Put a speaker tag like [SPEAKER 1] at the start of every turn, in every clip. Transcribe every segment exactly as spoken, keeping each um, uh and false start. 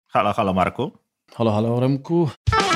[SPEAKER 1] Halo, halo Marku.
[SPEAKER 2] Halo, halo Remku.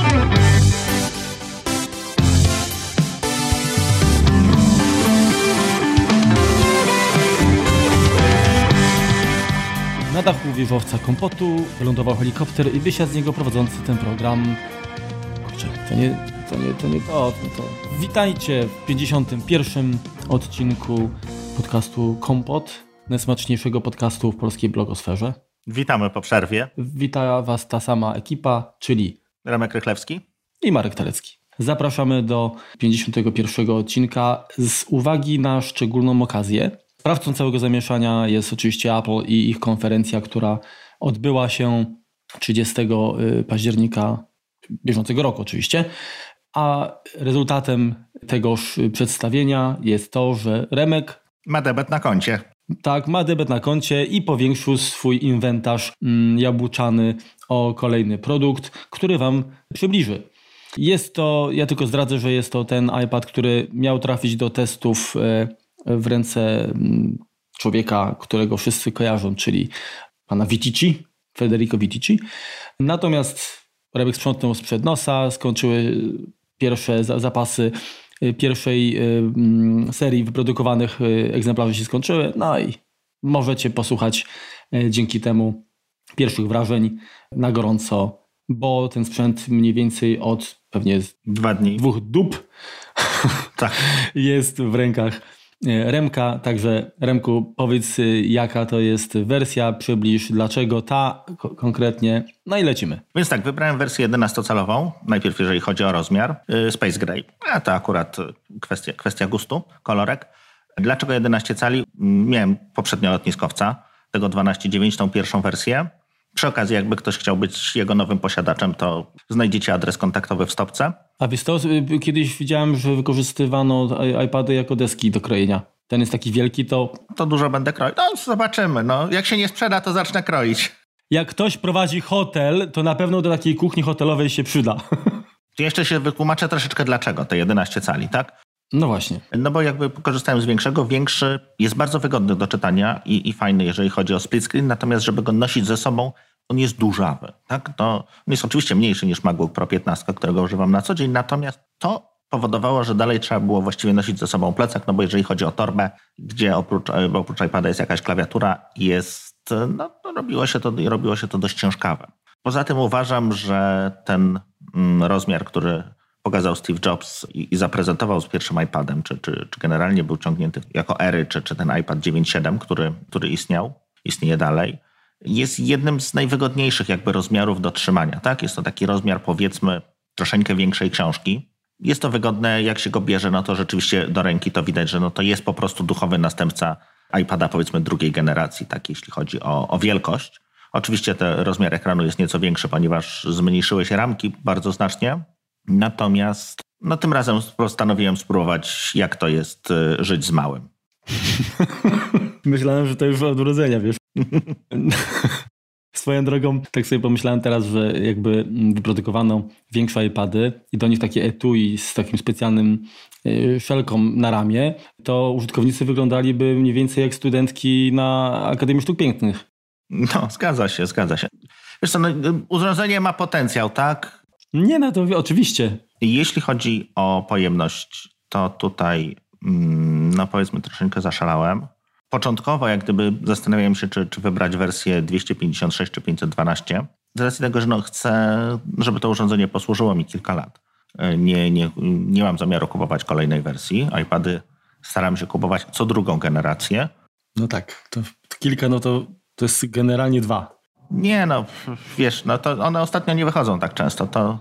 [SPEAKER 2] Na dachu wieżowca kompotu wylądował helikopter i wysiadł z niego prowadzący ten program. Kurczę, to nie to, nie, to, nie to, to. Witajcie w pięćdziesiątym pierwszym odcinku podcastu Kompot, najsmaczniejszego podcastu w polskiej blogosferze.
[SPEAKER 1] Witamy po przerwie.
[SPEAKER 2] Wita Was ta sama ekipa, czyli
[SPEAKER 1] Remek Rychlewski
[SPEAKER 2] i Marek Talecki. Zapraszamy do pięćdziesiątego pierwszego odcinka z uwagi na szczególną okazję. Sprawcą całego zamieszania jest oczywiście Apple i ich konferencja, która odbyła się trzydziestego października bieżącego roku oczywiście, a rezultatem tegoż przedstawienia jest to, że Remek
[SPEAKER 1] ma debet na koncie.
[SPEAKER 2] Tak, ma debet na koncie i powiększył swój inwentarz mm, jabłczany o kolejny produkt, który Wam przybliży. Jest to, ja tylko zdradzę, że jest to ten iPad, który miał trafić do testów e, w ręce m, człowieka, którego wszyscy kojarzą, czyli pana Vitici, Federico Vitici. Natomiast Remek sprzątnął sprzed nosa, skończyły pierwsze za, zapasy pierwszej y, y, serii wyprodukowanych y, egzemplarzy się skończyły, no i możecie posłuchać y, dzięki temu pierwszych wrażeń na gorąco, bo ten sprzęt mniej więcej od pewnie
[SPEAKER 1] Dwa dni.
[SPEAKER 2] dwóch dób
[SPEAKER 1] tak.
[SPEAKER 2] jest w rękach Remka, także Remku, powiedz jaka to jest wersja, przybliż dlaczego ta ko- konkretnie, no i lecimy.
[SPEAKER 1] Więc tak, wybrałem wersję jedenastocalową, najpierw jeżeli chodzi o rozmiar, yy, Space Gray, a to akurat kwestia, kwestia gustu, kolorek. Dlaczego jedenaście cali? Miałem poprzednio lotniskowca, tego dwanaście dziewięć, tą pierwszą wersję. Przy okazji, jakby ktoś chciał być jego nowym posiadaczem, to znajdziecie adres kontaktowy w stopce.
[SPEAKER 2] A wiesz to, kiedyś widziałem, że wykorzystywano iPady jako deski do krojenia. Ten jest taki wielki, to...
[SPEAKER 1] To dużo będę kroić. No zobaczymy, no. Jak się nie sprzeda, to zacznę kroić.
[SPEAKER 2] Jak ktoś prowadzi hotel, to na pewno do takiej kuchni hotelowej się przyda.
[SPEAKER 1] To jeszcze się wytłumaczę troszeczkę dlaczego te jedenaście cali, tak?
[SPEAKER 2] No właśnie.
[SPEAKER 1] No bo jakby korzystałem z większego, większy jest bardzo wygodny do czytania i, i fajny, jeżeli chodzi o split screen, natomiast żeby go nosić ze sobą, on jest dużawy, tak? To, on jest oczywiście mniejszy niż MacBook Pro piętnaście, którego używam na co dzień, natomiast to powodowało, że dalej trzeba było właściwie nosić ze sobą plecak, no bo jeżeli chodzi o torbę, gdzie oprócz, oprócz iPada jest jakaś klawiatura, jest, no, no robiło się to, robiło się to dość ciężkawe. Poza tym uważam, że ten mm, rozmiar, który pokazał Steve Jobs i, i zaprezentował z pierwszym iPadem, czy, czy, czy generalnie był ciągnięty jako Ery, czy, czy ten iPad dziewięć siedem, który, który istniał, istnieje dalej, jest jednym z najwygodniejszych jakby rozmiarów do trzymania. Tak? Jest to taki rozmiar, powiedzmy, troszeczkę większej książki. Jest to wygodne, jak się go bierze, no to rzeczywiście do ręki to widać, że no to jest po prostu duchowy następca iPada, powiedzmy, drugiej generacji, tak, jeśli chodzi o, o wielkość. Oczywiście ten rozmiar ekranu jest nieco większy, ponieważ zmniejszyły się ramki bardzo znacznie. Natomiast no, tym razem postanowiłem spróbować, jak to jest y, żyć z małym.
[SPEAKER 2] Myślałem, że to już od urodzenia, wiesz. Swoją drogą, tak sobie pomyślałem teraz, że jakby wyprodukowano większe iPady i do nich takie etui z takim specjalnym y, szelką na ramię, to użytkownicy wyglądali mniej więcej jak studentki na Akademii Sztuk Pięknych.
[SPEAKER 1] No, zgadza się, zgadza się. Wiesz co, no, urządzenie ma potencjał, tak?
[SPEAKER 2] Nie, no to oczywiście.
[SPEAKER 1] Jeśli chodzi o pojemność, to tutaj, no powiedzmy, troszeczkę zaszalałem. Początkowo, jak gdyby zastanawiałem się, czy, czy wybrać wersję dwieście pięćdziesiąt sześć czy pięćset dwanaście. Z racji tego, że no chcę, żeby to urządzenie posłużyło mi kilka lat. Nie, nie, nie mam zamiaru kupować kolejnej wersji. iPady staram się kupować co drugą generację.
[SPEAKER 2] No tak, to kilka, no to, to jest generalnie dwa.
[SPEAKER 1] Nie, no wiesz, no to one ostatnio nie wychodzą tak często. To,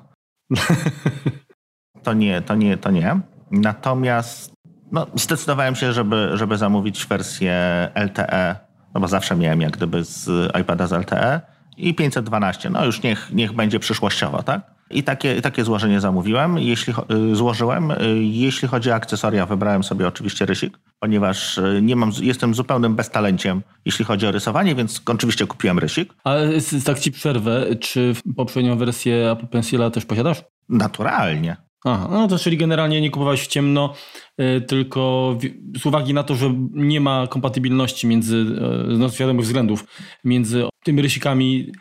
[SPEAKER 1] to nie, to nie, to nie. Natomiast no, zdecydowałem się, żeby, żeby zamówić wersję L T E, no bo zawsze miałem jak gdyby z iPada z L T E i pięćset dwanaście, no już niech, niech będzie przyszłościowo, tak? I takie, takie złożenie zamówiłem, jeśli, złożyłem. Jeśli chodzi o akcesoria, wybrałem sobie oczywiście rysik, ponieważ nie mam, jestem zupełnym beztalenciem, jeśli chodzi o rysowanie, więc oczywiście kupiłem rysik.
[SPEAKER 2] Ale tak ci przerwę, czy poprzednią wersję Apple Pencila też posiadasz?
[SPEAKER 1] Naturalnie.
[SPEAKER 2] Aha, no to czyli generalnie nie kupowałeś w ciemno, y, tylko w, z uwagi na to, że nie ma kompatybilności między, y, no z wiadomych względów, między tymi rysikami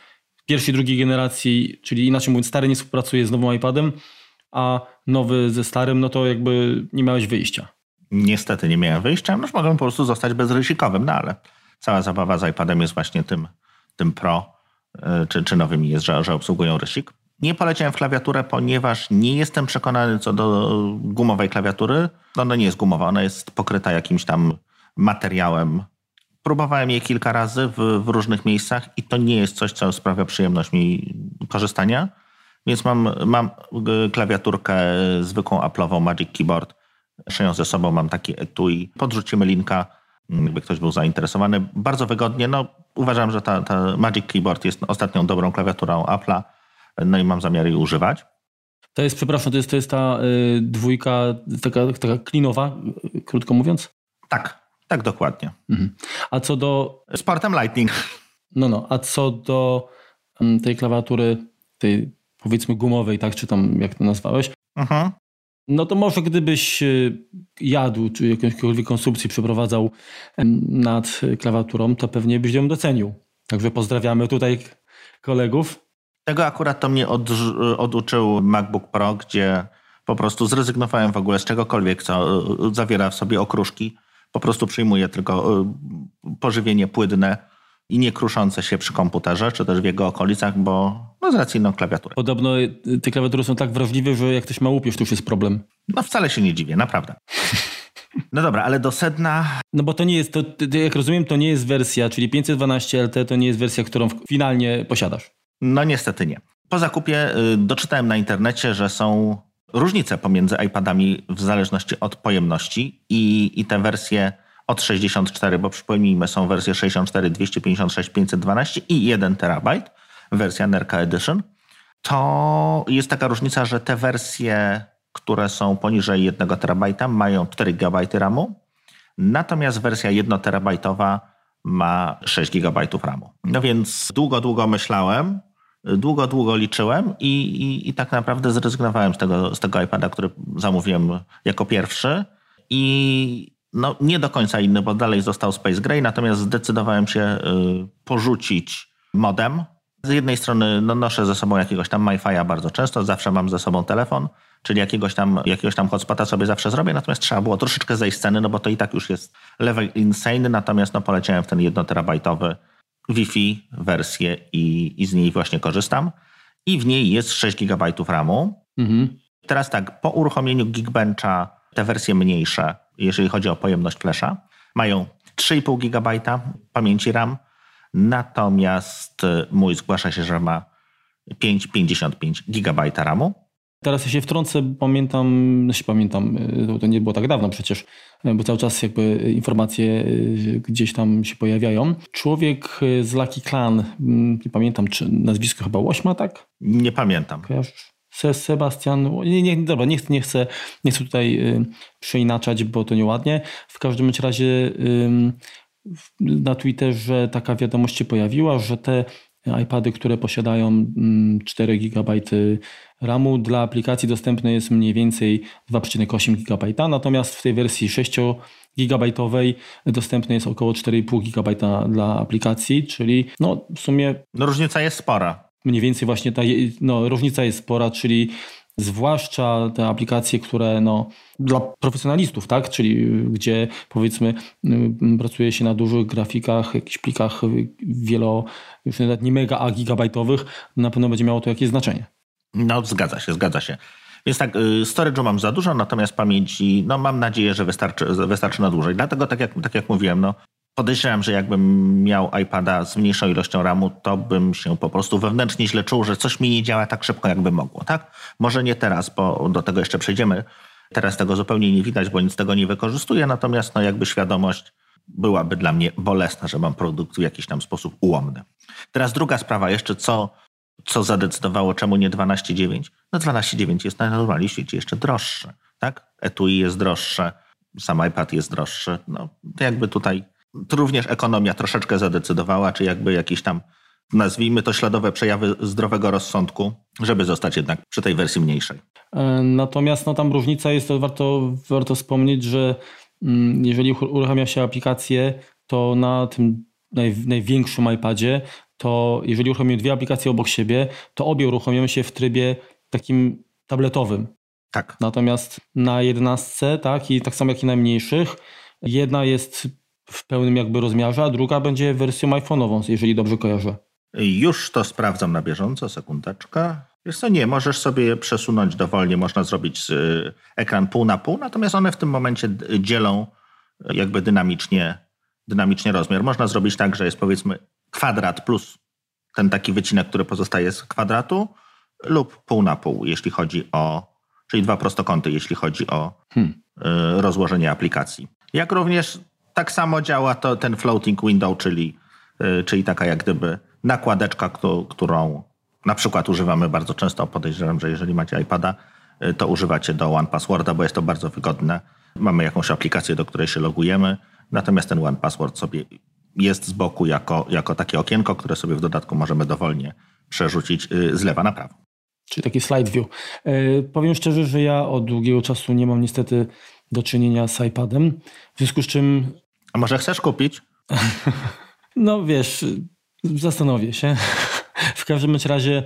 [SPEAKER 2] pierwszej, drugiej generacji, czyli inaczej mówiąc, stary nie współpracuje z nowym iPadem, a nowy ze starym, no to jakby nie miałeś wyjścia.
[SPEAKER 1] Niestety nie miałem wyjścia, no mogłem po prostu zostać bezryzykowym, no ale cała zabawa z iPadem jest właśnie tym, tym Pro, czy, czy nowymi jest, że, że obsługują rysik. Nie poleciałem w klawiaturę, ponieważ nie jestem przekonany co do gumowej klawiatury. No, ona nie jest gumowa, ona jest pokryta jakimś tam materiałem. Próbowałem jej kilka razy w, w różnych miejscach i to nie jest coś, co sprawia przyjemność mi korzystania. Więc mam, mam klawiaturkę zwykłą Apple'ową Magic Keyboard. Szyję ze sobą, mam taki etui. Podrzucimy linka, jakby ktoś był zainteresowany. Bardzo wygodnie. No, uważam, że ta, ta Magic Keyboard jest ostatnią dobrą klawiaturą Apple'a. No i mam zamiar jej używać.
[SPEAKER 2] To jest, przepraszam, to jest, to jest ta y, dwójka, taka, taka klinowa, y, krótko mówiąc?
[SPEAKER 1] Tak, tak dokładnie.
[SPEAKER 2] Mhm. A co do...
[SPEAKER 1] Z portem Lightning.
[SPEAKER 2] No, no, a co do um, tej klawiatury, tej powiedzmy gumowej, tak, czy tam jak to nazwałeś,
[SPEAKER 1] Mhm.
[SPEAKER 2] no to może gdybyś y, jadł, czy jakąkolwiek konsumpcję przeprowadzał y, nad klawiaturą, to pewnie byś ją docenił. Także pozdrawiamy tutaj kolegów.
[SPEAKER 1] Tego akurat to mnie od, oduczył MacBook Pro, gdzie po prostu zrezygnowałem w ogóle z czegokolwiek, co zawiera w sobie okruszki. Po prostu przyjmuję tylko pożywienie płynne i nie kruszące się przy komputerze, czy też w jego okolicach, bo no z racji no, klawiatury.
[SPEAKER 2] Podobno te klawiatury są tak wrażliwe, że jak ktoś ma łupież, to już jest problem.
[SPEAKER 1] No wcale się nie dziwię, naprawdę. No dobra, ale do sedna...
[SPEAKER 2] No bo to nie jest, to, jak rozumiem, to nie jest wersja, czyli pięćset dwanaście L T to nie jest wersja, którą finalnie posiadasz.
[SPEAKER 1] No niestety nie. Po zakupie y, doczytałem na internecie, że są różnice pomiędzy iPadami w zależności od pojemności i, i te wersje od sześćdziesiąt cztery, bo przypomnijmy, są wersje sześćdziesiąt cztery, dwieście pięćdziesiąt sześć, pięćset dwanaście i jeden terabajt, wersja Nerka Edition. To jest taka różnica, że te wersje, które są poniżej jednego terabajta, mają cztery gigabajty ramu, natomiast wersja jednoterabajtowa ma sześć gigabajtów ramu. No więc długo, długo myślałem, długo, długo liczyłem i, i, i tak naprawdę zrezygnowałem z tego, z tego iPada, który zamówiłem jako pierwszy i no nie do końca inny, bo dalej został Space Gray, natomiast zdecydowałem się y, porzucić modem. Z jednej strony no, noszę ze sobą jakiegoś tam MiFi'a bardzo często, zawsze mam ze sobą telefon, czyli jakiegoś tam, jakiegoś tam hotspota sobie zawsze zrobię, natomiast trzeba było troszeczkę zejść z ceny, no bo to i tak już jest level insane, natomiast no poleciałem w ten jednoterabajtowy Wi-Fi wersję i, i z niej właśnie korzystam. I w niej jest sześć gigabajtów ramu. Mhm. Teraz tak, po uruchomieniu Geekbencha te wersje mniejsze, jeżeli chodzi o pojemność flasha, mają trzy i pół gigabajta pamięci RAM, natomiast mój zgłasza się, że ma pięć przecinek pięćdziesiąt pięć gigabajta ramu.
[SPEAKER 2] Teraz ja się wtrącę, pamiętam, no się pamiętam, to nie było tak dawno przecież, bo cały czas jakby informacje gdzieś tam się pojawiają. Człowiek z Lucky Clan, nie pamiętam, czy nazwisko chyba Łośma, tak?
[SPEAKER 1] Nie pamiętam.
[SPEAKER 2] Kojarzysz? Sebastian, nie, nie, dobra, nie, nie, chcę, nie chcę tutaj y, przeinaczać, bo to nieładnie. W każdym razie y, na Twitterze taka wiadomość się pojawiła, że te iPady, które posiadają cztery gigabajty ramu, dla aplikacji dostępne jest mniej więcej dwa przecinek osiem gigabajta, natomiast w tej wersji sześć gigabajtowej dostępne jest około cztery i pół gigabajta dla aplikacji, czyli no w sumie...
[SPEAKER 1] No różnica jest spora.
[SPEAKER 2] Mniej więcej właśnie ta no, różnica jest spora, czyli zwłaszcza te aplikacje, które no, dla profesjonalistów, tak, czyli gdzie powiedzmy pracuje się na dużych grafikach, jakichś plikach wielo, już nawet nie mega, a gigabajtowych, na pewno będzie miało to jakieś znaczenie.
[SPEAKER 1] No zgadza się, zgadza się. Więc tak, storage'u mam za dużo, natomiast pamięci, no mam nadzieję, że wystarczy, wystarczy na dłużej. Dlatego tak jak, tak jak mówiłem, no podejrzewam, że jakbym miał iPada z mniejszą ilością ramu, to bym się po prostu wewnętrznie źle czuł, że coś mi nie działa tak szybko, jakby mogło, tak? Może nie teraz, bo do tego jeszcze przejdziemy. Teraz tego zupełnie nie widać, bo nic z tego nie wykorzystuję, natomiast no jakby świadomość byłaby dla mnie bolesna, że mam produkt w jakiś tam sposób ułomny. Teraz druga sprawa jeszcze, co, co zadecydowało, czemu nie dwanaście dziewięć? No dwanaście dziewięć jest na normalnie w świecie jeszcze droższy, tak? Etui jest droższe, sam iPad jest droższy, no to jakby tutaj... To również ekonomia troszeczkę zadecydowała, czy jakby jakieś tam, nazwijmy to, śladowe przejawy zdrowego rozsądku, żeby zostać jednak przy tej wersji mniejszej.
[SPEAKER 2] Natomiast no, tam różnica jest, to warto, warto wspomnieć, że jeżeli uruchamia się aplikację, to na tym naj, największym iPadzie to jeżeli uruchomimy dwie aplikacje obok siebie, to obie uruchomią się w trybie takim tabletowym.
[SPEAKER 1] Tak.
[SPEAKER 2] Natomiast na jedenastce, tak, i tak samo jak i na mniejszych, jedna jest w pełnym jakby rozmiarze, a druga będzie wersją iPhone'ową, jeżeli dobrze kojarzę.
[SPEAKER 1] Już to sprawdzam na bieżąco, sekundeczkę. Wiesz co, nie, możesz sobie przesunąć dowolnie, można zrobić y, ekran pół na pół, natomiast one w tym momencie dzielą jakby dynamicznie, dynamicznie rozmiar. Można zrobić tak, że jest powiedzmy kwadrat plus ten taki wycinek, który pozostaje z kwadratu lub pół na pół, jeśli chodzi o, czyli dwa prostokąty, jeśli chodzi o hmm. y, rozłożenie aplikacji. Jak również tak samo działa to ten floating window, czyli, y, czyli taka jak gdyby nakładeczka, którą na przykład używamy bardzo często. Podejrzewam, że jeżeli macie iPada, to używacie do One Passworda, bo jest to bardzo wygodne. Mamy jakąś aplikację, do której się logujemy, natomiast ten One Password sobie jest z boku jako, jako takie okienko, które sobie w dodatku możemy dowolnie przerzucić z lewa na prawo.
[SPEAKER 2] Czyli taki slide view. Yy, powiem szczerze, że ja od długiego czasu nie mam niestety do czynienia z iPadem, w związku z czym...
[SPEAKER 1] A może chcesz kupić?
[SPEAKER 2] No wiesz, zastanowię się. W każdym razie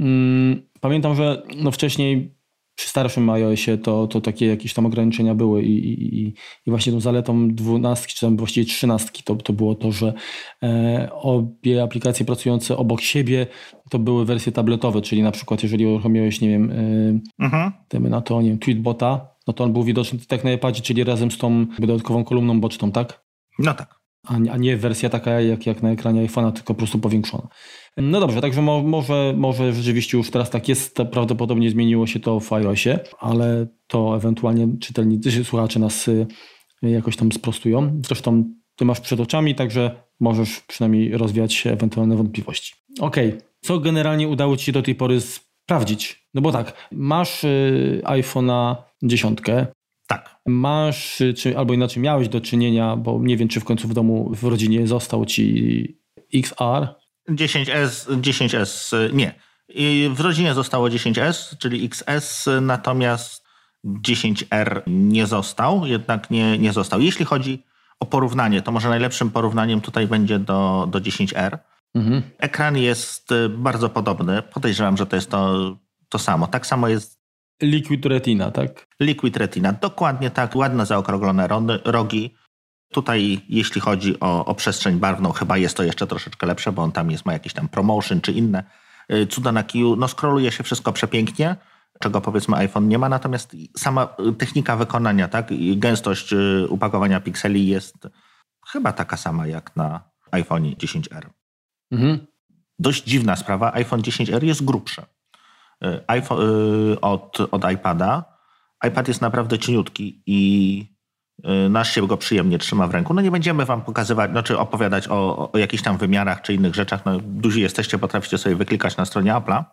[SPEAKER 2] mm, pamiętam, że no wcześniej przy starszym iOSie to, to takie jakieś tam ograniczenia były i, i, i właśnie tą zaletą dwunastki, czy tam właściwie trzynastki to, to było to, że e, obie aplikacje pracujące obok siebie to były wersje tabletowe, czyli na przykład jeżeli uruchomiłeś, nie wiem, e, mhm. dajmy na to, nie wiem, Tweetbota, no to on był widoczny tak na iPadzie, czyli razem z tą dodatkową kolumną boczną, tak?
[SPEAKER 1] No tak.
[SPEAKER 2] A, a nie wersja taka jak, jak na ekranie iPhone'a, tylko po prostu powiększona. No dobrze, także mo, może, może rzeczywiście już teraz tak jest, prawdopodobnie zmieniło się to w iOSie, ale to ewentualnie czytelnicy, słuchacze nas jakoś tam sprostują. Zresztą ty masz przed oczami, także możesz przynajmniej rozwiać ewentualne wątpliwości. Okej, okay. Co generalnie udało ci się do tej pory sprawdzić? No bo tak, masz y, iPhone'a dziesiątkę,
[SPEAKER 1] tak.
[SPEAKER 2] Masz, czy, albo inaczej miałeś do czynienia, bo nie wiem, czy w końcu w domu, w rodzinie został ci X R.
[SPEAKER 1] dziesięć S, dziesięć S, nie. I w rodzinie zostało dziesięć S, czyli X S, natomiast dziesięć R nie został, jednak nie, nie został. Jeśli chodzi o porównanie, to może najlepszym porównaniem tutaj będzie do, do dziesięć R. Mhm. Ekran jest bardzo podobny. Podejrzewam, że to jest to, to samo. Tak samo jest
[SPEAKER 2] Liquid Retina, tak?
[SPEAKER 1] Liquid Retina, dokładnie tak. Ładne zaokrąglone rogi. Tutaj jeśli chodzi o, o przestrzeń barwną, chyba jest to jeszcze troszeczkę lepsze, bo on tam jest, ma jakiś tam promotion czy inne cuda na kiju. No scrolluje się wszystko przepięknie, czego powiedzmy iPhone nie ma, natomiast sama technika wykonania, tak, i gęstość upakowania pikseli jest chyba taka sama jak na iPhone dziesięć R. Mhm. Dość dziwna sprawa, iPhone dziesięć R jest grubszy iPhone, od, od iPada. iPad jest naprawdę cieniutki i nasz się go przyjemnie trzyma w ręku. No nie będziemy wam pokazywać, znaczy opowiadać o, o jakichś tam wymiarach czy innych rzeczach. No, duzi jesteście, potraficie sobie wyklikać na stronie Apple'a.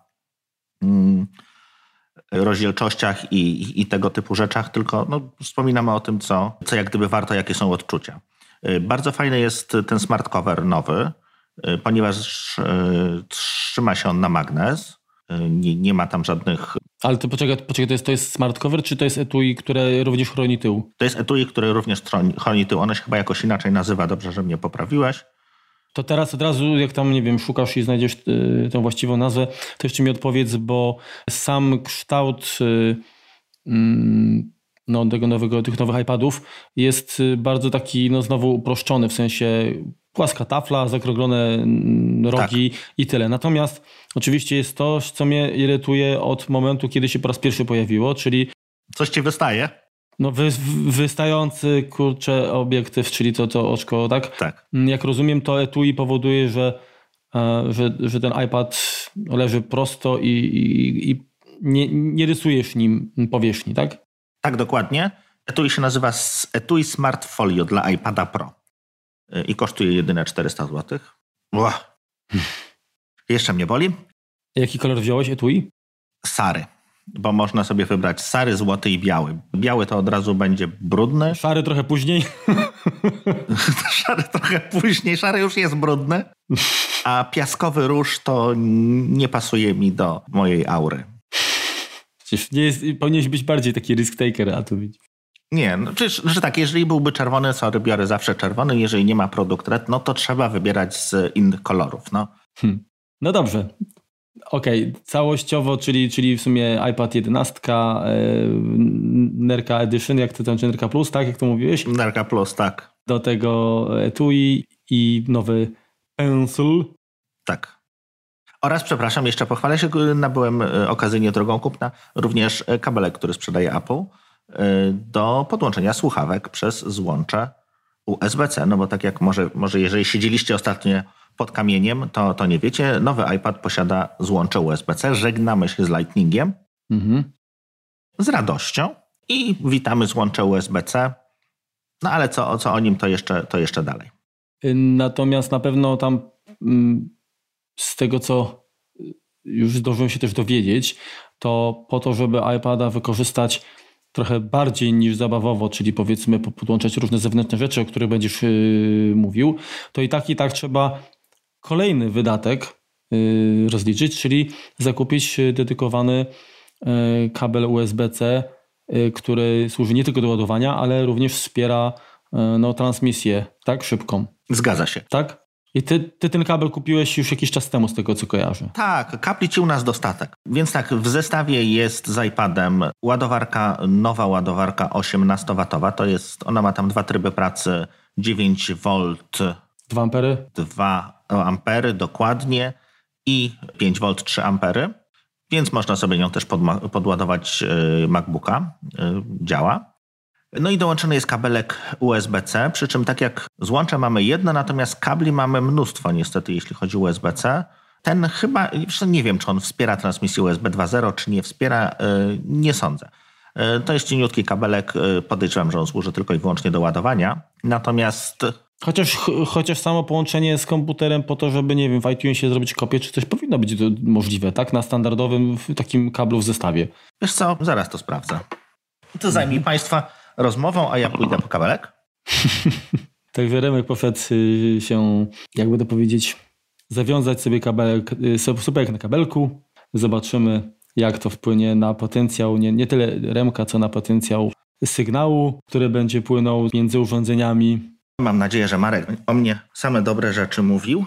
[SPEAKER 1] Hmm. Rozdzielczościach i, i, i tego typu rzeczach, tylko no, wspominamy o tym, co, co jak gdyby warto, jakie są odczucia. Bardzo fajny jest ten smart cover nowy, ponieważ trzyma się on na magnes. Nie, nie ma tam żadnych...
[SPEAKER 2] Ale to poczekaj, poczekaj to, jest, to jest smart cover, czy to jest etui, które również chroni tył?
[SPEAKER 1] To jest etui, które również chroni tył. Ono się chyba jakoś inaczej nazywa. Dobrze, że mnie poprawiłeś.
[SPEAKER 2] To teraz od razu, jak tam, nie wiem, szukasz i znajdziesz y, tę właściwą nazwę, to jeszcze mi odpowiedz, bo sam kształt y, y, no, tego nowego, tych nowych iPadów jest bardzo taki, no znowu uproszczony, w sensie płaska tafla, zakrąglone rogi tak. I tyle. Natomiast oczywiście jest to, co mnie irytuje od momentu, kiedy się po raz pierwszy pojawiło, czyli...
[SPEAKER 1] Coś ci wystaje?
[SPEAKER 2] No wy, wystający, kurczę, obiektyw, czyli to, to oczko, tak?
[SPEAKER 1] Tak.
[SPEAKER 2] Jak rozumiem, to etui powoduje, że, że, że ten iPad leży prosto i, i, i nie, nie rysujesz nim powierzchni, tak?
[SPEAKER 1] Tak, dokładnie. Etui się nazywa etui Smart Folio dla iPada Pro i kosztuje jedyne czterysta złotych. Uah. Jeszcze mnie boli.
[SPEAKER 2] Jaki kolor wziąłeś etui?
[SPEAKER 1] Sary, bo można sobie wybrać sary, złoty i biały. Biały to od razu będzie brudny.
[SPEAKER 2] Szary trochę później.
[SPEAKER 1] Szary trochę później. Szary już jest brudny. A piaskowy róż to nie pasuje mi do mojej aury.
[SPEAKER 2] Przecież nie jest, powinieneś być bardziej taki risk taker, a tu widzisz.
[SPEAKER 1] Nie, no, czy, że tak, jeżeli byłby czerwony, sorry, biorę zawsze czerwony. Jeżeli nie ma produkt red, no to trzeba wybierać z innych kolorów. No.
[SPEAKER 2] Hmm. No dobrze. Okej, okay. Całościowo, czyli, czyli w sumie iPad jedenaście, e, Nerka Edition, jak to tam, czy Nerka Plus, tak? Jak to mówiłeś?
[SPEAKER 1] Nerka Plus, tak.
[SPEAKER 2] Do tego etui i nowy Pencil.
[SPEAKER 1] Tak. Oraz, przepraszam, jeszcze pochwalę się, nabyłem okazyjnie drogą kupna również kabelek, który sprzedaje Apple do podłączenia słuchawek przez złącze U S B C. No bo tak jak może, może jeżeli siedzieliście ostatnio pod kamieniem, to, to nie wiecie, nowy iPad posiada złącze U S B C. Żegnamy się z Lightningiem mhm. z radością i witamy złącze U S B C. No ale co, co o nim, to jeszcze, to jeszcze dalej.
[SPEAKER 2] Natomiast na pewno tam z tego, co już zdążyłem się też dowiedzieć, to po to, żeby iPada wykorzystać trochę bardziej niż zabawowo, czyli powiedzmy podłączać różne zewnętrzne rzeczy, o których będziesz yy, mówił, to i tak i tak trzeba kolejny wydatek yy, rozliczyć, czyli zakupić dedykowany yy, kabel U S B C, yy, który służy nie tylko do ładowania, ale również wspiera yy, no, transmisję, tak, szybką.
[SPEAKER 1] Zgadza się.
[SPEAKER 2] Tak? I ty, ty ten kabel kupiłeś już jakiś czas temu, z tego co kojarzę.
[SPEAKER 1] Tak, kabli ci u nas dostatek. Więc tak, w zestawie jest z iPadem ładowarka, nowa ładowarka osiemnastowatowa. To jest, ona ma tam dwa tryby pracy, dziewięć wolt.
[SPEAKER 2] dwa ampery?
[SPEAKER 1] dwa ampery dokładnie i pięć wolt, trzy ampery. Więc można sobie nią też podma- podładować yy, MacBooka. Yy, działa. No i dołączony jest kabelek U S B C, przy czym tak jak złącze mamy jedno, natomiast kabli mamy mnóstwo niestety, jeśli chodzi o U S B C. Ten chyba, nie wiem, czy on wspiera transmisję U S B dwa zero, czy nie wspiera, nie sądzę. To jest cieniutki kabelek, podejrzewam, że on służy tylko i wyłącznie do ładowania, natomiast...
[SPEAKER 2] Chociaż, chociaż samo połączenie z komputerem po to, żeby, nie wiem, w iTunesie zrobić kopię, czy coś powinno być to możliwe, tak? Na standardowym takim kablu w zestawie.
[SPEAKER 1] Wiesz co, zaraz to sprawdzę. To zajmij mhm. Państwa rozmową, a ja pójdę po kabelek.
[SPEAKER 2] Także Remek poszedł się, jakby to powiedzieć, zawiązać sobie kabelek, supek na kabelku. Zobaczymy, jak to wpłynie na potencjał, nie, nie tyle Remka, co na potencjał sygnału, który będzie płynął między urządzeniami.
[SPEAKER 1] Mam nadzieję, że Marek o mnie same dobre rzeczy mówił.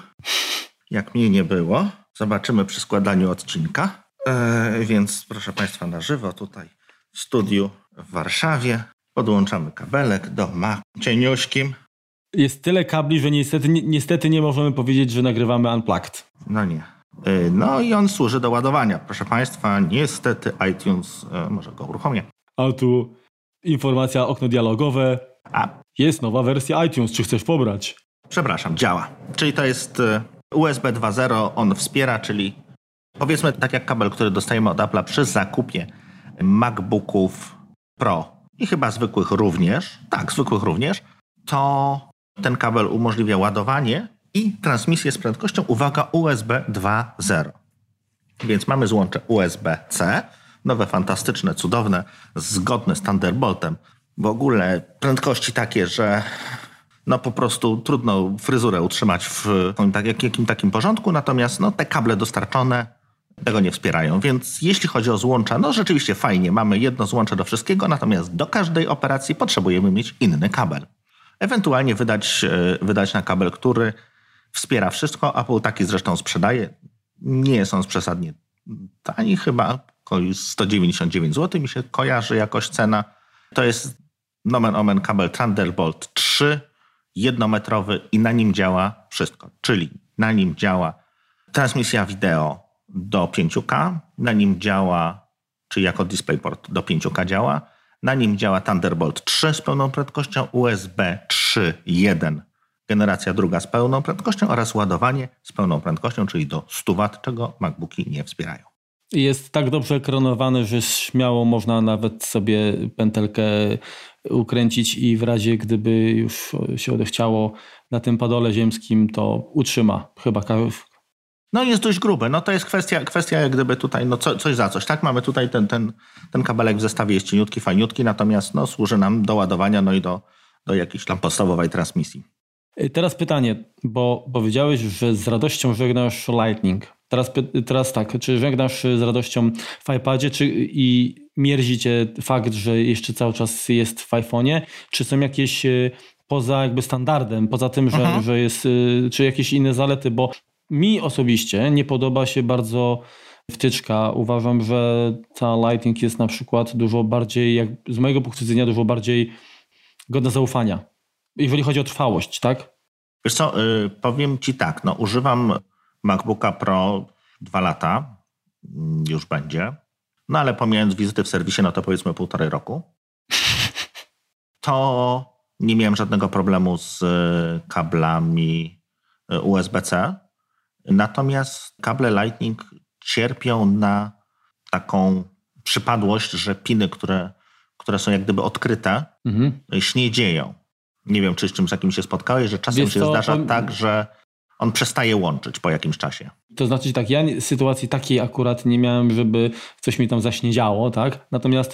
[SPEAKER 1] Jak mnie nie było. Zobaczymy przy składaniu odcinka. Eee, więc proszę Państwa, na żywo tutaj w studiu w Warszawie. Podłączamy kabelek do Mac cieniuśkim.
[SPEAKER 2] Jest tyle kabli, że niestety, ni- niestety nie możemy powiedzieć, że nagrywamy unplugged.
[SPEAKER 1] No nie. No i on służy do ładowania. Proszę Państwa, niestety iTunes, może go uruchomię.
[SPEAKER 2] A tu informacja, okno dialogowe. A. Jest nowa wersja iTunes, czy chcesz pobrać?
[SPEAKER 1] Przepraszam, działa. Czyli to jest U S B dwa zero, on wspiera, czyli powiedzmy tak jak kabel, który dostajemy od Apple'a przy zakupie MacBooków Pro i chyba zwykłych również, tak, zwykłych również, to ten kabel umożliwia ładowanie i transmisję z prędkością, uwaga, U S B dwa zero. Więc mamy złącze U S B C, nowe, fantastyczne, cudowne, zgodne z Thunderboltem. W ogóle prędkości takie, że no po prostu trudno fryzurę utrzymać w tak, jak, jakim takim porządku, natomiast no, te kable dostarczone tego nie wspierają. Więc jeśli chodzi o złącza, no rzeczywiście fajnie, mamy jedno złącze do wszystkiego, natomiast do każdej operacji potrzebujemy mieć inny kabel. Ewentualnie wydać, wydać na kabel, który wspiera wszystko. Apple taki zresztą sprzedaje. Nie jest on przesadnie tani, chyba sto dziewięćdziesiąt dziewięć złotych mi się kojarzy jakoś cena. To jest nomen omen kabel Thunderbolt trzy, jednometrowy i na nim działa wszystko. Czyli na nim działa transmisja wideo do pięć K, na nim działa, czy jako DisplayPort do pięć K działa, na nim działa Thunderbolt trzy z pełną prędkością, U S B trzy jeden, generacja druga z pełną prędkością oraz ładowanie z pełną prędkością, czyli do stu watów, czego MacBooki nie wspierają.
[SPEAKER 2] Jest tak dobrze ekranowany, że śmiało można nawet sobie pętelkę ukręcić i w razie gdyby już się odechciało na tym padole ziemskim, to utrzyma chyba.
[SPEAKER 1] No jest dość grube. No to jest kwestia, kwestia jak gdyby tutaj no co, coś za coś. Tak, mamy tutaj ten, ten, ten kabelek w zestawie jest cieniutki, fajniutki, natomiast no, służy nam do ładowania, no i do, do jakiejś tam podstawowej transmisji.
[SPEAKER 2] Teraz pytanie, bo powiedziałeś, że z radością żegnasz Lightning. Teraz, teraz tak, czy żegnasz z radością w iPadzie, czy i mierzi cię fakt, że jeszcze cały czas jest w iPhone'ie, czy są jakieś poza jakby standardem, poza tym, że, że jest, czy jakieś inne zalety, bo mi osobiście nie podoba się bardzo wtyczka. Uważam, że ta Lightning jest na przykład dużo bardziej, jak z mojego punktu widzenia, dużo bardziej godna zaufania. Jeżeli chodzi o trwałość, tak?
[SPEAKER 1] Wiesz co, yy, powiem ci tak, no używam MacBooka Pro dwa lata, już będzie, no ale pomijając wizyty w serwisie, no to powiedzmy półtorej roku, to nie miałem żadnego problemu z kablami U S B C, natomiast kable Lightning cierpią na taką przypadłość, że piny, które, które są jak gdyby odkryte, mhm. śniedzieją. Nie wiem, czy z czymś takim się spotkałeś, że czasem Wiesz się co, zdarza to... tak, że on przestaje łączyć po jakimś czasie.
[SPEAKER 2] To znaczy tak, ja sytuacji takiej akurat nie miałem, żeby coś mi tam zaśniedziało, tak? Natomiast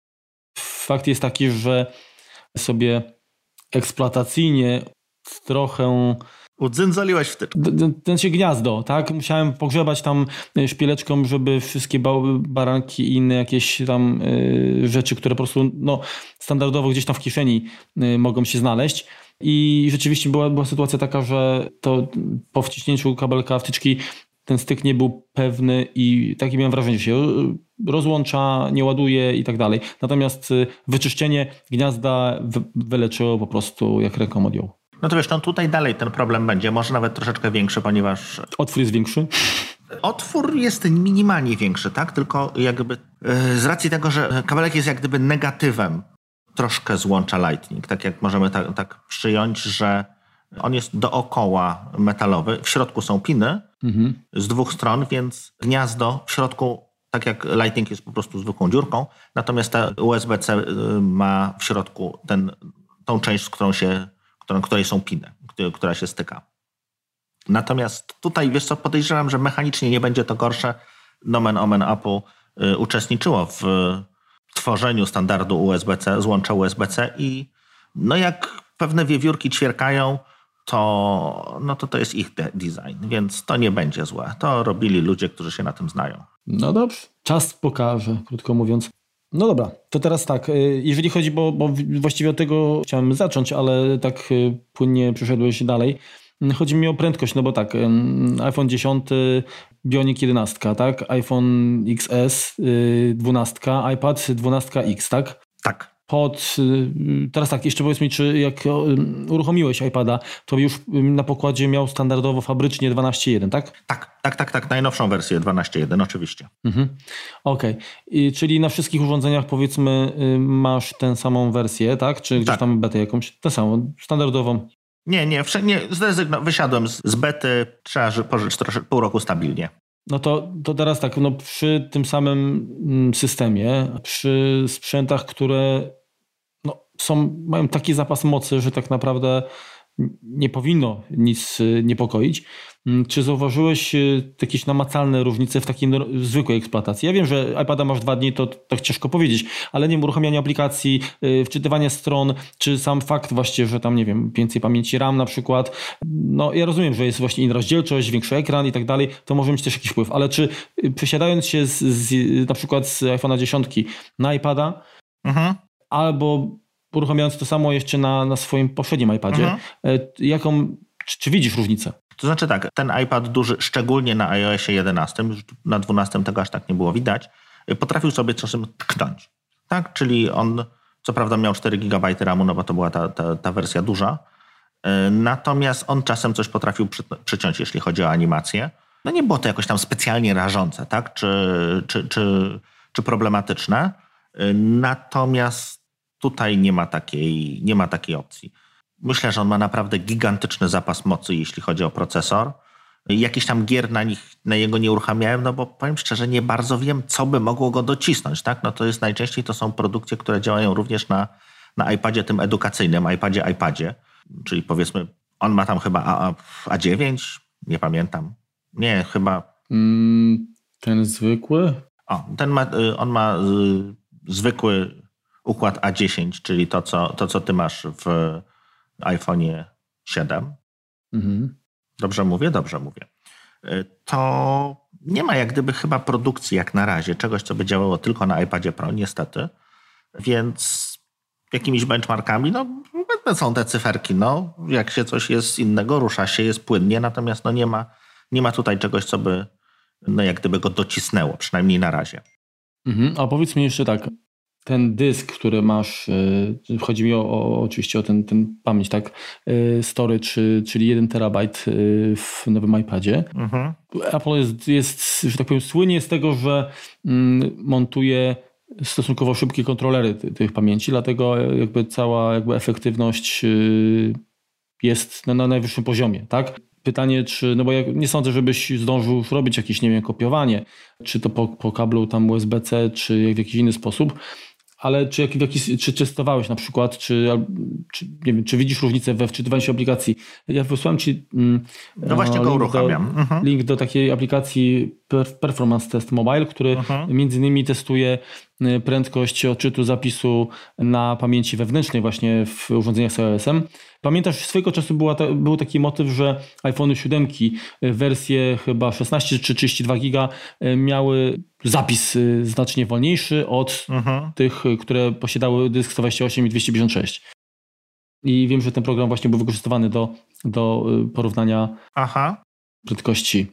[SPEAKER 2] fakt jest taki, że sobie eksploatacyjnie trochę...
[SPEAKER 1] Udzyndzoliłeś wtyczkę.
[SPEAKER 2] Ten się gniazdo, tak? Musiałem pogrzebać tam szpileczką, żeby wszystkie baranki i inne jakieś tam y, rzeczy, które po prostu no, standardowo gdzieś tam w kieszeni y, mogą się znaleźć. I rzeczywiście była, była sytuacja taka, że to po wciśnięciu kabelka wtyczki ten styk nie był pewny i takie miałem wrażenie, że się rozłącza, nie ładuje i tak dalej. Natomiast wyczyszczenie gniazda wyleczyło po prostu jak ręką odjął.
[SPEAKER 1] No to wiesz, no tutaj dalej ten problem będzie, może nawet troszeczkę większy, ponieważ...
[SPEAKER 2] Otwór jest większy?
[SPEAKER 1] Otwór jest minimalnie większy, tak? Tylko jakby z racji tego, że kabelek jest jak gdyby negatywem, troszkę złącza Lightning. Tak jak możemy tak, tak przyjąć, że on jest dookoła metalowy. W środku są piny mhm. z dwóch stron, więc gniazdo w środku, tak jak Lightning jest po prostu zwykłą dziurką, natomiast ta U S B C ma w środku ten, tą część, z którą się, którą, której są piny, która się styka. Natomiast tutaj, wiesz co, podejrzewam, że mechanicznie nie będzie to gorsze. Nomen omen Apple y, uczestniczyło w tworzeniu standardu U S B C, złącza U S B C i no jak pewne wiewiórki ćwierkają, to, no to to jest ich de- design, więc to nie będzie złe. To robili ludzie, którzy się na tym znają.
[SPEAKER 2] No dobrze, czas pokaże, krótko mówiąc. No dobra, to teraz tak, jeżeli chodzi, bo, bo właściwie od tego chciałem zacząć, ale tak płynnie przeszedłeś dalej. Chodzi mi o prędkość, no bo tak, iPhone dziesięć, Bionic jedenaście, tak? iPhone X S dwanaście, iPad dwanaście X, tak?
[SPEAKER 1] Tak.
[SPEAKER 2] Pod, teraz tak, jeszcze powiedz mi, czy jak uruchomiłeś iPada, to już na pokładzie miał standardowo fabrycznie dwanaście jeden, tak?
[SPEAKER 1] Tak, tak, tak, tak. Najnowszą wersję dwanaście jeden oczywiście.
[SPEAKER 2] Mhm. Okej. Okay. Czyli na wszystkich urządzeniach powiedzmy masz tę samą wersję, tak? Czy gdzieś tak. tam betę jakąś? Tę samą, standardową?
[SPEAKER 1] Nie, nie, nie zrezygno, wysiadłem z, z bety, trzeba pożyć troszkę pół roku stabilnie.
[SPEAKER 2] No to, to teraz tak, no przy tym samym systemie, przy sprzętach, które no, są, mają taki zapas mocy, że tak naprawdę nie powinno nic niepokoić. Czy zauważyłeś jakieś namacalne różnice w takiej zwykłej eksploatacji? Ja wiem, że iPada masz dwa dni, to tak ciężko powiedzieć, ale nie wiem, uruchamianie aplikacji, wczytywanie stron, czy sam fakt właśnie, że tam, nie wiem, więcej pamięci RAM na przykład. No ja rozumiem, że jest właśnie inna rozdzielczość, większy ekran i tak dalej, to może mieć też jakiś wpływ, ale czy przesiadając się z, z, na przykład z iPhone'a dziesięć na iPada, mhm. albo uruchamiając to samo jeszcze na, na swoim poprzednim iPadzie, mhm. jaką, czy, czy widzisz różnicę?
[SPEAKER 1] To znaczy tak, ten iPad duży, szczególnie na iOSie jedenastym, już na dwunastym tego aż tak nie było widać, potrafił sobie czasem tknąć. Tak? Czyli on co prawda miał cztery gigabajty ramu, no bo to była ta, ta, ta wersja duża, natomiast on czasem coś potrafił przy, przyciąć, jeśli chodzi o animację. No nie było to jakoś tam specjalnie rażące, tak? czy, czy, czy, czy problematyczne, natomiast tutaj nie ma takiej, nie ma takiej opcji. Myślę, że on ma naprawdę gigantyczny zapas mocy, jeśli chodzi o procesor. Jakichś tam gier na, nich, na jego nie uruchamiałem, no bo powiem szczerze, nie bardzo wiem, co by mogło go docisnąć. Tak? No to jest najczęściej to są produkcje, które działają również na, na iPadzie tym edukacyjnym, iPadzie, iPadzie. Czyli powiedzmy, on ma tam chyba A, A dziewięć, nie pamiętam. Nie, chyba...
[SPEAKER 2] Mm, ten zwykły?
[SPEAKER 1] O, ten ma, on ma y, zwykły układ A dziesięć, czyli to, co, to, co ty masz w iPhone'ie siedem. Mhm. Dobrze mówię? Dobrze mówię. To nie ma jak gdyby chyba produkcji jak na razie, czegoś, co by działało tylko na iPadzie Pro, niestety. Więc jakimiś benchmarkami, no są te cyferki, no jak się coś jest innego, rusza się, jest płynnie, natomiast no nie ma, nie ma tutaj czegoś, co by no jak gdyby go docisnęło, przynajmniej na razie.
[SPEAKER 2] Mhm. A powiedz mi jeszcze tak, ten dysk, który masz, yy, chodzi mi o, o, oczywiście o ten, ten pamięć, tak, yy, storage, czyli jeden terabajt yy, w nowym iPadzie.
[SPEAKER 1] Mhm.
[SPEAKER 2] Apple jest, jest, że tak powiem, słynie z tego, że yy, montuje stosunkowo szybkie kontrolery ty, tych pamięci, dlatego jakby cała jakby efektywność yy, jest na, na najwyższym poziomie, tak? Pytanie, czy, no bo ja nie sądzę, żebyś zdążył robić jakieś, nie wiem, kopiowanie, czy to po, po kablu tam U S B C, czy w jakiś inny sposób, ale czy, jak, w jakiś, czy testowałeś na przykład, czy, czy, nie wiem, czy widzisz różnicę we wczytywaniu się aplikacji? Ja wysłałem ci mm,
[SPEAKER 1] no właśnie go uruchamiam.
[SPEAKER 2] Do,
[SPEAKER 1] mhm.
[SPEAKER 2] link do takiej aplikacji Performance Test Mobile, który mhm. między innymi testuje prędkość odczytu zapisu na pamięci wewnętrznej właśnie w urządzeniach z iOS-em. Pamiętasz, swojego czasu była ta, był taki motyw, że iPhone siedem wersje chyba szesnaście czy trzydzieści dwa giga miały zapis znacznie wolniejszy od mhm. tych, które posiadały dysk sto dwadzieścia osiem i dwieście pięćdziesiąt sześć. I wiem, że ten program właśnie był wykorzystywany do, do porównania Aha. prędkości.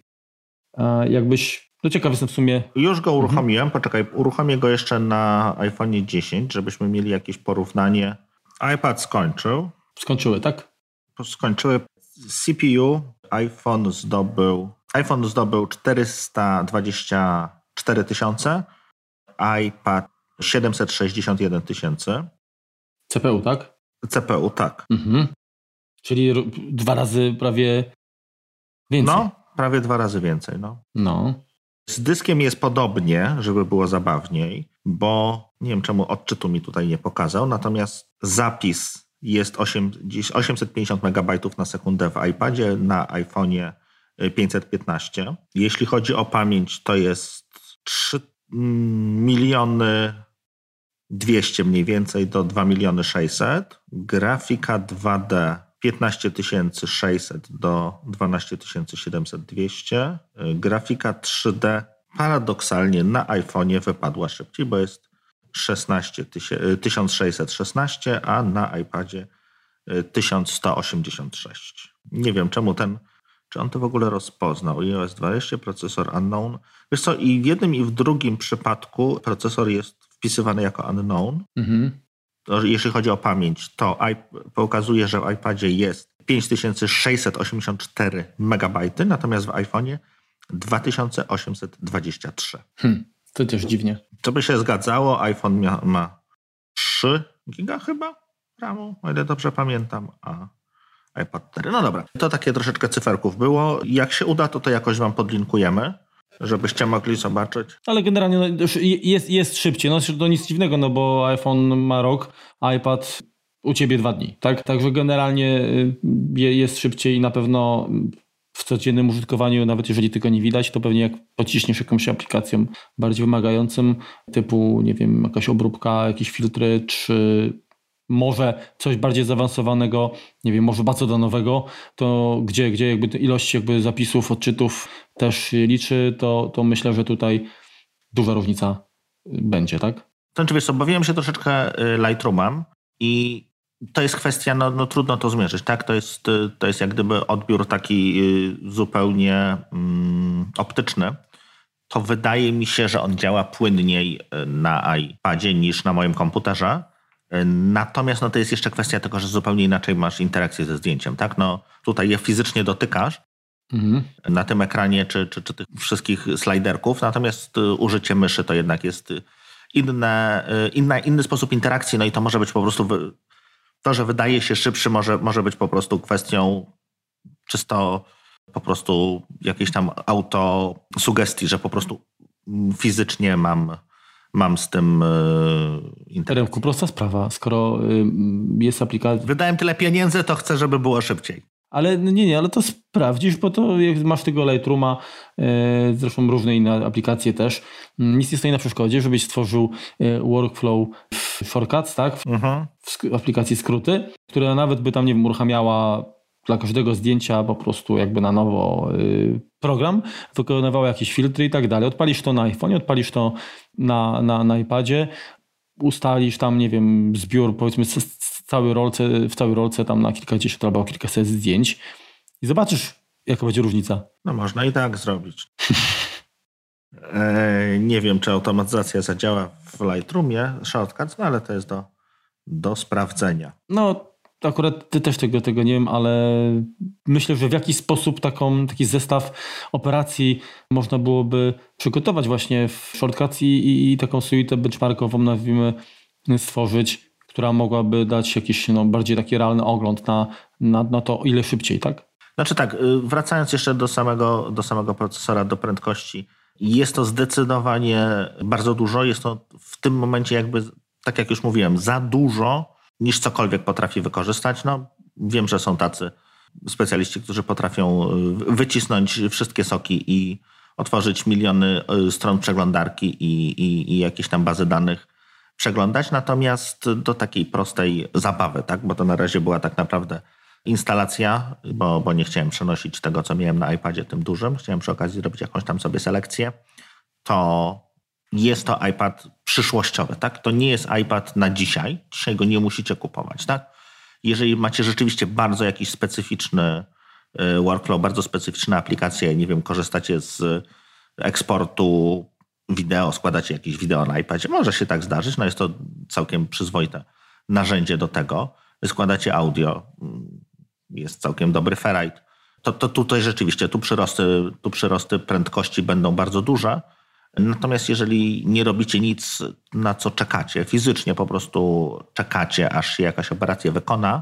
[SPEAKER 2] A jakbyś, no ciekaw jestem w sumie.
[SPEAKER 1] Już go uruchomiłem, mhm. poczekaj, uruchomię go jeszcze na iPhone dziesięć, żebyśmy mieli jakieś porównanie. iPad skończył.
[SPEAKER 2] Skończyły, tak?
[SPEAKER 1] Skończyły. C P U iPhone zdobył iPhone zdobył czterysta dwadzieścia cztery tysiące, iPad siedemset sześćdziesiąt jeden tysięcy.
[SPEAKER 2] C P U, tak?
[SPEAKER 1] C P U, tak.
[SPEAKER 2] Mhm. Czyli r- dwa razy prawie więcej.
[SPEAKER 1] No, prawie dwa razy więcej, no.
[SPEAKER 2] No.
[SPEAKER 1] Z dyskiem jest podobnie, żeby było zabawniej, bo nie wiem czemu odczytu mi tutaj nie pokazał, natomiast zapis jest osiem, osiemset pięćdziesiąt megabajtów na sekundę w iPadzie, na iPhone'ie pięćset piętnaście. Jeśli chodzi o pamięć, to jest trzy miliony dwieście mniej więcej do dwa miliony sześćset. Grafika dwa D piętnaście tysięcy sześćset do dwanaście tysięcy siedemset dwieście. Grafika trzy D paradoksalnie na iPhone'ie wypadła szybciej, bo jest tysiąc sześćset szesnaście, a na iPadzie tysiąc sto osiemdziesiąt sześć. Nie wiem czemu ten, czy on to w ogóle rozpoznał. iOS dwadzieścia, procesor unknown. Wiesz co, i w jednym i w drugim przypadku procesor jest wpisywany jako unknown. Mhm. Jeśli chodzi o pamięć, to pokazuje, że w iPadzie jest pięć tysięcy sześćset osiemdziesiąt cztery megabajty, natomiast w iPhone'ie dwa tysiące osiemset dwadzieścia trzy.
[SPEAKER 2] Hmm, to też dziwnie.
[SPEAKER 1] To by się zgadzało, iPhone ma, ma trzy giga chyba ramu, o ile dobrze pamiętam, a iPad cztery. No dobra, to takie troszeczkę cyferków było. Jak się uda, to to jakoś wam podlinkujemy, żebyście mogli zobaczyć.
[SPEAKER 2] Ale generalnie no, jest, jest szybciej. No, to nic dziwnego, no bo iPhone ma rok, a iPad u ciebie dwa dni. Tak? Także generalnie jest szybciej i na pewno w codziennym użytkowaniu, nawet jeżeli tylko nie widać, to pewnie jak pociśniesz jakąś aplikacją bardziej wymagającym, typu, nie wiem, jakaś obróbka, jakieś filtry, czy może coś bardziej zaawansowanego, nie wiem, może bazodanowego, to gdzie, gdzie jakby ilość jakby zapisów, odczytów też liczy, to, to myślę, że tutaj duża różnica będzie, tak?
[SPEAKER 1] To znaczy, wiesz co, bawiłem się troszeczkę Lightroomem i to jest kwestia, no, no trudno to zmierzyć, tak? To jest, to jest jak gdyby odbiór taki zupełnie mm, optyczny. To wydaje mi się, że on działa płynniej na iPadzie niż na moim komputerze. Natomiast no, to jest jeszcze kwestia tego, że zupełnie inaczej masz interakcję ze zdjęciem, tak? No, tutaj je fizycznie dotykasz mhm. na tym ekranie czy, czy, czy tych wszystkich slajderków, natomiast użycie myszy to jednak jest inne, inna, inny sposób interakcji, no i to może być po prostu, to, że wydaje się szybszy, może, może być po prostu kwestią czysto po prostu jakiejś tam autosugestii, że po prostu fizycznie mam Mam z tym yy,
[SPEAKER 2] Remku, prosta sprawa. Skoro yy, jest aplikacja...
[SPEAKER 1] Wydałem tyle pieniędzy, to chcę, żeby było szybciej.
[SPEAKER 2] Ale nie, nie, ale to sprawdzisz, bo to jak masz tego Lightrooma, yy, zresztą różne inne aplikacje też, yy, nic nie stoi na przeszkodzie, żebyś stworzył yy, workflow w Shortcuts, tak? Mhm. W sk- aplikacji skróty, która nawet by tam, nie wiem, uruchamiała dla każdego zdjęcia po prostu jakby na nowo yy, program, wykonywało jakieś filtry i tak dalej. Odpalisz to na iPhone, odpalisz to na, na, na iPadzie, ustalisz tam, nie wiem, zbiór powiedzmy z, z całej rolce, w całej rolce tam na kilkadziesiąt albo kilkaset zdjęć i zobaczysz Jaka będzie różnica?
[SPEAKER 1] No można i tak zrobić. e, nie wiem, czy automatyzacja zadziała w Lightroomie, Shortcuts, no ale to jest do, do sprawdzenia.
[SPEAKER 2] No, akurat ty też tego, tego nie wiem, ale myślę, że w jakiś sposób taką, taki zestaw operacji można byłoby przygotować właśnie w Shortcuts i, i, i taką suite benchmarkową, nazwijmy, stworzyć, która mogłaby dać jakiś no, bardziej taki realny ogląd na, na, na to, o ile szybciej, tak?
[SPEAKER 1] Znaczy tak, wracając jeszcze do samego, do samego procesora, do prędkości, jest to zdecydowanie bardzo dużo. Jest to w tym momencie jakby, tak jak już mówiłem, za dużo, niż cokolwiek potrafi wykorzystać. No, wiem, że są tacy specjaliści, którzy potrafią wycisnąć wszystkie soki i otworzyć miliony stron przeglądarki i, i, i jakieś tam bazy danych przeglądać. Natomiast do takiej prostej zabawy, tak? Bo to na razie była tak naprawdę instalacja, bo, bo nie chciałem przenosić tego, co miałem na iPadzie tym dużym. Chciałem przy okazji zrobić jakąś tam sobie selekcję. To jest to iPad przyszłościowy, tak? To nie jest iPad na dzisiaj. Dzisiaj go nie musicie kupować, tak? Jeżeli macie rzeczywiście bardzo jakiś specyficzny workflow, bardzo specyficzne aplikacje, nie wiem, korzystacie z eksportu wideo, składacie jakieś wideo na iPadzie, może się tak zdarzyć, no jest to całkiem przyzwoite narzędzie do tego. Składacie audio, jest całkiem dobry Ferrite. To, to tutaj rzeczywiście, tu przyrosty, tu przyrosty prędkości będą bardzo duże. Natomiast jeżeli nie robicie nic, na co czekacie, fizycznie po prostu czekacie, aż się jakaś operacja wykona,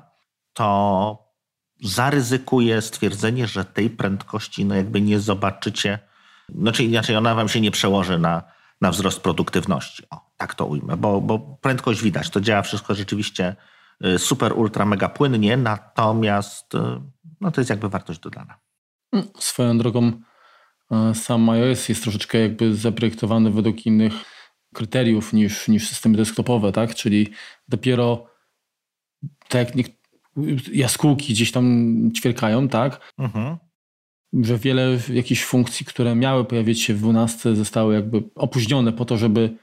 [SPEAKER 1] to zaryzykuję stwierdzenie, że tej prędkości no jakby nie zobaczycie. Znaczy inaczej ona wam się nie przełoży na, na wzrost produktywności. O, tak to ujmę, bo, bo prędkość widać. To działa wszystko rzeczywiście super, ultra, mega płynnie, natomiast no to jest jakby wartość dodana.
[SPEAKER 2] Swoją drogą sam iOS jest troszeczkę jakby zaprojektowany według innych kryteriów niż, niż systemy desktopowe, tak? Czyli dopiero tak jak jaskółki gdzieś tam ćwierkają, tak? Mhm. Że wiele jakichś funkcji, które miały pojawić się w dwunastce, zostały jakby opóźnione po to, żeby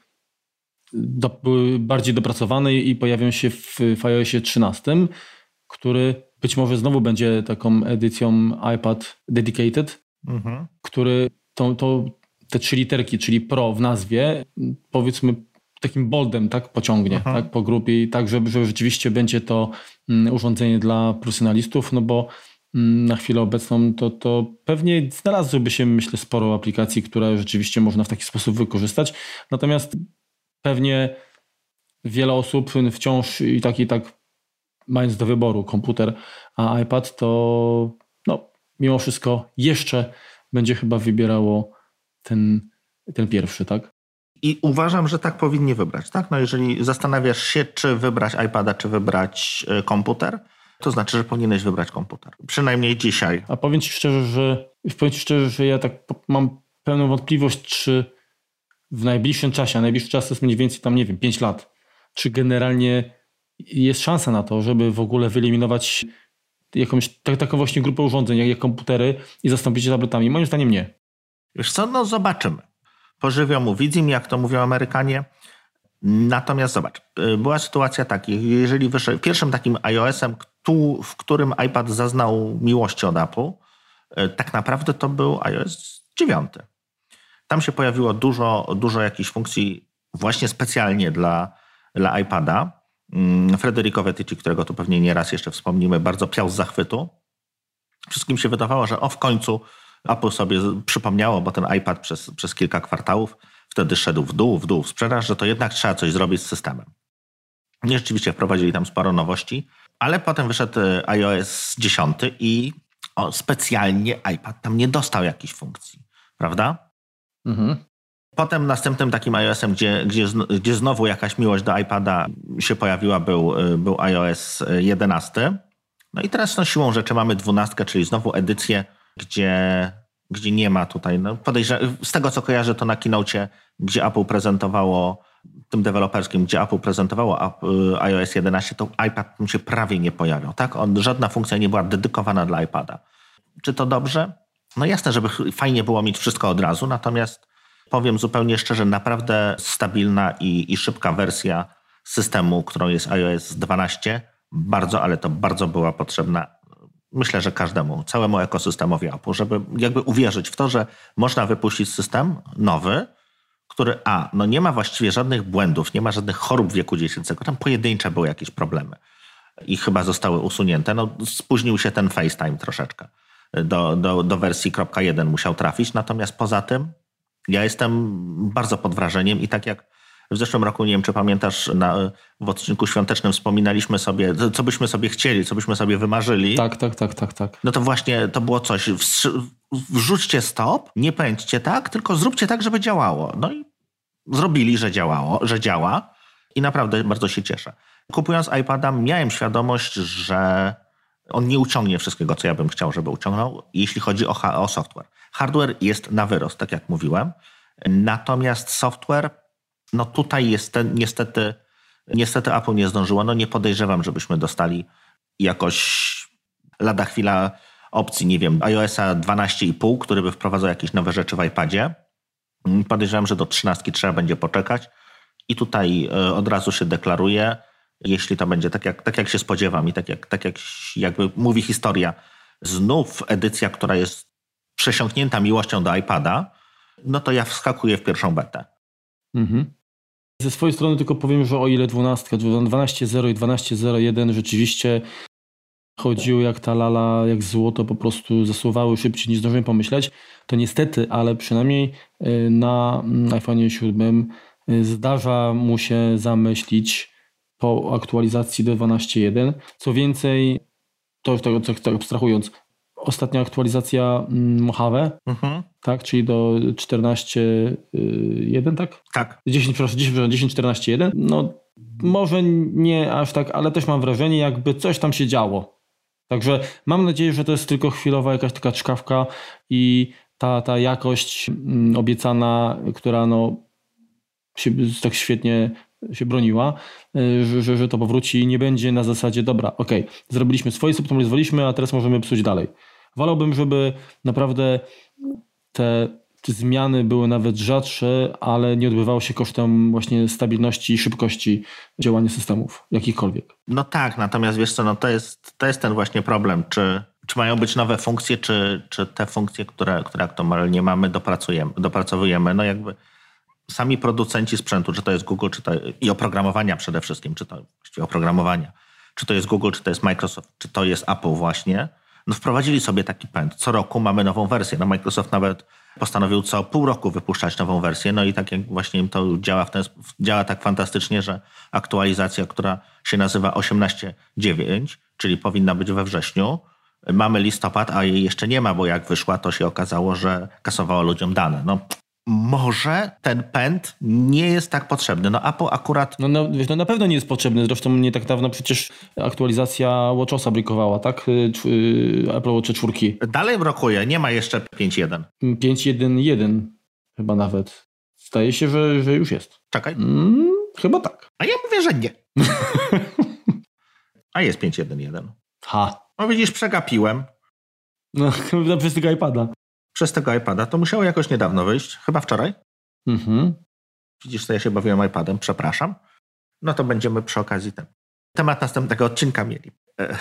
[SPEAKER 2] do, były bardziej dopracowane i pojawią się w, w iOSie trzynastym, który być może znowu będzie taką edycją iPad Dedicated, mhm. który tą, tą, te trzy literki, czyli Pro w nazwie, powiedzmy takim boldem tak pociągnie mhm. tak, po grupie i tak, żeby, że rzeczywiście będzie to um, urządzenie dla profesjonalistów, no bo um, na chwilę obecną to, to pewnie znalazłoby się, myślę, sporo aplikacji, które rzeczywiście można w taki sposób wykorzystać. Natomiast pewnie wiele osób wciąż i tak i tak mając do wyboru komputer a iPad, to no, mimo wszystko jeszcze będzie chyba wybierało ten, ten pierwszy, tak?
[SPEAKER 1] I uważam, że tak powinni wybrać, tak? No jeżeli zastanawiasz się, czy wybrać iPada, czy wybrać komputer, to znaczy, że powinieneś wybrać komputer. Przynajmniej dzisiaj.
[SPEAKER 2] A powiem ci szczerze, że powiem ci szczerze, że ja tak mam pełną wątpliwość, czy w najbliższym czasie, a najbliższy czas to jest mniej więcej tam, nie wiem, pięć lat, czy generalnie jest szansa na to, żeby w ogóle wyeliminować jakąś tak, taką właśnie grupę urządzeń, jak, jak komputery i zastąpić je tabletami? Moim zdaniem nie.
[SPEAKER 1] Wiesz co, no zobaczymy. Pożywiomu widzim, jak to mówią Amerykanie. Natomiast zobacz, była sytuacja taka, jeżeli wyszedł pierwszym takim iOS-em, w którym iPad zaznał miłości od Apple, tak naprawdę to był iOS dziewięć. Tam się pojawiło dużo, dużo jakichś funkcji właśnie specjalnie dla, dla iPada. Federico Vettici, którego tu pewnie nieraz jeszcze wspomnimy, bardzo piał z zachwytu. Wszystkim się wydawało, że o w końcu Apple sobie przypomniało, bo ten iPad przez, przez kilka kwartałów wtedy szedł w dół, w dół w sprzedaż, że to jednak trzeba coś zrobić z systemem. I rzeczywiście wprowadzili tam sporo nowości, ale potem wyszedł iOS dziesięć i o, specjalnie iPad tam nie dostał jakichś funkcji, prawda? Mhm. Potem następnym takim iOS-em, gdzie, gdzie, gdzie znowu jakaś miłość do iPada się pojawiła, był, był iOS jedenaście. No i teraz no, siłą rzeczy mamy dwunastkę, czyli znowu edycję, gdzie, gdzie nie ma tutaj, no podejrzewam, z tego co kojarzę, to na keynocie, gdzie Apple prezentowało, tym deweloperskim, gdzie Apple prezentowało iOS jedenaście, to iPad tam się prawie nie pojawiał, tak? On, żadna funkcja nie była dedykowana dla iPada. Czy to dobrze? No jasne, żeby fajnie było mieć wszystko od razu, natomiast powiem zupełnie szczerze, naprawdę stabilna i, i szybka wersja systemu, którą jest iOS dwanaście, bardzo, ale to bardzo była potrzebna myślę, że każdemu, całemu ekosystemowi Apple, żeby jakby uwierzyć w to, że można wypuścić system nowy, który a, no nie ma właściwie żadnych błędów, nie ma żadnych chorób wieku dziecięcego, tam pojedyncze były jakieś problemy i chyba zostały usunięte. No, spóźnił się ten FaceTime troszeczkę. Do, do, do wersji kropka jeden musiał trafić, natomiast poza tym ja jestem bardzo pod wrażeniem i tak jak w zeszłym roku, nie wiem czy pamiętasz, na, w odcinku świątecznym wspominaliśmy sobie, co byśmy sobie chcieli, co byśmy sobie wymarzyli.
[SPEAKER 2] Tak, tak, tak, tak, tak.
[SPEAKER 1] No to właśnie to było coś, wrzućcie stop, nie pędźcie tak, tylko zróbcie tak, żeby działało. No i zrobili, że działało, że działa i naprawdę bardzo się cieszę. Kupując iPada miałem świadomość, że on nie uciągnie wszystkiego, co ja bym chciał, żeby uciągnął, jeśli chodzi o, o software. Hardware jest na wyrost, tak jak mówiłem. Natomiast software, no tutaj jest ten, niestety, niestety Apple nie zdążyło. No nie podejrzewam, żebyśmy dostali jakoś lada chwila opcji, nie wiem, iOS-a dwanaście i pół, który by wprowadzał jakieś nowe rzeczy w iPadzie. Podejrzewam, że do trzynastki trzeba będzie poczekać i tutaj od razu się deklaruje, jeśli to będzie tak jak, tak jak się spodziewam i tak jak, tak jak jakby mówi historia, znów edycja, która jest przesiąknięta miłością do iPada, no to ja wskakuję w pierwszą betę.
[SPEAKER 2] Mhm. Ze swojej strony tylko powiem, że o ile dwunastka, dwanaście zero i dwanaście zero jeden rzeczywiście chodziły jak ta lala, jak złoto, po prostu zasuwały szybciej niż zdążyłem pomyśleć, to niestety, ale przynajmniej na iPhone'ie siedem zdarza mu się zamyślić po aktualizacji do dwanaście jeden. Co więcej, to już tak, tak abstrahując, ostatnia aktualizacja Mojave, mhm. tak, czyli do czternaście jeden, tak?
[SPEAKER 1] Tak.
[SPEAKER 2] dziesięć, przepraszam, dziesięć czternaście jeden. No może nie aż tak, ale też mam wrażenie, jakby coś tam się działo. Także mam nadzieję, że to jest tylko chwilowa jakaś taka czkawka i ta, ta jakość obiecana, która no się tak świetnie się broniła, że, że, że to powróci i nie będzie na zasadzie dobra, okej, okay, zrobiliśmy swoje, zoptymalizowaliśmy, a teraz możemy psuć dalej. Wolałbym, żeby naprawdę te, te zmiany były nawet rzadsze, ale nie odbywało się kosztem właśnie stabilności i szybkości działania systemów, jakichkolwiek.
[SPEAKER 1] No tak, natomiast wiesz co, no to jest, to jest ten właśnie problem, czy, czy mają być nowe funkcje, czy, czy te funkcje, które, które aktualnie mamy, dopracujemy, dopracowujemy, no jakby sami producenci sprzętu, czy to jest Google, czy to i oprogramowania przede wszystkim, czy to właściwie oprogramowania, czy to jest Google, czy to jest Microsoft, czy to jest Apple właśnie, no wprowadzili sobie taki pęd. Co roku mamy nową wersję. No Microsoft nawet postanowił co pół roku wypuszczać nową wersję, no i tak jak właśnie im to działa, w ten, działa tak fantastycznie, że aktualizacja, która się nazywa osiemnaście dziewięć, czyli powinna być we wrześniu, mamy listopad, a jej jeszcze nie ma, bo jak wyszła, to się okazało, że kasowało ludziom dane. No może ten pęd nie jest tak potrzebny. No Apple akurat...
[SPEAKER 2] No, no, wiesz, no na pewno nie jest potrzebny. Zresztą nie tak dawno przecież aktualizacja WatchOSa brykowała, tak? Apple Watch cztery.
[SPEAKER 1] Dalej brakuje, nie ma jeszcze pięć jeden.
[SPEAKER 2] pięć jeden jeden chyba nawet. Zdaje się, że, że już jest.
[SPEAKER 1] Czekaj.
[SPEAKER 2] Mm, chyba tak.
[SPEAKER 1] A ja mówię, że nie. A jest pięć jeden jeden.
[SPEAKER 2] Ha.
[SPEAKER 1] No widzisz, przegapiłem.
[SPEAKER 2] No, przez tego iPada.
[SPEAKER 1] Przez tego iPada. To musiało jakoś niedawno wyjść. Chyba wczoraj.
[SPEAKER 2] Mhm.
[SPEAKER 1] Widzisz, co ja się bawiłem iPadem. Przepraszam. No to będziemy przy okazji ten temat następnego odcinka mieli.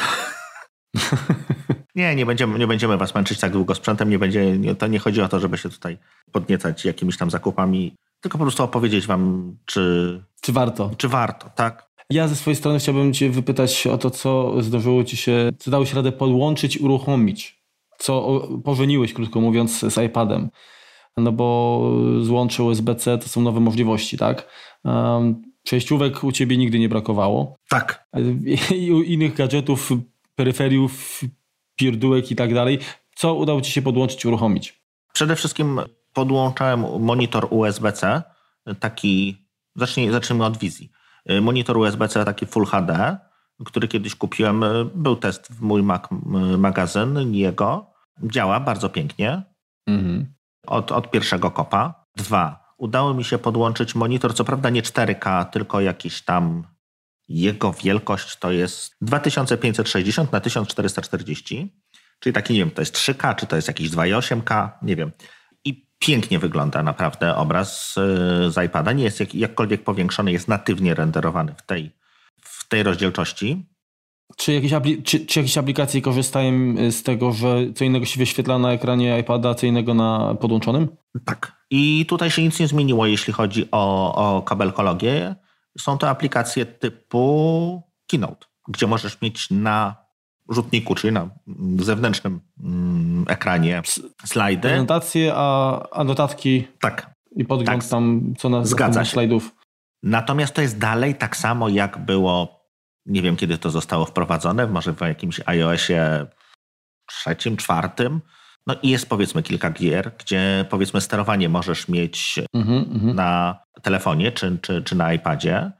[SPEAKER 1] nie, nie będziemy, nie będziemy was męczyć tak długo sprzętem. Nie będzie, nie, to nie chodzi o to, żeby się tutaj podniecać jakimiś tam zakupami. Tylko po prostu opowiedzieć wam, czy...
[SPEAKER 2] Czy warto.
[SPEAKER 1] Czy warto, tak?
[SPEAKER 2] Ja ze swojej strony chciałbym cię wypytać o to, co zdarzyło ci się, co dało się radę podłączyć, uruchomić. Co pożeniłeś, krótko mówiąc, z iPadem. No bo złącze U S B C to są nowe możliwości, tak? Um, przejściówek u ciebie nigdy nie brakowało.
[SPEAKER 1] Tak.
[SPEAKER 2] I u innych gadżetów, peryferiów, pierdółek i tak dalej. Co udało ci się podłączyć, uruchomić?
[SPEAKER 1] Przede wszystkim podłączałem monitor U S B C, taki, zacznij, zacznijmy od wizji. Monitor U S B C taki Full H D, który kiedyś kupiłem, był test w mój Mac magazyn, jego. Działa bardzo pięknie. Mhm. Od, od pierwszego kopa. Dwa. Udało mi się podłączyć monitor, co prawda nie cztery K, tylko jakiś tam jego wielkość to jest dwa tysiące pięćset sześćdziesiąt na tysiąc czterysta czterdzieści. Czyli taki, nie wiem, to jest trzy K, czy to jest jakiś dwa i osiem K, nie wiem. I pięknie wygląda naprawdę obraz z iPada. Nie jest jak, jakkolwiek powiększony, jest natywnie renderowany w tej w tej rozdzielczości.
[SPEAKER 2] Czy jakieś, apli- czy, czy jakieś aplikacje korzystają z tego, że co innego się wyświetla na ekranie iPada, co innego na podłączonym?
[SPEAKER 1] Tak. I tutaj się nic nie zmieniło, jeśli chodzi o, o kabelkologię. Są to aplikacje typu Keynote, gdzie możesz mieć na rzutniku, czyli na zewnętrznym mm, ekranie slajdy.
[SPEAKER 2] Prezentacje, a, a notatki
[SPEAKER 1] Tak.
[SPEAKER 2] i podgląd
[SPEAKER 1] Tak.
[SPEAKER 2] tam, co na
[SPEAKER 1] Zgadza się.
[SPEAKER 2] slajdów.
[SPEAKER 1] Natomiast to jest dalej tak samo, jak było, nie wiem kiedy to zostało wprowadzone, może w jakimś iOSie trzecim, czwartym. No i jest powiedzmy kilka gier, gdzie powiedzmy sterowanie możesz mieć
[SPEAKER 2] Mm-hmm.
[SPEAKER 1] na telefonie czy, czy, czy na iPadzie,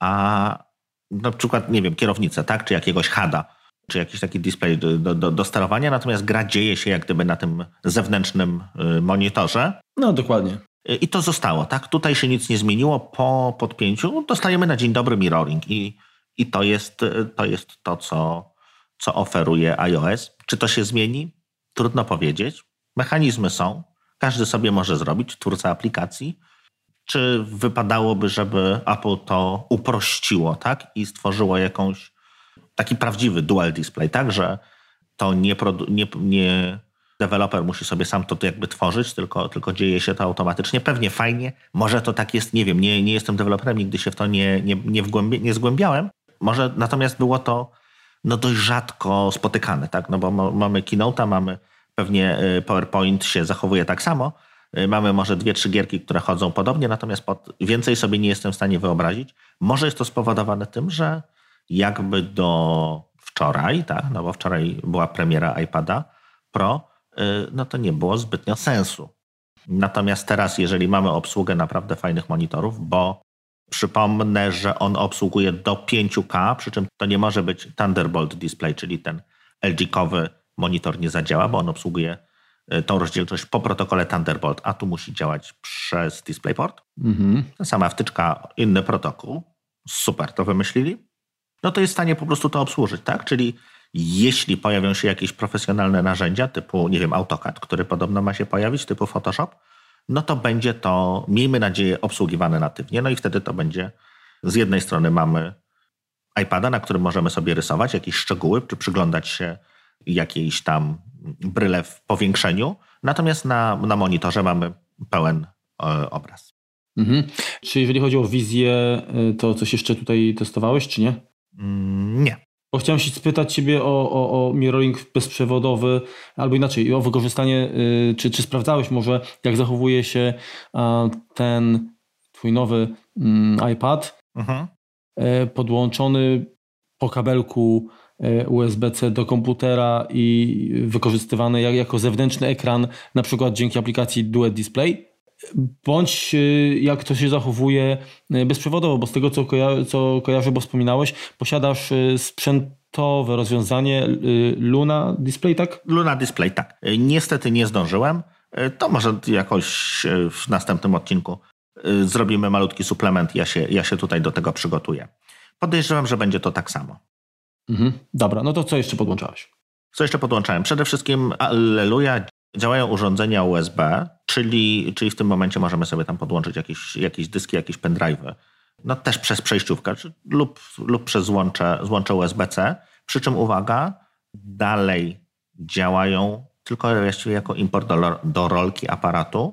[SPEAKER 1] a na przykład, nie wiem, kierownicę, tak, czy jakiegoś hada, czy jakiś taki display do, do, do sterowania, natomiast gra dzieje się jak gdyby na tym zewnętrznym monitorze.
[SPEAKER 2] No dokładnie.
[SPEAKER 1] I to zostało, tak? Tutaj się nic nie zmieniło. Po podpięciu dostajemy na dzień dobry mirroring i, i to jest to, jest to co, co oferuje iOS. Czy to się zmieni? Trudno powiedzieć. Mechanizmy są. Każdy sobie może zrobić, twórca aplikacji. Czy wypadałoby, żeby Apple to uprościło, tak? I stworzyło jakąś taki prawdziwy dual display, tak? Że to nie, produ- nie, nie deweloper musi sobie sam to jakby tworzyć, tylko, tylko dzieje się to automatycznie. Pewnie fajnie. Może to tak jest, nie wiem, nie, nie jestem deweloperem, nigdy się w to nie, nie, nie, wgłębi- nie zgłębiałem. Może natomiast było to no dość rzadko spotykane, tak? No bo ma, mamy Keynote'a, mamy pewnie PowerPoint się zachowuje tak samo. Mamy może dwie, trzy gierki, które chodzą podobnie, natomiast pod, więcej sobie nie jestem w stanie wyobrazić. Może jest to spowodowane tym, że jakby do wczoraj, tak? No bo wczoraj była premiera iPada Pro, no to nie było zbytnio sensu. Natomiast teraz, jeżeli mamy obsługę naprawdę fajnych monitorów, bo przypomnę, że on obsługuje do pięć K, przy czym to nie może być Thunderbolt Display, czyli ten L G-kowy monitor nie zadziała, bo on obsługuje tą rozdzielczość po protokole Thunderbolt, a tu musi działać przez DisplayPort.
[SPEAKER 2] Mhm.
[SPEAKER 1] Ta sama wtyczka, inny protokół. Super, to wymyślili. No to jest w stanie po prostu to obsłużyć, tak? Czyli jeśli pojawią się jakieś profesjonalne narzędzia typu, nie wiem, AutoCAD, który podobno ma się pojawić, typu Photoshop, no to będzie to, miejmy nadzieję, obsługiwane natywnie. No i wtedy to będzie, z jednej strony mamy iPada, na którym możemy sobie rysować jakieś szczegóły, czy przyglądać się jakiejś tam bryle w powiększeniu, natomiast na, na monitorze mamy pełen e, obraz.
[SPEAKER 2] Mhm. Czy jeżeli chodzi o wizję, to coś jeszcze tutaj testowałeś, czy nie?
[SPEAKER 1] Mm, nie.
[SPEAKER 2] Bo chciałem się spytać Ciebie o, o, o mirroring bezprzewodowy, albo inaczej, o wykorzystanie, czy, czy sprawdzałeś może, jak zachowuje się ten Twój nowy iPad mhm. podłączony po kabelku U S B C do komputera i wykorzystywany jako zewnętrzny ekran, na przykład dzięki aplikacji Duet Display, bądź jak to się zachowuje bezprzewodowo, bo z tego co, koja- co kojarzę, bo wspominałeś, posiadasz sprzętowe rozwiązanie Luna Display, tak?
[SPEAKER 1] Luna Display, tak. Niestety nie zdążyłem. To może jakoś w następnym odcinku zrobimy malutki suplement. Ja się, ja się tutaj do tego przygotuję. Podejrzewam, że będzie to tak samo.
[SPEAKER 2] Mhm. Dobra, no to co jeszcze podłączałeś?
[SPEAKER 1] Co jeszcze podłączałem? Przede wszystkim, alleluja, działają urządzenia U S B, czyli, czyli w tym momencie możemy sobie tam podłączyć jakieś, jakieś dyski, jakieś pendrive'y. No też przez przejściówkę czy, lub, lub przez złącze, złącze U S B C. Przy czym uwaga, dalej działają tylko właściwie jako import do, do rolki aparatu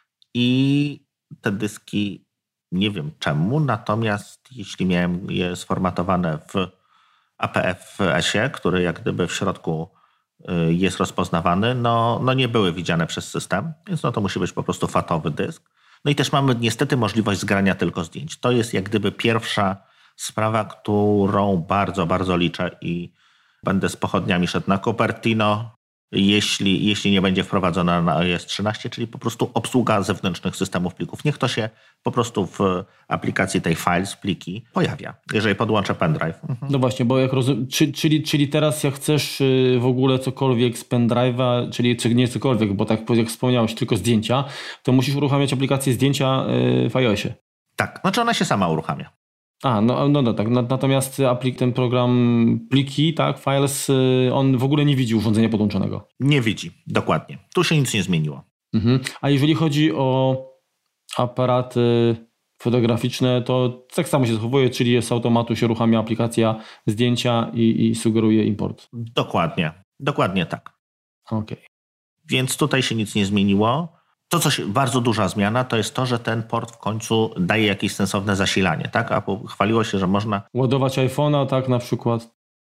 [SPEAKER 1] i te dyski nie wiem czemu, natomiast jeśli miałem je sformatowane w A P F S-ie, który jak gdyby w środku jest rozpoznawany, no, no nie były widziane przez system, więc no to musi być po prostu fatowy dysk. No i też mamy niestety możliwość zgrania tylko zdjęć. To jest jak gdyby pierwsza sprawa, którą bardzo, bardzo liczę i będę z pochodniami szedł na Cupertino, jeśli, jeśli nie będzie wprowadzona na iOS trzynaście, czyli po prostu obsługa zewnętrznych systemów plików. Niech to się po prostu w aplikacji tej Files, pliki pojawia, jeżeli podłączę pendrive. Mhm.
[SPEAKER 2] No właśnie, bo jak rozumiem, czy, czyli, czyli teraz jak chcesz w ogóle cokolwiek z pendrive'a, czyli czy nie cokolwiek, bo tak jak wspomniałeś, tylko zdjęcia, to musisz uruchamiać aplikację zdjęcia w iOSie.
[SPEAKER 1] Tak, znaczy ona się sama uruchamia.
[SPEAKER 2] A, no, no, no tak. Natomiast aplik, ten program pliki, tak, Files, on w ogóle nie widzi urządzenia podłączonego.
[SPEAKER 1] Nie widzi, dokładnie. Tu się nic nie zmieniło.
[SPEAKER 2] Mhm. A jeżeli chodzi o aparaty fotograficzne, to tak samo się zachowuje, czyli z automatu się uruchamia aplikacja zdjęcia i, i sugeruje import.
[SPEAKER 1] Dokładnie, dokładnie tak.
[SPEAKER 2] Okej. Okay.
[SPEAKER 1] Więc tutaj się nic nie zmieniło. To, co się, bardzo duża zmiana, to jest to, że ten port w końcu daje jakieś sensowne zasilanie, tak? A chwaliło się, że można...
[SPEAKER 2] Ładować iPhone'a, tak na przykład.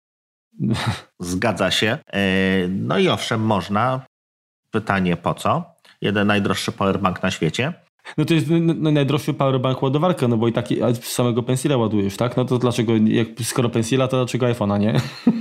[SPEAKER 1] Zgadza się. No i owszem, można. Pytanie po co? Jeden najdroższy powerbank na świecie.
[SPEAKER 2] No to jest najdroższy powerbank ładowarka, no bo i tak samego pensila ładujesz, tak? No to dlaczego, jak, skoro pensila, to dlaczego iPhone'a, nie?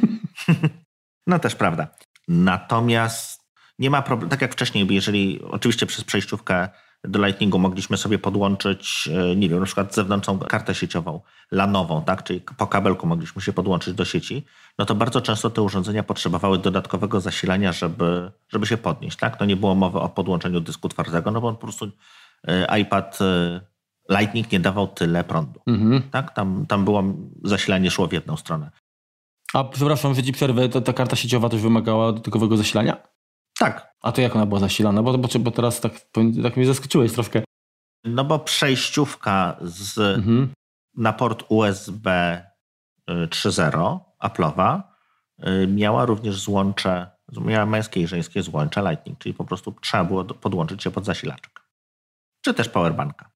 [SPEAKER 1] No też prawda. Natomiast nie ma problemu, tak jak wcześniej, jeżeli oczywiście przez przejściówkę do Lightningu mogliśmy sobie podłączyć, nie wiem, na przykład zewnętrzną kartę sieciową, lanową, tak? Czyli po kabelku mogliśmy się podłączyć do sieci, no to bardzo często te urządzenia potrzebowały dodatkowego zasilania, żeby, żeby się podnieść, tak? No nie było mowy o podłączeniu dysku twardego, no bo on po prostu iPad Lightning nie dawał tyle prądu, mhm. tak? Tam, tam było zasilanie szło w jedną stronę.
[SPEAKER 2] A przepraszam, że ci przerwę, to ta karta sieciowa też wymagała dodatkowego zasilania?
[SPEAKER 1] Tak.
[SPEAKER 2] A to jak ona była zasilana? Bo, bo, bo teraz tak, tak mnie zaskoczyłeś troszkę.
[SPEAKER 1] No bo przejściówka z, mhm. na port U S B trzy zero Apple'owa miała również złącze, miała męskie i żeńskie złącze Lightning, czyli po prostu trzeba było podłączyć się pod zasilaczek. Czy też powerbanka.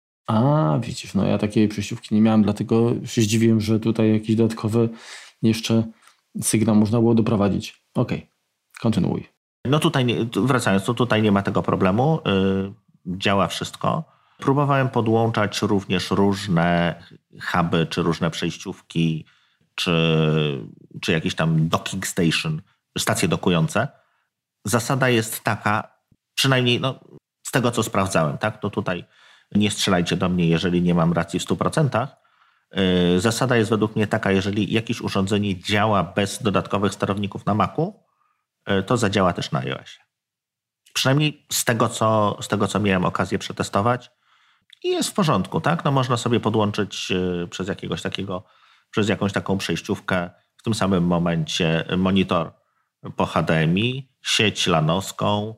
[SPEAKER 2] A, widzisz, no ja takiej przejściówki nie miałem, dlatego się zdziwiłem, że tutaj jakiś dodatkowy jeszcze sygnał można było doprowadzić. Okej, okay. Kontynuuj.
[SPEAKER 1] No tutaj, nie, wracając, to tutaj nie ma tego problemu. Yy, działa wszystko. Próbowałem podłączać również różne huby, czy różne przejściówki, czy, czy jakieś tam docking station, stacje dokujące. Zasada jest taka, przynajmniej no, z tego, co sprawdzałem, tak? To tutaj nie strzelajcie do mnie, jeżeli nie mam racji w stu procentach. Yy, zasada jest według mnie taka, jeżeli jakieś urządzenie działa bez dodatkowych sterowników na Macu, to zadziała też na iOSie. Przynajmniej z tego, co, z tego, co miałem okazję przetestować i jest w porządku, tak? No można sobie podłączyć przez jakiegoś takiego, przez jakąś taką przejściówkę w tym samym momencie monitor po H D M I, sieć lanowską,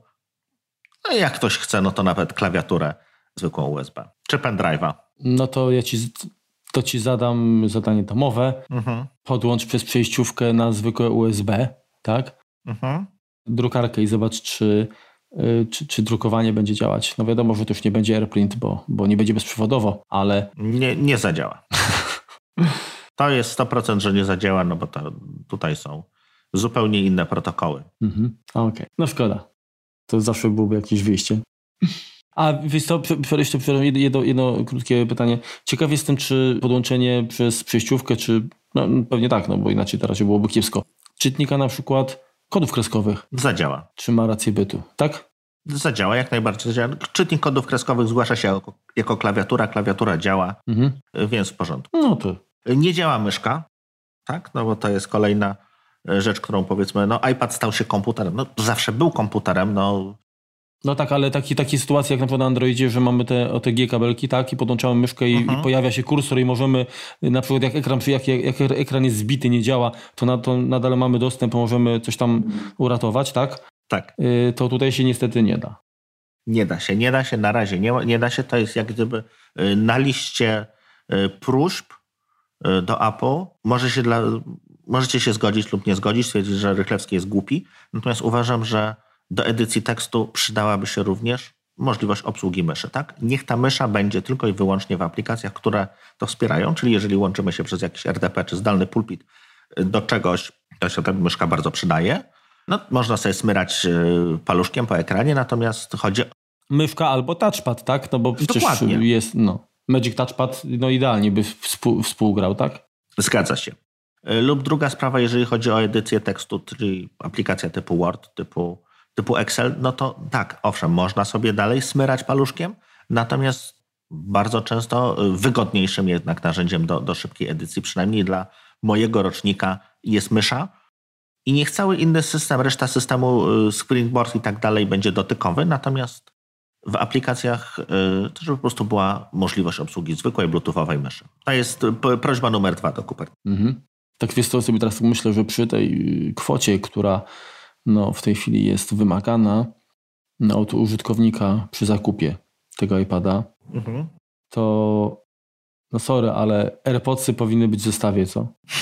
[SPEAKER 1] a jak ktoś chce, no to nawet klawiaturę zwykłą U S B, czy pendrive'a.
[SPEAKER 2] No to ja ci, to ci zadam zadanie domowe. Mhm. Podłącz przez przejściówkę na zwykłe U S B, tak? Mhm. Drukarkę i zobacz, czy, czy, czy drukowanie będzie działać. No wiadomo, że to już nie będzie AirPrint, bo, bo nie będzie bezprzewodowo, ale...
[SPEAKER 1] Nie, nie zadziała. To jest sto procent, że nie zadziała, no bo to, tutaj są zupełnie inne protokoły.
[SPEAKER 2] Mhm. Okej, okay. No szkoda. To zawsze byłoby jakieś wyjście. A wiesz co, jeszcze jedno, jedno krótkie pytanie. Ciekaw jestem, czy podłączenie przez przejściówkę, czy... No pewnie tak, no bo inaczej teraz się byłoby kiepsko. Czytnika na przykład kodów kreskowych.
[SPEAKER 1] Zadziała.
[SPEAKER 2] Czy ma rację bytu, tak?
[SPEAKER 1] Zadziała, jak najbardziej zadziała. Czytnik kodów kreskowych zgłasza się jako, jako klawiatura, klawiatura działa, mhm. więc w porządku.
[SPEAKER 2] No to.
[SPEAKER 1] Nie działa myszka, tak? No bo to jest kolejna rzecz, którą powiedzmy, no iPad stał się komputerem. No zawsze był komputerem, no.
[SPEAKER 2] No tak, ale taki, takie sytuacje jak na przykład na Androidzie, że mamy te O T G kabelki, tak, i podłączamy myszkę i, mhm. i pojawia się kursor i możemy, na przykład jak ekran, jak, jak ekran jest zbity, nie działa, to, na, to nadal mamy dostęp, możemy coś tam uratować, tak?
[SPEAKER 1] Tak.
[SPEAKER 2] Y, to tutaj się niestety nie da.
[SPEAKER 1] Nie da się, nie da się, na razie nie, nie da się, to jest jak gdyby na liście próśb do Apple, może się dla, możecie się zgodzić lub nie zgodzić, stwierdzić, że Rychlewski jest głupi, natomiast uważam, że do edycji tekstu przydałaby się również możliwość obsługi myszy, tak? Niech ta mysza będzie tylko i wyłącznie w aplikacjach, które to wspierają, czyli jeżeli łączymy się przez jakiś R D P czy zdalny pulpit do czegoś, to się ta myszka bardzo przydaje. No, można sobie smyrać paluszkiem po ekranie, natomiast chodzi o...
[SPEAKER 2] Myszka albo touchpad, tak? No bo przecież Dokładnie. jest, no, Magic Touchpad, no idealnie by współ, współgrał, tak?
[SPEAKER 1] Zgadza się. Lub druga sprawa, jeżeli chodzi o edycję tekstu, czyli aplikacja typu Word, typu typu Excel, no to tak, owszem, można sobie dalej smyrać paluszkiem, natomiast bardzo często wygodniejszym jednak narzędziem do, do szybkiej edycji, przynajmniej dla mojego rocznika, jest mysza i niech cały inny system, reszta systemu, Springboard i tak dalej będzie dotykowy, natomiast w aplikacjach to żeby po prostu była możliwość obsługi zwykłej bluetoothowej myszy. To jest prośba numer dwa do Kubernetes.
[SPEAKER 2] Mhm. Tak wiesz co, sobie teraz myślę, że przy tej kwocie, która no, w tej chwili jest wymagana no, od użytkownika przy zakupie tego iPada, mhm. to no sorry, ale AirPodsy powinny być w zestawie, co?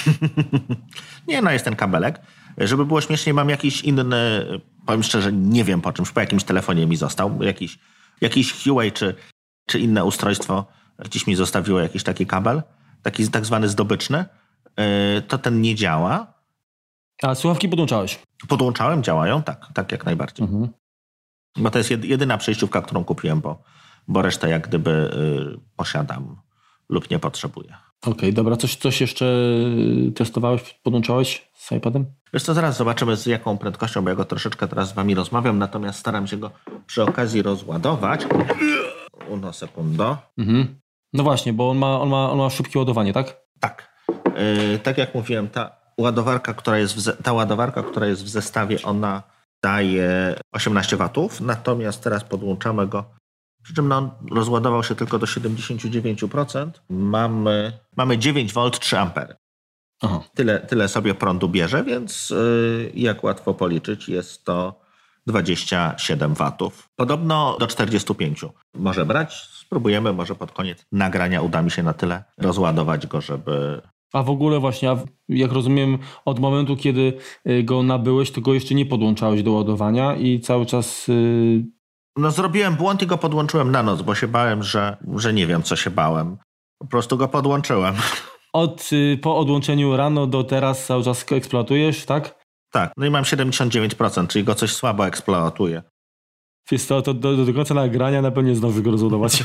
[SPEAKER 1] Nie, no jest ten kabelek. Żeby było śmieszniej, mam jakiś inny, powiem szczerze, nie wiem po czymś, po jakimś telefonie mi został, jakiś, jakiś Huawei czy, czy inne ustrojstwo gdzieś mi zostawiło jakiś taki kabel, taki tak zwany zdobyczny, to ten nie działa.
[SPEAKER 2] A słuchawki podłączałeś?
[SPEAKER 1] Podłączałem, działają, tak, tak jak najbardziej. Mhm. Bo to jest jedyna przejściówka, którą kupiłem, bo, bo resztę jak gdyby y, posiadam lub nie potrzebuję.
[SPEAKER 2] Okej, okay, dobra. Coś, coś jeszcze testowałeś, podłączałeś z iPadem?
[SPEAKER 1] Wiesz co, zaraz zobaczymy z jaką prędkością, bo ja go troszeczkę teraz z wami rozmawiam, natomiast staram się go przy okazji rozładować. Uno sekundo.
[SPEAKER 2] Mhm. No właśnie, bo on ma, on, ma, on ma szybkie ładowanie, tak?
[SPEAKER 1] Tak. Yy, tak jak mówiłem, ta ładowarka, która jest w ze- ta ładowarka, która jest w zestawie, ona daje osiemnaście watów, natomiast teraz podłączamy go, przy czym no, on rozładował się tylko do siedemdziesiąt dziewięć procent. Mamy, mamy dziewięć wolt, trzy ampery. Aha. Tyle, tyle sobie prądu bierze, więc yy, jak łatwo policzyć, jest to dwadzieścia siedem watów. Podobno do czterdzieści pięć może brać. Spróbujemy, może pod koniec nagrania uda mi się na tyle rozładować go, żeby...
[SPEAKER 2] A w ogóle właśnie, jak rozumiem, od momentu, kiedy go nabyłeś, to go jeszcze nie podłączałeś do ładowania i cały czas... Yy...
[SPEAKER 1] No zrobiłem błąd i go podłączyłem na noc, bo się bałem, że, że nie wiem, co się bałem. Po prostu go podłączyłem.
[SPEAKER 2] Od, yy, po odłączeniu rano do teraz cały czas eksploatujesz, tak?
[SPEAKER 1] Tak, no i mam siedemdziesiąt dziewięć procent, czyli go coś słabo eksploatuję.
[SPEAKER 2] Wiesz co, to do, do końca nagrania na pewno nie zdąży go rozładować.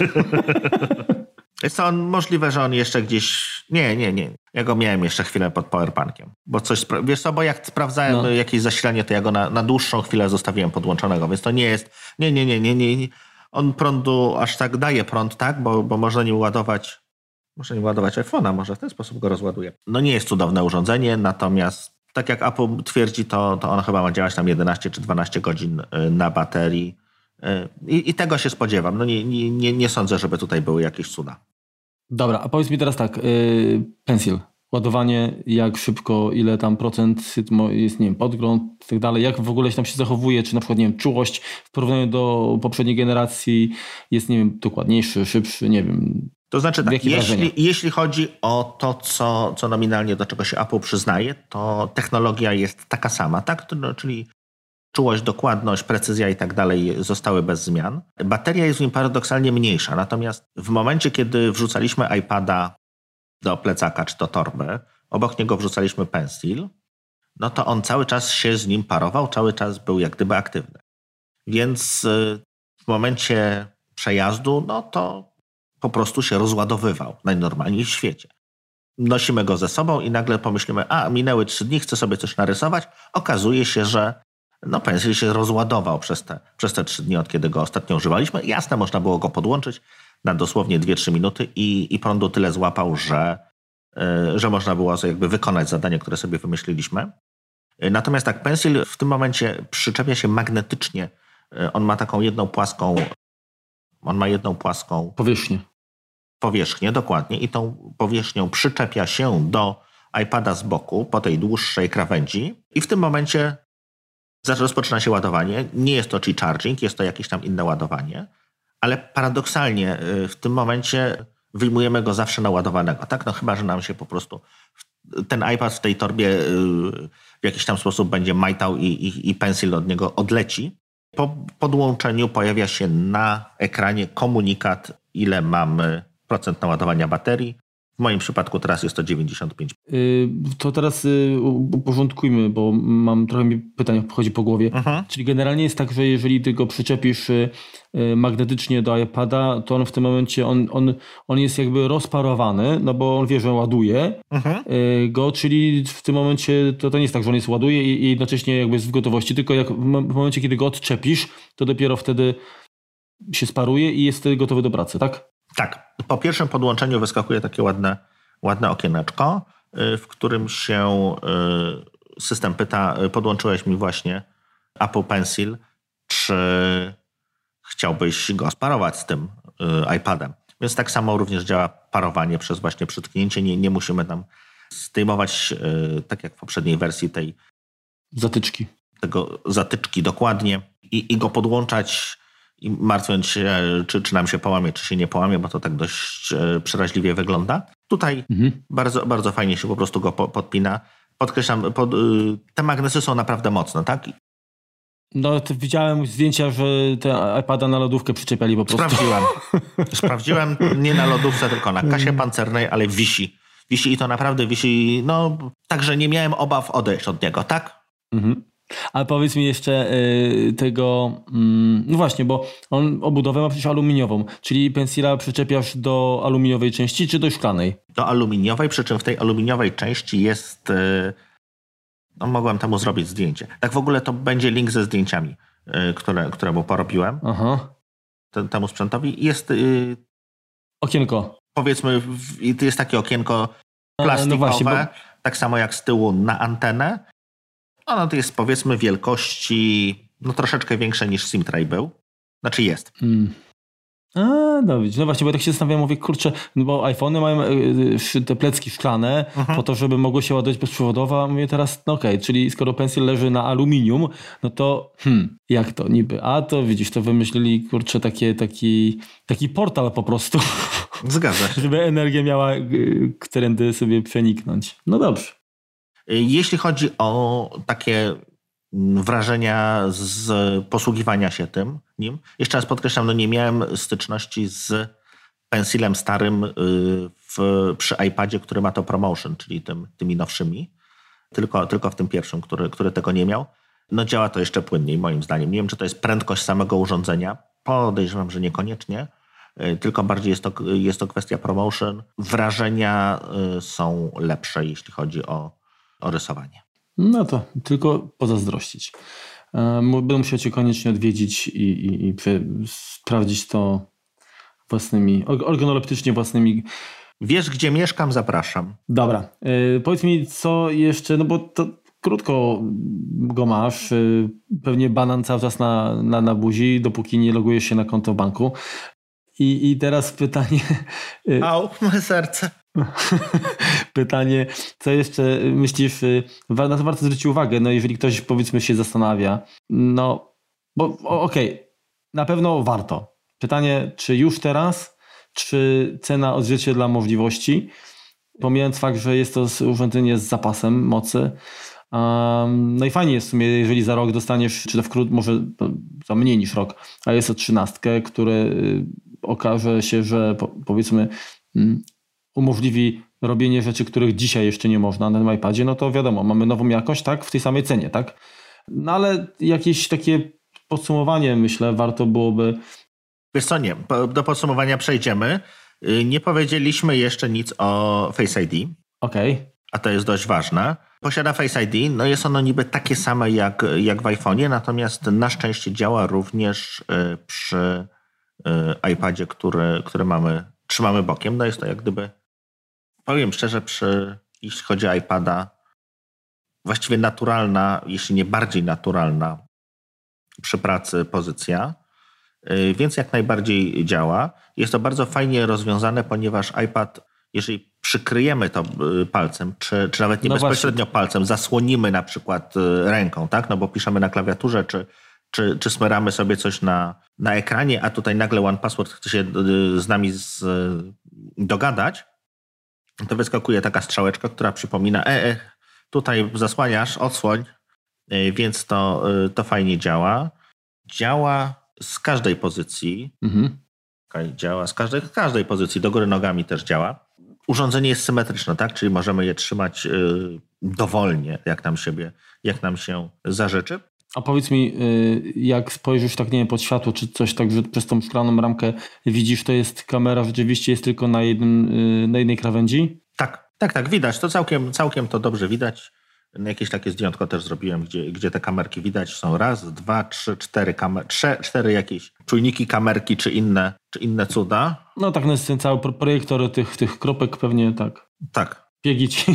[SPEAKER 1] Jest to on, możliwe, że on jeszcze gdzieś... Nie, nie, nie. Ja go miałem jeszcze chwilę pod powerbankiem. Bo coś... Spra... Wiesz co, bo jak sprawdzałem no. jakieś zasilanie, to ja go na, na dłuższą chwilę zostawiłem podłączonego, więc to nie jest... Nie, nie, nie, nie, nie. On prądu aż tak daje prąd, tak? Bo, bo można nim ładować... Można nim ładować iPhone'a, może w ten sposób go rozładuje. No nie jest cudowne urządzenie, natomiast tak jak Apple twierdzi, to, to ono chyba ma działać tam jedenaście czy dwanaście godzin na baterii. I, i tego się spodziewam. No nie, nie, nie, nie sądzę, żeby tutaj były jakieś cuda.
[SPEAKER 2] Dobra, a powiedz mi teraz tak, yy, Pencil, ładowanie, jak szybko, ile tam procent jest, nie wiem, podgląd i tak dalej, jak w ogóle się tam się zachowuje, czy na przykład, nie wiem, czułość w porównaniu do poprzedniej generacji jest, nie wiem, dokładniejszy, szybszy, nie wiem.
[SPEAKER 1] To znaczy tak, jeśli, jeśli chodzi o to, co, co nominalnie do czego się Apple przyznaje, to technologia jest taka sama, tak? No, czyli czułość, dokładność, precyzja i tak dalej zostały bez zmian. Bateria jest w nim paradoksalnie mniejsza, natomiast w momencie, kiedy wrzucaliśmy iPada do plecaka czy do torby, obok niego wrzucaliśmy Pencil, no to on cały czas się z nim parował, cały czas był jak gdyby aktywny. Więc w momencie przejazdu, no to po prostu się rozładowywał najnormalniej w świecie. Nosimy go ze sobą i nagle pomyślimy, a minęły trzy dni, chcę sobie coś narysować. Okazuje się, że no Pencil się rozładował przez te, przez te trzy dni, od kiedy go ostatnio używaliśmy. Jasne, można było go podłączyć na dosłownie dwie trzy minuty i, i prądu tyle złapał, że, yy, że można było jakby wykonać zadanie, które sobie wymyśliliśmy. Yy, natomiast tak, Pencil w tym momencie przyczepia się magnetycznie. Yy, on ma taką jedną płaską, on ma jedną płaską
[SPEAKER 2] powierzchnię.
[SPEAKER 1] Powierzchnię, dokładnie. I tą powierzchnią przyczepia się do iPada z boku po tej dłuższej krawędzi i w tym momencie rozpoczyna się ładowanie. Nie jest to Qi-charging, jest to jakieś tam inne ładowanie, ale paradoksalnie w tym momencie wyjmujemy go zawsze naładowanego, tak? No chyba, że nam się po prostu ten iPad w tej torbie w jakiś tam sposób będzie majtał i, i, i Pencil od niego odleci. Po podłączeniu pojawia się na ekranie komunikat, ile mamy procent naładowania baterii. W moim przypadku teraz jest to dziewięćdziesiąt pięć.
[SPEAKER 2] Yy, to teraz yy, uporządkujmy, bo mam trochę mi pytań chodzi po głowie. Uh-huh. Czyli generalnie jest tak, że jeżeli ty go przyczepisz yy, magnetycznie do iPada, to on w tym momencie on, on, on jest jakby rozparowany, no bo on wie, że ładuje uh-huh. yy, go, czyli w tym momencie to, to nie jest tak, że on jest ładuje i, i jednocześnie jakby jest w gotowości, tylko jak w momencie, kiedy go odczepisz, to dopiero wtedy się sparuje i jest wtedy gotowy do pracy, tak?
[SPEAKER 1] Tak. Po pierwszym podłączeniu wyskakuje takie ładne, ładne okieneczko, w którym się system pyta, podłączyłeś mi właśnie Apple Pencil, czy chciałbyś go sparować z tym iPadem. Więc tak samo również działa parowanie przez właśnie przytknięcie. Nie, nie musimy tam zdejmować, tak jak w poprzedniej wersji, tej
[SPEAKER 2] zatyczki.
[SPEAKER 1] Tego zatyczki dokładnie i, i go podłączać i martwiąc się, czy, czy nam się połamie, czy się nie połamie, bo to tak dość przeraźliwie wygląda. Tutaj mhm. bardzo, bardzo fajnie się po prostu go po, podpina. Podkreślam, pod, te magnesy są naprawdę mocne, tak?
[SPEAKER 2] No, to widziałem zdjęcia, że te iPada na lodówkę przyczepiali po prostu.
[SPEAKER 1] Sprawdziłem. Sprawdziłem, nie na lodówce, tylko na kasie pancernej, ale wisi. Wisi i to naprawdę wisi, no, także nie miałem obaw odejść od niego, tak?
[SPEAKER 2] Mhm. Ale powiedz mi jeszcze y, tego, y, no właśnie, bo on obudowę ma przecież aluminiową, czyli pensila przyczepiasz do aluminiowej części czy do szklanej?
[SPEAKER 1] Do aluminiowej, przy czym w tej aluminiowej części jest, y, no mogłem temu zrobić zdjęcie. Tak w ogóle to będzie link ze zdjęciami, y, które, które mu porobiłem.
[SPEAKER 2] Aha.
[SPEAKER 1] Ten, temu sprzętowi. Jest y,
[SPEAKER 2] okienko.
[SPEAKER 1] Powiedzmy, w, to jest takie okienko plastikowe, no właśnie, bo... tak samo jak z tyłu na antenę. Ono to jest powiedzmy wielkości no troszeczkę większe niż SimTray był. Znaczy jest. Hmm.
[SPEAKER 2] A, no widzisz, no właśnie, bo tak się zastanawiam, mówię, kurczę, no bo iPhony mają y, te plecki szklane mhm. po to, żeby mogło się ładować bezprzewodowo, a mówię teraz, no okej, okay, czyli skoro pensil leży na aluminium, no to hmm, jak to niby? A to widzisz, to wymyślili, kurczę, takie, taki, taki portal po prostu.
[SPEAKER 1] Zgadza się.
[SPEAKER 2] Żeby energia miała y, którędy sobie przeniknąć. No dobrze.
[SPEAKER 1] Jeśli chodzi o takie wrażenia z posługiwania się tym nim, jeszcze raz podkreślam, no nie miałem styczności z pensilem starym w, przy iPadzie, który ma to ProMotion, czyli tym, tymi nowszymi, tylko, tylko w tym pierwszym, który, który tego nie miał. No działa to jeszcze płynniej moim zdaniem. Nie wiem, czy to jest prędkość samego urządzenia. Podejrzewam, że niekoniecznie, tylko bardziej jest to, jest to kwestia ProMotion. Wrażenia są lepsze, jeśli chodzi o o rysowanie.
[SPEAKER 2] No to tylko pozazdrościć. Będę musiał cię koniecznie odwiedzić i, i, i sprawdzić to własnymi, organoleptycznie własnymi.
[SPEAKER 1] Wiesz, gdzie mieszkam? Zapraszam.
[SPEAKER 2] Dobra. Yy, powiedz mi, co jeszcze, no bo to krótko go masz. Yy, pewnie banan cały czas na, na, na buzi, dopóki nie logujesz się na konto banku. I, i teraz pytanie... Yy,
[SPEAKER 1] Au, moje serce.
[SPEAKER 2] Pytanie, co jeszcze myślisz, na to warto zwrócić uwagę, no jeżeli ktoś powiedzmy się zastanawia, no bo okej, okay, na pewno warto. Pytanie, czy już teraz, czy cena odzwierciedla możliwości, pomijając fakt, że jest to urządzenie z zapasem mocy. Um, no i fajnie jest w sumie, jeżeli za rok dostaniesz, czy to wkrótce, może no, za mniej niż rok, a jest o trzynastkę, który y, okaże się, że po, powiedzmy y, umożliwi robienie rzeczy, których dzisiaj jeszcze nie można na tym iPadzie, no to wiadomo, mamy nową jakość, tak, w tej samej cenie, tak? No ale jakieś takie podsumowanie, myślę, warto byłoby...
[SPEAKER 1] Wiesz co, nie, do podsumowania przejdziemy. Nie powiedzieliśmy jeszcze nic o Face I D.
[SPEAKER 2] Okej. Okay.
[SPEAKER 1] A to jest dość ważne. Posiada Face I D, no jest ono niby takie same jak, jak w iPhone'ie, natomiast na szczęście działa również przy iPadzie, który, który mamy, trzymamy bokiem. No jest to jak gdyby, powiem szczerze, przy, jeśli chodzi o iPada, właściwie naturalna, jeśli nie bardziej naturalna przy pracy pozycja, więc jak najbardziej działa. Jest to bardzo fajnie rozwiązane, ponieważ iPad, jeżeli przykryjemy to palcem, czy, czy nawet nie no bezpośrednio właśnie. palcem, zasłonimy na przykład ręką, tak? No bo piszemy na klawiaturze, czy, czy, czy smyramy sobie coś na, na ekranie, a tutaj nagle One Password chce się z nami z, dogadać, to wyskakuje taka strzałeczka, która przypomina, e, e, tutaj zasłaniasz, odsłoń, więc to, to fajnie działa. Działa z każdej pozycji. Mhm. Działa z każdej, z każdej pozycji, do góry nogami też działa. Urządzenie jest symetryczne, tak? Czyli możemy je trzymać yy, dowolnie, jak nam, siebie, jak nam się zażyczy.
[SPEAKER 2] A powiedz mi, yy, jak spojrzysz tak, nie wiem, pod światło, czy coś tak, że przez tą szklaną ramkę widzisz, to jest kamera rzeczywiście jest tylko na, jednym, yy, na jednej krawędzi?
[SPEAKER 1] Tak, tak, tak, widać. To całkiem, całkiem to dobrze widać. Jakieś takie zdjętko też zrobiłem, gdzie, gdzie te kamerki widać. Są raz, dwa, trzy, cztery kamery, trzy, cztery jakieś czujniki kamerki, czy inne, czy inne cuda.
[SPEAKER 2] No tak, no jest ten cały projektor tych, tych kropek pewnie tak.
[SPEAKER 1] Tak.
[SPEAKER 2] Piegi ci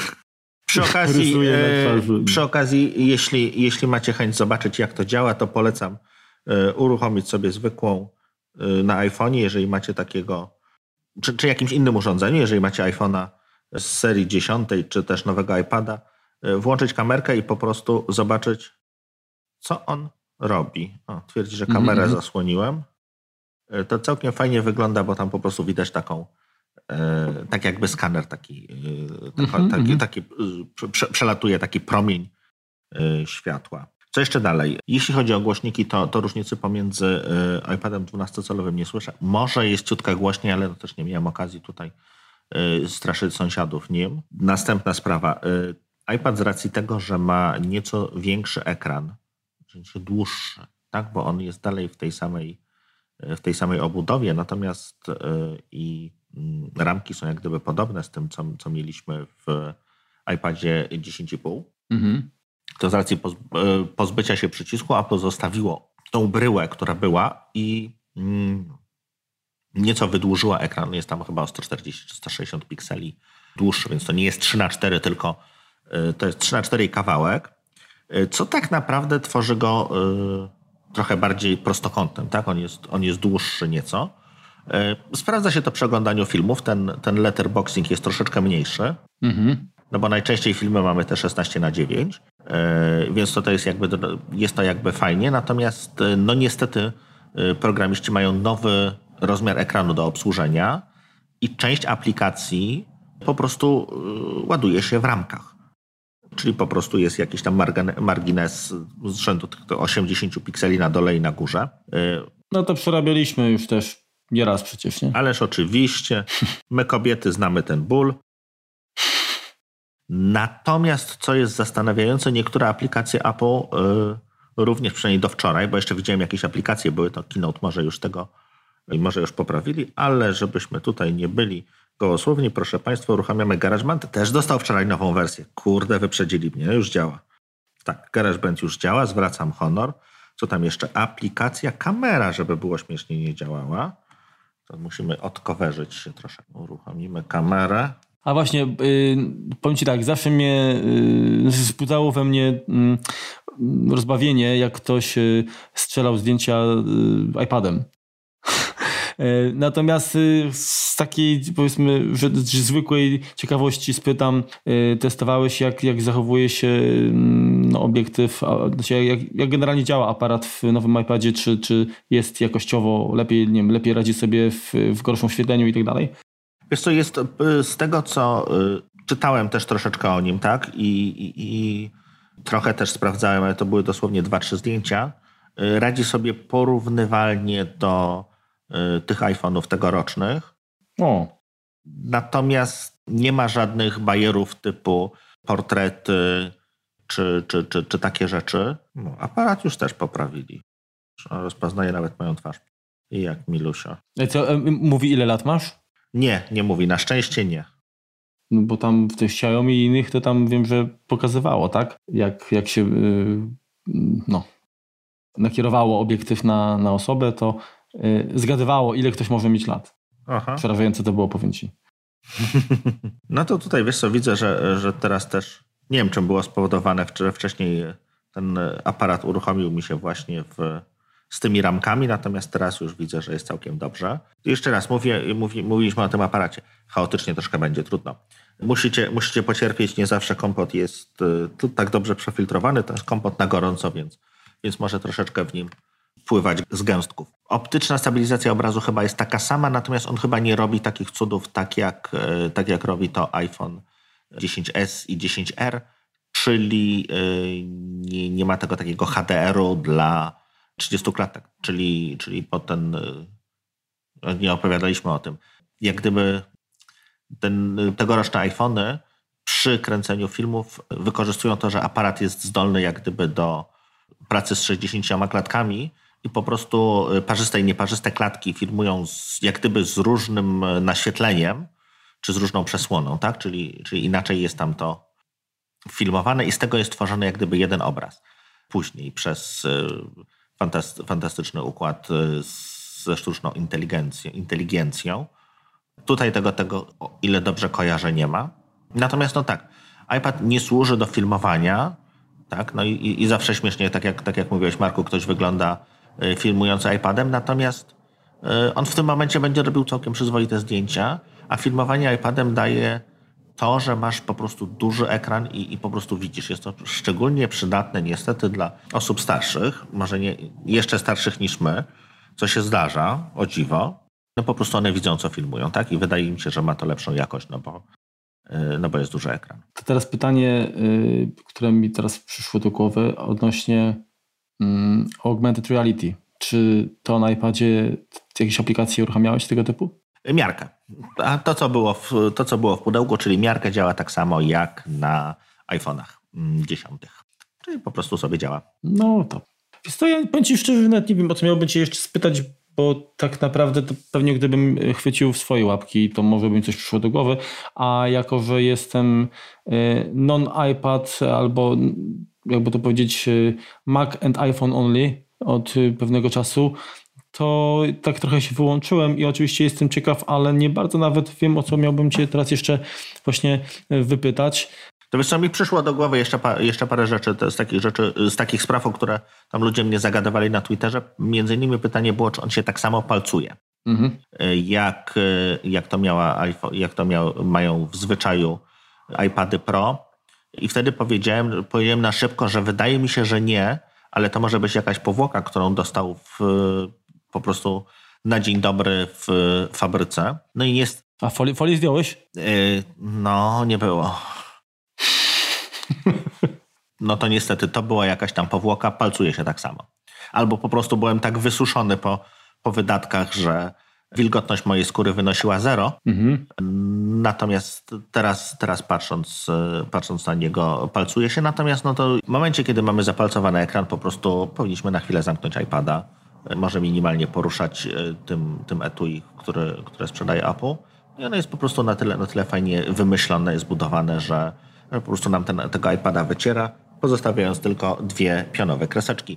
[SPEAKER 1] przy okazji, e, przy okazji jeśli, jeśli macie chęć zobaczyć, jak to działa, to polecam e, uruchomić sobie zwykłą e, na iPhone'ie, jeżeli macie takiego, czy, czy jakimś innym urządzeniu, jeżeli macie iPhone'a z serii dziesiątej, czy też nowego iPada, włączyć kamerkę i po prostu zobaczyć, co on robi. O, twierdzi, że kamerę
[SPEAKER 2] mm-hmm.
[SPEAKER 1] zasłoniłem. To całkiem fajnie wygląda, bo tam po prostu widać taką, e, tak jakby skaner taki, e, taka, mm-hmm. taki, taki prze, przelatuje taki promień e, światła. Co jeszcze dalej? Jeśli chodzi o głośniki, to, to różnicy pomiędzy e, iPadem dwunastocalowym nie słyszę. Może jest ciutka głośniej, ale no też nie miałem okazji tutaj e, straszyć sąsiadów nim. Następna sprawa. E, iPad z racji tego, że ma nieco większy ekran, nieco dłuższy, tak? Bo on jest dalej w tej samej w tej samej obudowie, natomiast y, i y, ramki są jak gdyby podobne z tym, co, co mieliśmy w iPadzie dziesięć i pół. Mhm. To z racji poz, y, pozbycia się przycisku Apple zostawiło tą bryłę, która była i y, nieco wydłużyła ekran. Jest tam chyba o sto czterdzieści czy sto sześćdziesiąt pikseli dłuższy, więc to nie jest trzy na cztery, tylko y, to jest trzy na cztery i kawałek, y, co tak naprawdę tworzy go y, trochę bardziej prostokątnym, tak? On jest, on jest dłuższy nieco. Sprawdza się to przy oglądaniu filmów. Ten, ten letterboxing jest troszeczkę mniejszy, mhm. no bo najczęściej filmy mamy te szesnaście na dziewięć, więc to, to jest jakby, jest to jakby fajnie. Natomiast no niestety programiści mają nowy rozmiar ekranu do obsłużenia i część aplikacji po prostu ładuje się w ramkach. Czyli po prostu jest jakiś tam margines z rzędu osiemdziesiąt pikseli na dole i na górze.
[SPEAKER 2] No to przerabialiśmy już też nieraz przecież, nie?
[SPEAKER 1] Ależ oczywiście, my kobiety znamy ten ból. Natomiast co jest zastanawiające, niektóre aplikacje Apple y, również, przynajmniej do wczoraj, bo jeszcze widziałem jakieś aplikacje, były to Keynote, może już tego, może już poprawili, ale żebyśmy tutaj nie byli gołosłowni, proszę Państwa, uruchamiamy GarageBand. Też dostał wczoraj nową wersję. Kurde, wyprzedzili mnie, już działa. Tak, GarageBand już działa, zwracam honor. Co tam jeszcze? Aplikacja, kamera, żeby było śmiesznie, nie działała. To musimy odkowerzyć się troszkę. Uruchomimy kamerę.
[SPEAKER 2] A właśnie, yy, powiem Ci tak, zawsze mnie yy, wzbudzało we mnie yy, rozbawienie, jak ktoś yy, strzelał zdjęcia yy, iPadem. Natomiast z takiej, powiedzmy, że z zwykłej ciekawości spytam, testowałeś, jak, jak zachowuje się no, obiektyw, znaczy jak, jak generalnie działa aparat w nowym iPadzie, czy, czy jest jakościowo lepiej, nie wiem, lepiej radzi sobie w, w gorszym oświetleniu i tak dalej?
[SPEAKER 1] Wiesz co, jest z tego, co czytałem też troszeczkę o nim, tak, i, i, i trochę też sprawdzałem, ale to były dosłownie dwa, trzy zdjęcia, radzi sobie porównywalnie do tych iPhone'ów tegorocznych. O. Natomiast nie ma żadnych bajerów typu portrety czy, czy, czy, czy takie rzeczy. No, aparat już też poprawili. On rozpoznaje nawet moją twarz. I jak milusia.
[SPEAKER 2] I co, mówi ile lat masz?
[SPEAKER 1] Nie, nie mówi. Na szczęście nie.
[SPEAKER 2] No bo tam w tych Xiaomi i innych to tam wiem, że pokazywało, tak? Jak, jak się yy, no, nakierowało obiektyw na, na osobę, to zgadywało, ile ktoś może mieć lat. Aha. Przerażające to było, powiem Ci.
[SPEAKER 1] No to tutaj, wiesz co, widzę, że, że teraz też, nie wiem, czym było spowodowane, że wcześniej ten aparat uruchomił mi się właśnie w, z tymi ramkami, natomiast teraz już widzę, że jest całkiem dobrze. Jeszcze raz, mówię, mówi, mówiliśmy o tym aparacie. Chaotycznie troszkę będzie, trudno. Musicie, musicie pocierpieć, nie zawsze kompot jest tu tak dobrze przefiltrowany, to jest kompot na gorąco, więc, więc może troszeczkę w nim pływać z gęstków. Optyczna stabilizacja obrazu chyba jest taka sama, natomiast on chyba nie robi takich cudów, tak jak, tak jak robi to iPhone dziesięć S i dziesięć R, czyli nie, nie ma tego takiego H D R-u dla trzydziestu klatek, czyli, czyli po ten, nie opowiadaliśmy o tym, jak gdyby ten, tegoroczne iPhony przy kręceniu filmów wykorzystują to, że aparat jest zdolny jak gdyby do pracy z sześćdziesięcioma klatkami i po prostu parzyste i nieparzyste klatki filmują z, jak gdyby z różnym naświetleniem, czy z różną przesłoną, tak? Czyli, czyli inaczej jest tam to filmowane i z tego jest tworzony jak gdyby jeden obraz. Później przez fantasty, fantastyczny układ ze sztuczną inteligencją, inteligencją. Tutaj tego, tego, o ile dobrze kojarzę, nie ma. Natomiast no tak, iPad nie służy do filmowania, tak? No i, i zawsze śmiesznie, tak jak, tak jak mówiłeś, Marku, ktoś wygląda filmujący iPadem, natomiast on w tym momencie będzie robił całkiem przyzwoite zdjęcia, a filmowanie iPadem daje to, że masz po prostu duży ekran i, i po prostu widzisz. Jest to szczególnie przydatne niestety dla osób starszych, może nie jeszcze starszych niż my, co się zdarza, o dziwo. No po prostu one widzą, co filmują, tak? I wydaje mi się, że ma to lepszą jakość, no bo, no bo jest duży ekran.
[SPEAKER 2] To teraz pytanie, które mi teraz przyszło do głowy odnośnie um, augmented reality. Czy to na iPadzie jakieś aplikacje uruchamiałeś tego typu?
[SPEAKER 1] Miarkę. A to, co było w, to, co było w pudełku, czyli miarka działa tak samo jak na iPhone'ach dziesiątych. Czyli po prostu sobie działa.
[SPEAKER 2] No to. Wiesz co, ja powiem ci szczerze, nawet nie wiem, o co miałbym cię jeszcze spytać, bo tak naprawdę to pewnie gdybym chwycił w swoje łapki, to może by mi coś przyszło do głowy, a jako, że jestem non-iPad albo jakby to powiedzieć Mac and iPhone only od pewnego czasu, to tak trochę się wyłączyłem i oczywiście jestem ciekaw, ale nie bardzo nawet wiem, o co miałbym cię teraz jeszcze właśnie wypytać.
[SPEAKER 1] To wiesz co, mi przyszło do głowy jeszcze, pa, jeszcze parę rzeczy z takich rzeczy, z takich spraw, o które tam ludzie mnie zagadywali na Twitterze. Między innymi pytanie było, czy on się tak samo palcuje, mhm. jak, jak to, miała iPhone, jak to miał, mają w zwyczaju iPady Pro. I wtedy powiedziałem, powiedziałem na szybko, że wydaje mi się, że nie, ale to może być jakaś powłoka, którą dostał w, po prostu na dzień dobry w fabryce. No i jest...
[SPEAKER 2] A folię, folię zdjąłeś?
[SPEAKER 1] Yy, no, nie było. No to niestety to była jakaś tam powłoka, palcuje się tak samo. Albo po prostu byłem tak wysuszony po, po wydatkach, że wilgotność mojej skóry wynosiła zero. Mhm. Natomiast teraz, teraz patrząc, patrząc na niego, palcuje się. Natomiast no to w momencie, kiedy mamy zapalcowany ekran, po prostu powinniśmy na chwilę zamknąć iPada. Może minimalnie poruszać tym, tym etui, który, które sprzedaje Apple. I ono jest po prostu na tyle, na tyle fajnie wymyślone, zbudowane, że że po prostu nam ten, tego iPada wyciera, pozostawiając tylko dwie pionowe kreseczki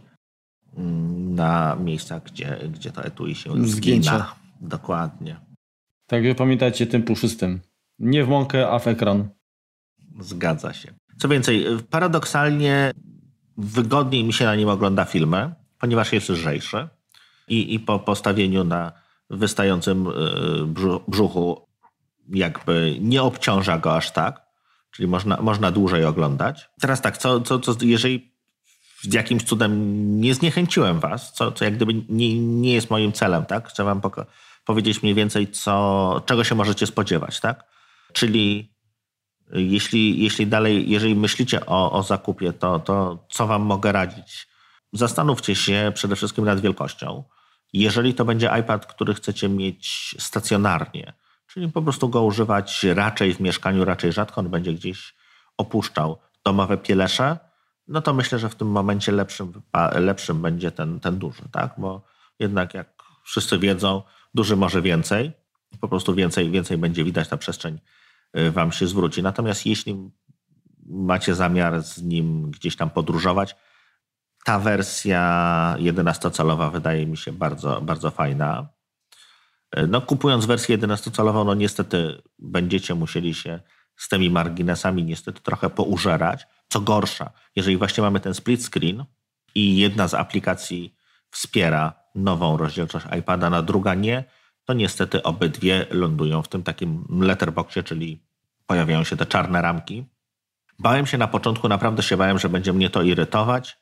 [SPEAKER 1] na miejscach, gdzie, gdzie to etui się zgina. Dokładnie.
[SPEAKER 2] Także pamiętajcie tym puszystym. Nie w mąkę, a w ekran.
[SPEAKER 1] Zgadza się. Co więcej, paradoksalnie wygodniej mi się na nim ogląda filmy, ponieważ jest lżejszy i, i po postawieniu na wystającym brzuchu jakby nie obciąża go aż tak. Czyli można, można dłużej oglądać. Teraz tak, co, co, co jeżeli jakimś cudem nie zniechęciłem was, co, co jak gdyby nie, nie jest moim celem, tak? Chcę wam poko- powiedzieć mniej więcej, co, czego się możecie spodziewać, tak? Czyli jeśli, jeśli dalej, jeżeli myślicie o, o zakupie, to, to co wam mogę radzić? Zastanówcie się przede wszystkim nad wielkością. Jeżeli to będzie iPad, który chcecie mieć stacjonarnie, czyli po prostu go używać raczej w mieszkaniu, raczej rzadko, on będzie gdzieś opuszczał domowe pielesze, no to myślę, że w tym momencie lepszym, lepszym będzie ten, ten duży, tak? Bo jednak jak wszyscy wiedzą, duży może więcej, po prostu więcej, więcej będzie widać, ta przestrzeń wam się zwróci. Natomiast jeśli macie zamiar z nim gdzieś tam podróżować, ta wersja jedenastocalowa wydaje mi się bardzo, bardzo fajna. No, kupując wersję jedenastocalową, no niestety będziecie musieli się z tymi marginesami niestety trochę poużerać. Co gorsza, jeżeli właśnie mamy ten split screen i jedna z aplikacji wspiera nową rozdzielczość iPada, a druga nie, to niestety obydwie lądują w tym takim letterboxie, czyli pojawiają się te czarne ramki. Bałem się na początku, naprawdę się bałem, że będzie mnie to irytować,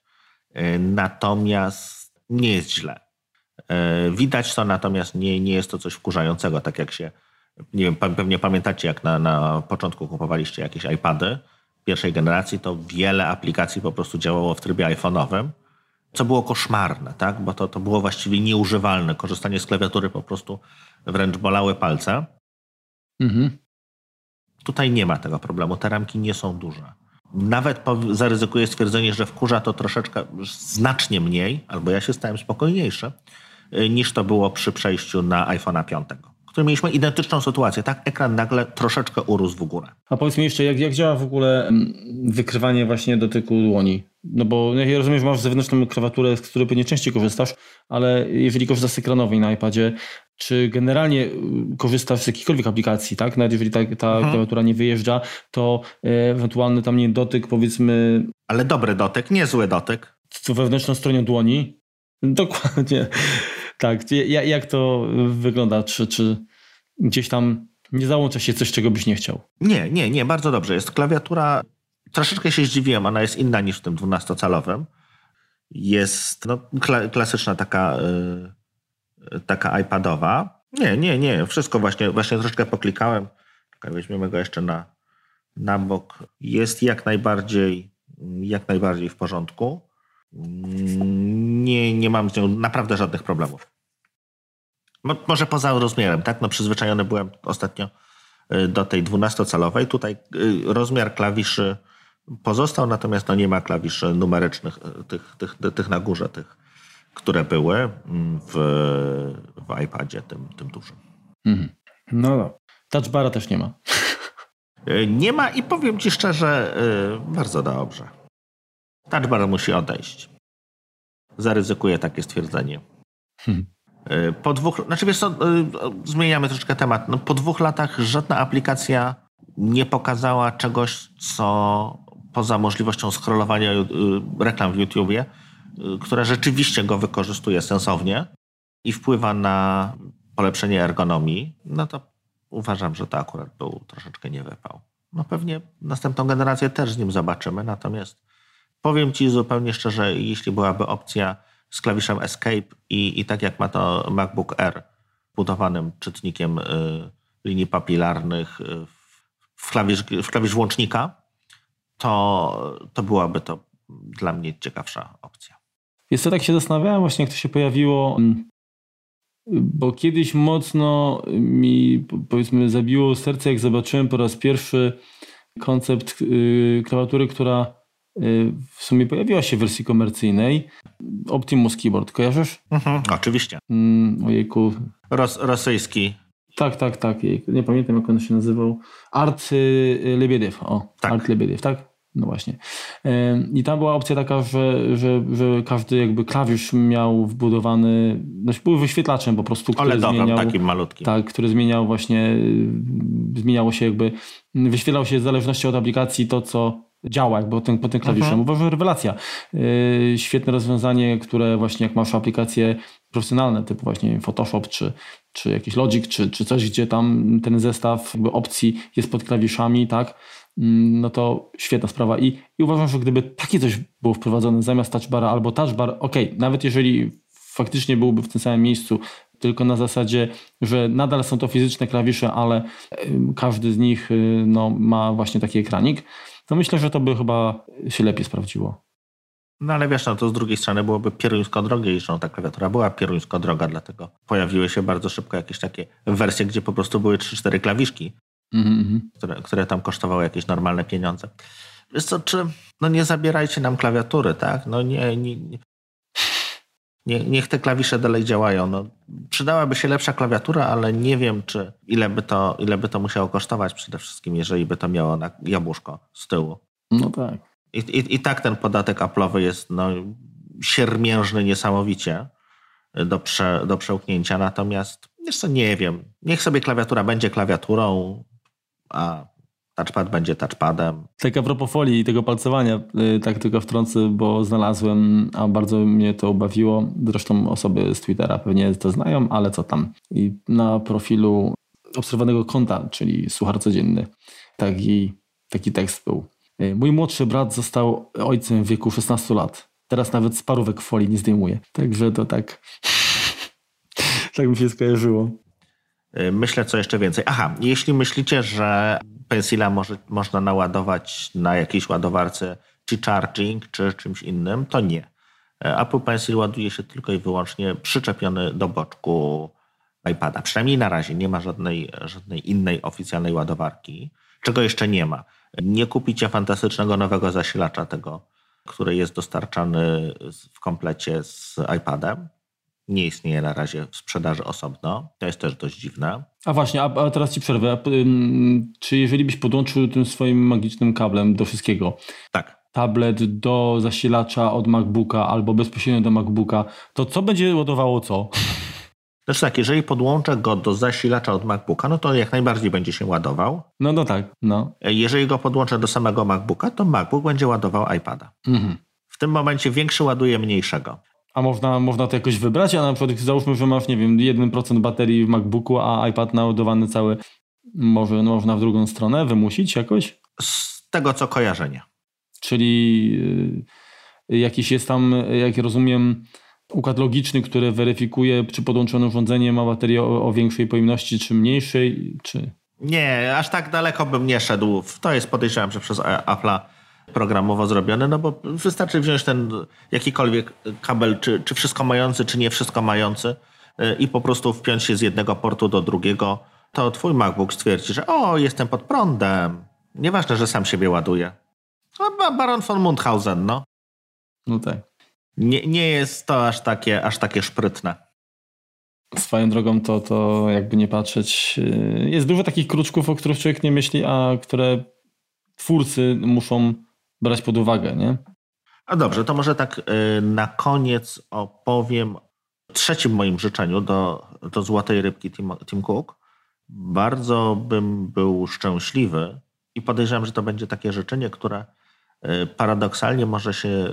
[SPEAKER 1] natomiast nie jest źle. Widać to, natomiast nie, nie jest to coś wkurzającego, tak jak się, nie wiem, pewnie pamiętacie, jak na, na początku kupowaliście jakieś iPady pierwszej generacji, to wiele aplikacji po prostu działało w trybie iPhone'owym, co było koszmarne, tak? Bo to, to było właściwie nieużywalne. Korzystanie z klawiatury po prostu wręcz bolały palce. Mhm. Tutaj nie ma tego problemu. Te ramki nie są duże. Nawet zaryzykuję stwierdzenie, że wkurza to troszeczkę znacznie mniej, albo ja się stałem spokojniejszy, niż to było przy przejściu na iPhone'a piątego, w którym mieliśmy identyczną sytuację. Tak, ekran nagle troszeczkę urósł w górę.
[SPEAKER 2] A powiedz mi jeszcze, jak, jak działa w ogóle wykrywanie właśnie dotyku dłoni? No bo ja rozumiem, że masz zewnętrzną klawiaturę, z której pewnie częściej korzystasz, ale jeżeli korzystasz z ekranowej na iPadzie, czy generalnie korzystasz z jakichkolwiek aplikacji, tak? Nawet jeżeli ta, ta mhm. klawiatura nie wyjeżdża, to ewentualny tam nie dotyk, powiedzmy...
[SPEAKER 1] Ale dobry dotyk, nie zły dotyk.
[SPEAKER 2] Co wewnętrzną stronie dłoni? Dokładnie. Tak, jak to wygląda? Czy, czy gdzieś tam Nie załącza się coś, czego byś nie chciał.
[SPEAKER 1] Nie, nie, nie, bardzo dobrze. Jest klawiatura, troszeczkę się zdziwiłem, ona jest inna niż w tym dwunastocalowym. Jest no, kla- klasyczna taka, yy, taka iPadowa. Nie, nie, nie, wszystko właśnie, właśnie troszeczkę poklikałem. Czekaj, weźmiemy go jeszcze na, na bok. Jest jak najbardziej, jak najbardziej w porządku. Nie, nie mam z nią naprawdę żadnych problemów. No, może poza rozmiarem, tak? No, przyzwyczajony byłem ostatnio do tej dwunastocalowej. Tutaj rozmiar klawiszy pozostał, natomiast no, nie ma klawiszy numerycznych, tych, tych, tych na górze, tych, które były w, w iPadzie tym, tym dużym.
[SPEAKER 2] Mhm. No, no. Touchbara też nie ma.
[SPEAKER 1] Nie ma i powiem ci szczerze, bardzo dobrze. Touchbar musi odejść. Zaryzykuję takie stwierdzenie. Hmm. Po dwóch, znaczy wiesz co, zmieniamy troszeczkę temat. No, po dwóch latach żadna aplikacja nie pokazała czegoś, co poza możliwością scrollowania reklam w YouTubie, która rzeczywiście go wykorzystuje sensownie i wpływa na polepszenie ergonomii, no to uważam, że to akurat był troszeczkę niewypał. No pewnie następną generację też z nim zobaczymy, natomiast powiem ci zupełnie szczerze, jeśli byłaby opcja z klawiszem Escape i, i tak jak ma to MacBook Air budowanym czytnikiem y, linii papilarnych y, w, klawisz, w klawisz włącznika, to, to byłaby to dla mnie ciekawsza opcja.
[SPEAKER 2] Jest to tak się zastanawiałem właśnie, jak to się pojawiło, bo kiedyś mocno mi, powiedzmy, zabiło serce, jak zobaczyłem po raz pierwszy koncept y, klawiatury, która y, w sumie pojawiła się w wersji komercyjnej. Optimus Keyboard, kojarzysz?
[SPEAKER 1] Mhm, oczywiście.
[SPEAKER 2] Mm, ojejku.
[SPEAKER 1] Ros, rosyjski.
[SPEAKER 2] Tak, tak, tak. Nie pamiętam, jak on się nazywał. Art y, Lebedev. O, tak. Art Lebedev, tak? No właśnie. I tam była opcja taka, że, że, że każdy jakby klawisz miał wbudowany, znaczy był wyświetlaczem po prostu, który
[SPEAKER 1] OLEDowym,
[SPEAKER 2] zmieniał,
[SPEAKER 1] takim malutkim.
[SPEAKER 2] Tak, który zmieniał właśnie, zmieniało się jakby, wyświetlał się w zależności od aplikacji to, co działa jakby po tym, po tym klawiszem. Mhm. Uważam, że rewelacja. Yy, świetne rozwiązanie, które właśnie jak masz aplikacje profesjonalne, typu właśnie Photoshop, czy, czy jakiś Logic, czy, czy coś, gdzie tam ten zestaw jakby opcji jest pod klawiszami, tak, no to świetna sprawa. I, i uważam, że gdyby takie coś było wprowadzone zamiast touchbara albo touchbar, okej, okay, nawet jeżeli faktycznie byłby w tym samym miejscu, tylko na zasadzie, że nadal są to fizyczne klawisze, ale każdy z nich no, ma właśnie taki ekranik, to myślę, że to by chyba się lepiej sprawdziło.
[SPEAKER 1] No ale wiesz, no to z drugiej strony byłoby pieruńsko drogie, zresztą ta klawiatura była pieruńsko droga, dlatego pojawiły się bardzo szybko jakieś takie wersje, gdzie po prostu były trzy cztery klawiszki, mm-hmm. które, które tam kosztowały jakieś normalne pieniądze. Wiesz co, czy no nie zabierajcie nam klawiatury, tak? No nie, nie, nie, niech te klawisze dalej działają. No, przydałaby się lepsza klawiatura, ale nie wiem, czy ile by to, ile by to musiało kosztować przede wszystkim, jeżeli by to miało na jabłuszko z tyłu.
[SPEAKER 2] No tak.
[SPEAKER 1] I, i, i tak ten podatek Apple'owy jest no, siermiężny niesamowicie do, prze, do przełknięcia, natomiast jeszcze nie wiem. Niech sobie klawiatura będzie klawiaturą, a touchpad będzie touchpadem.
[SPEAKER 2] Tak a propos folii i tego palcowania, tak tylko wtrącę, bo znalazłem, a bardzo mnie to ubawiło. Zresztą osoby z Twittera pewnie to znają, ale co tam. I na profilu obserwowanego konta, czyli Suchar Codzienny, taki, taki tekst był. Mój młodszy brat został ojcem w wieku szesnastu lat. Teraz nawet z parówek folii nie zdejmuje. Także to tak... tak mi się skojarzyło.
[SPEAKER 1] Myślę, co jeszcze więcej. Aha, jeśli myślicie, że Pencila może, można naładować na jakiejś ładowarce czy charging, czy czymś innym, to nie. Apple Pencil ładuje się tylko i wyłącznie przyczepiony do boczku iPada. Przynajmniej na razie nie ma żadnej, żadnej innej oficjalnej ładowarki. Czego jeszcze nie ma? Nie kupicie fantastycznego nowego zasilacza tego, który jest dostarczany w komplecie z iPadem. Nie istnieje na razie w sprzedaży osobno. To jest też dość dziwne.
[SPEAKER 2] A właśnie, a, a teraz ci przerwę. A, ym, czy jeżeli byś podłączył tym swoim magicznym kablem do wszystkiego,
[SPEAKER 1] tak,
[SPEAKER 2] tablet do zasilacza od MacBooka albo bezpośrednio do MacBooka, to co będzie ładowało co?
[SPEAKER 1] Znaczy tak, jeżeli podłączę go do zasilacza od MacBooka, no to jak najbardziej będzie się ładował.
[SPEAKER 2] No no tak, no.
[SPEAKER 1] Jeżeli go podłączę do samego MacBooka, to MacBook będzie ładował iPada. Mhm. W tym momencie większy ładuje mniejszego.
[SPEAKER 2] A można, można to jakoś wybrać? A na przykład załóżmy, że masz, nie wiem, jeden procent baterii w MacBooku, a iPad naładowany cały Może można w drugą stronę wymusić jakoś?
[SPEAKER 1] Z tego, co kojarzę, nie.
[SPEAKER 2] Czyli y, jakiś jest tam, jak rozumiem, układ logiczny, który weryfikuje, czy podłączone urządzenie ma baterię o, o większej pojemności, czy mniejszej, czy...
[SPEAKER 1] Nie, aż tak daleko bym nie szedł. To jest, podejrzewam, że przez Apple'a programowo zrobione, no bo wystarczy wziąć ten jakikolwiek kabel, czy, czy wszystko mający, czy nie wszystko mający i po prostu wpiąć się z jednego portu do drugiego. To twój MacBook stwierdzi, że o, jestem pod prądem. Nieważne, że sam siebie ładuje. No, Baron von Mundhausen, no.
[SPEAKER 2] No tak.
[SPEAKER 1] Nie, nie jest to aż takie, aż takie szprytne.
[SPEAKER 2] Swoją drogą to, to jakby nie patrzeć. Jest dużo takich kruczków, o których człowiek nie myśli, a które twórcy muszą brać pod uwagę, nie?
[SPEAKER 1] A dobrze, to może tak na koniec opowiem o trzecim moim życzeniu do, do Złotej Rybki Tim, Tim Cook. Bardzo bym był szczęśliwy i podejrzewam, że to będzie takie życzenie, które paradoksalnie może się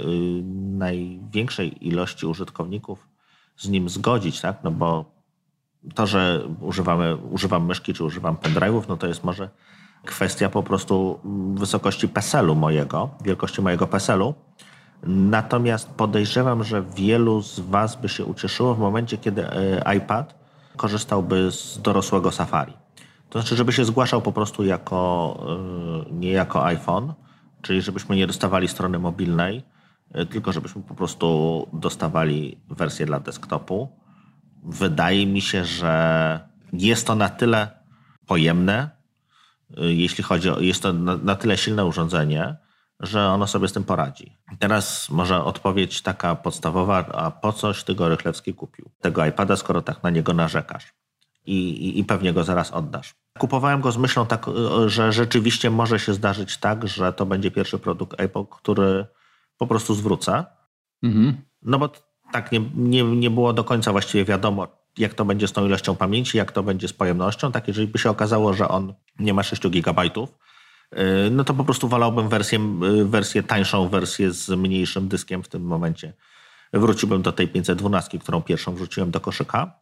[SPEAKER 1] największej ilości użytkowników z nim zgodzić, tak? No bo to, że używamy, używam myszki czy używam pendrive'ów, no to jest może kwestia po prostu wysokości peselu mojego, wielkości mojego peselu. Natomiast podejrzewam, że wielu z was by się ucieszyło w momencie, kiedy iPad korzystałby z dorosłego Safari. To znaczy, żeby się zgłaszał po prostu jako, nie jako iPhone, czyli żebyśmy nie dostawali strony mobilnej, tylko żebyśmy po prostu dostawali wersję dla desktopu. Wydaje mi się, że jest to na tyle pojemne, jeśli chodzi o, jest to na, na tyle silne urządzenie, że ono sobie z tym poradzi. Teraz może odpowiedź taka podstawowa, a po coś ty go Rychlewski kupił? Tego iPada, skoro tak na niego narzekasz i, i, i pewnie go zaraz oddasz. Kupowałem go z myślą, tak, że rzeczywiście może się zdarzyć tak, że to będzie pierwszy produkt Apple, który po prostu zwrócę. Mhm. No bo tak nie, nie, nie było do końca właściwie wiadomo, jak to będzie z tą ilością pamięci, jak to będzie z pojemnością. Tak, jeżeli by się okazało, że on nie ma sześć gigabajtów, no to po prostu wolałbym wersję, wersję tańszą, wersję z mniejszym dyskiem w tym momencie. Wróciłbym do tej pięćset dwanaście, którą pierwszą wrzuciłem do koszyka.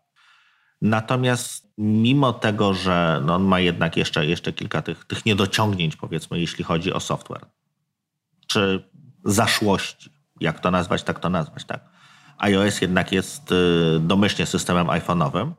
[SPEAKER 1] Natomiast mimo tego, że no on ma jednak jeszcze, jeszcze kilka tych, tych niedociągnięć, powiedzmy, jeśli chodzi o software, czy zaszłości, jak to nazwać, tak to nazwać, tak. iOS jednak jest domyślnie systemem iPhone'owym,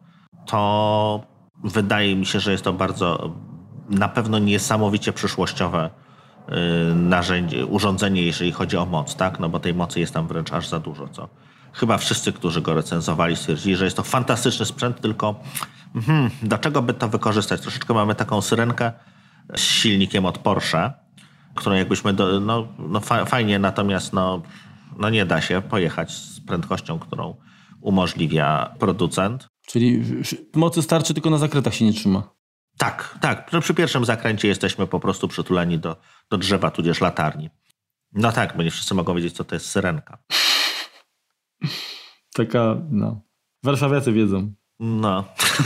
[SPEAKER 1] to wydaje mi się, że jest to bardzo, na pewno niesamowicie przyszłościowe narzędzie, urządzenie, jeżeli chodzi o moc, tak? No bo tej mocy jest tam wręcz aż za dużo, co chyba wszyscy, którzy go recenzowali, stwierdzili, że jest to fantastyczny sprzęt, tylko hmm, do czego by to wykorzystać? Troszeczkę mamy taką syrenkę z silnikiem od Porsche, którą jakbyśmy, do, no, no fa- fajnie, natomiast no, no nie da się pojechać z prędkością, którą umożliwia producent.
[SPEAKER 2] Czyli mocy starczy, tylko na zakrętach się nie trzyma.
[SPEAKER 1] Tak, tak. Przy pierwszym zakręcie jesteśmy po prostu przytuleni do, do drzewa, tudzież latarni. No tak, bo nie wszyscy mogą wiedzieć, co to jest syrenka.
[SPEAKER 2] Taka, no. Warszawiacy wiedzą.
[SPEAKER 1] No.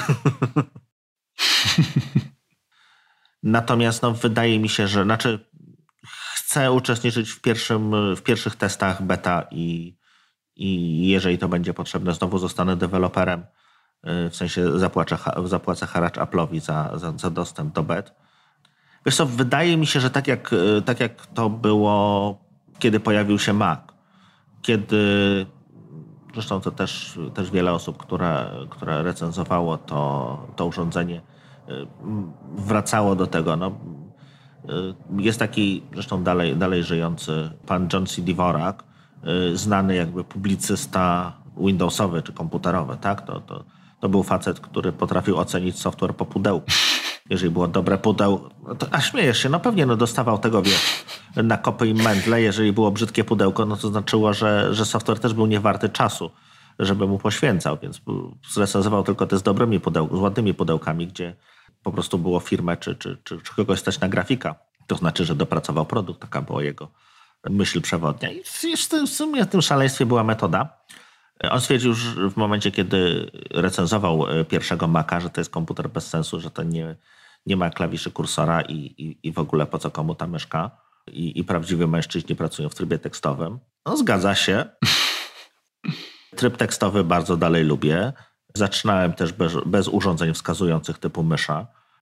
[SPEAKER 1] Natomiast no, wydaje mi się, że znaczy chcę uczestniczyć w, pierwszym, w pierwszych testach beta i, i jeżeli to będzie potrzebne, znowu zostanę deweloperem. W sensie zapłacę, zapłacę haracz Apple'owi za, za, za dostęp do bet. Wiesz co, wydaje mi się, że tak jak, tak jak to było, kiedy pojawił się Mac, kiedy zresztą to też, też wiele osób, które, które recenzowało to, to urządzenie, wracało do tego. No, jest taki zresztą dalej, dalej żyjący pan John C. Dvorak, znany jakby publicysta Windowsowy czy komputerowy, tak? To, to, to był facet, który potrafił ocenić software po pudełku. Jeżeli było dobre pudełko, no to, a śmiejesz się, no pewnie no dostawał tego, wiesz, na kopy i mędle. Jeżeli było brzydkie pudełko, no to znaczyło, że, że software też był niewarty czasu, żeby mu poświęcał, więc zrecenzował tylko te z dobrymi pudełkami, z ładnymi pudełkami, gdzie po prostu było firmę czy, czy, czy, czy kogoś stać na grafika. To znaczy, że dopracował produkt, taka była jego myśl przewodnia. I w sumie w tym szaleństwie była metoda. On stwierdził, że w momencie, kiedy recenzował pierwszego Maca, że to jest komputer bez sensu, że to nie, nie ma klawiszy kursora i, i, i w ogóle po co komu ta myszka. I, i prawdziwi mężczyźni pracują w trybie tekstowym. No zgadza się. Tryb tekstowy bardzo dalej lubię. Zaczynałem też bez, bez urządzeń wskazujących typu mysza.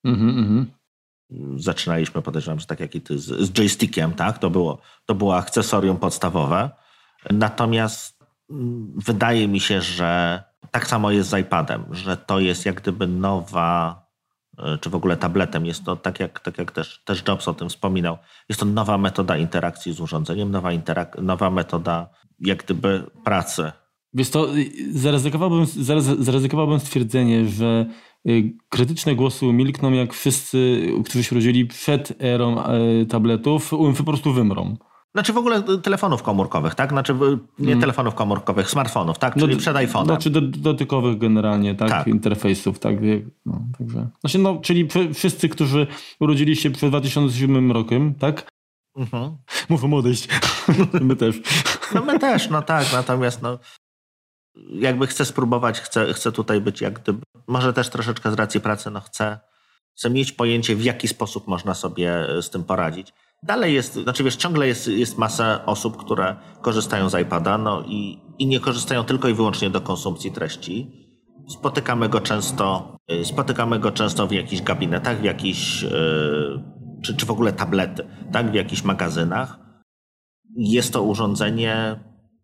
[SPEAKER 2] Mhm, mhm.
[SPEAKER 1] Zaczynaliśmy, podejrzewam, że tak jak i ty, z, z joystickiem, tak? To było, to było akcesorium podstawowe. Natomiast wydaje mi się, że tak samo jest z iPadem, że to jest jak gdyby nowa, czy w ogóle tabletem, jest to tak jak, tak jak też, też Jobs o tym wspominał, jest to nowa metoda interakcji z urządzeniem, nowa, interak- nowa metoda jak gdyby pracy.
[SPEAKER 2] Wiesz to, zaryzykowałbym, zaryzykowałbym stwierdzenie, że krytyczne głosy umilkną, jak wszyscy, którzy się urodzili przed erą tabletów, po prostu wymrą.
[SPEAKER 1] Znaczy w ogóle telefonów komórkowych, tak? Znaczy nie hmm. telefonów komórkowych, smartfonów, tak? Czyli no, przed iPhone'em.
[SPEAKER 2] Znaczy do, dotykowych generalnie, tak? tak. Interfejsów, tak? No, także. Znaczy no, czyli wszyscy, którzy urodzili się przed dwa tysiące siódmym rokiem, tak? Mhm. Muszą odejść. My też.
[SPEAKER 1] No my też, no tak. Natomiast no, jakby chcę spróbować, chcę, chcę tutaj być jak gdyby, może też troszeczkę z racji pracy, no chcę, chcę mieć pojęcie, w jaki sposób można sobie z tym poradzić. Dalej jest, znaczy wiesz, ciągle jest, jest masa osób, które korzystają z iPada, no i, i nie korzystają tylko i wyłącznie do konsumpcji treści. Spotykamy go często, spotykamy go często w jakichś gabinetach, w jakichś, yy, czy, czy w ogóle tablety, tak, w jakichś magazynach. Jest to urządzenie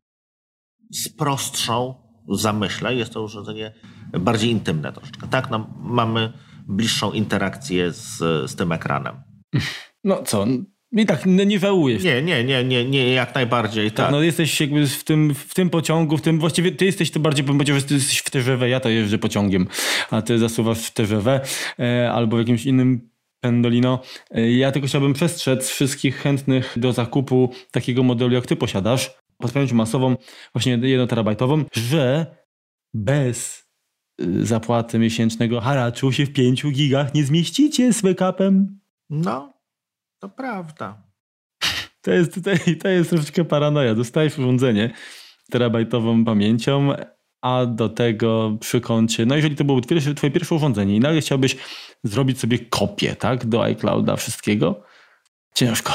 [SPEAKER 1] z prostszą zamyśle, jest to urządzenie bardziej intymne troszeczkę, tak, no, mamy bliższą interakcję z, z tym ekranem.
[SPEAKER 2] No co, i tak nie żałujesz.
[SPEAKER 1] Nie, nie, nie, nie, nie, jak najbardziej. Tak,
[SPEAKER 2] tak. No jesteś jakby w tym, w tym pociągu, w tym właściwie ty jesteś to bardziej, bym powiedział, że ty jesteś w T G V, ja to jeżdżę pociągiem, a ty zasuwasz w T G V e, albo w jakimś innym pendolino. E, ja tylko chciałbym przestrzec wszystkich chętnych do zakupu takiego modelu, jak ty posiadasz, pod pamięcią masową, właśnie jednoterabajtową, że bez zapłaty miesięcznego haraczu się w pięciu gigach nie zmieścicie z backupem.
[SPEAKER 1] No, to prawda.
[SPEAKER 2] To jest, tutaj, to jest troszeczkę paranoja. Dostajesz urządzenie terabajtową pamięcią, a do tego przy koncie, no jeżeli to było twoje, twoje pierwsze urządzenie i nagle chciałbyś zrobić sobie kopię, tak, do iClouda wszystkiego, ciężko.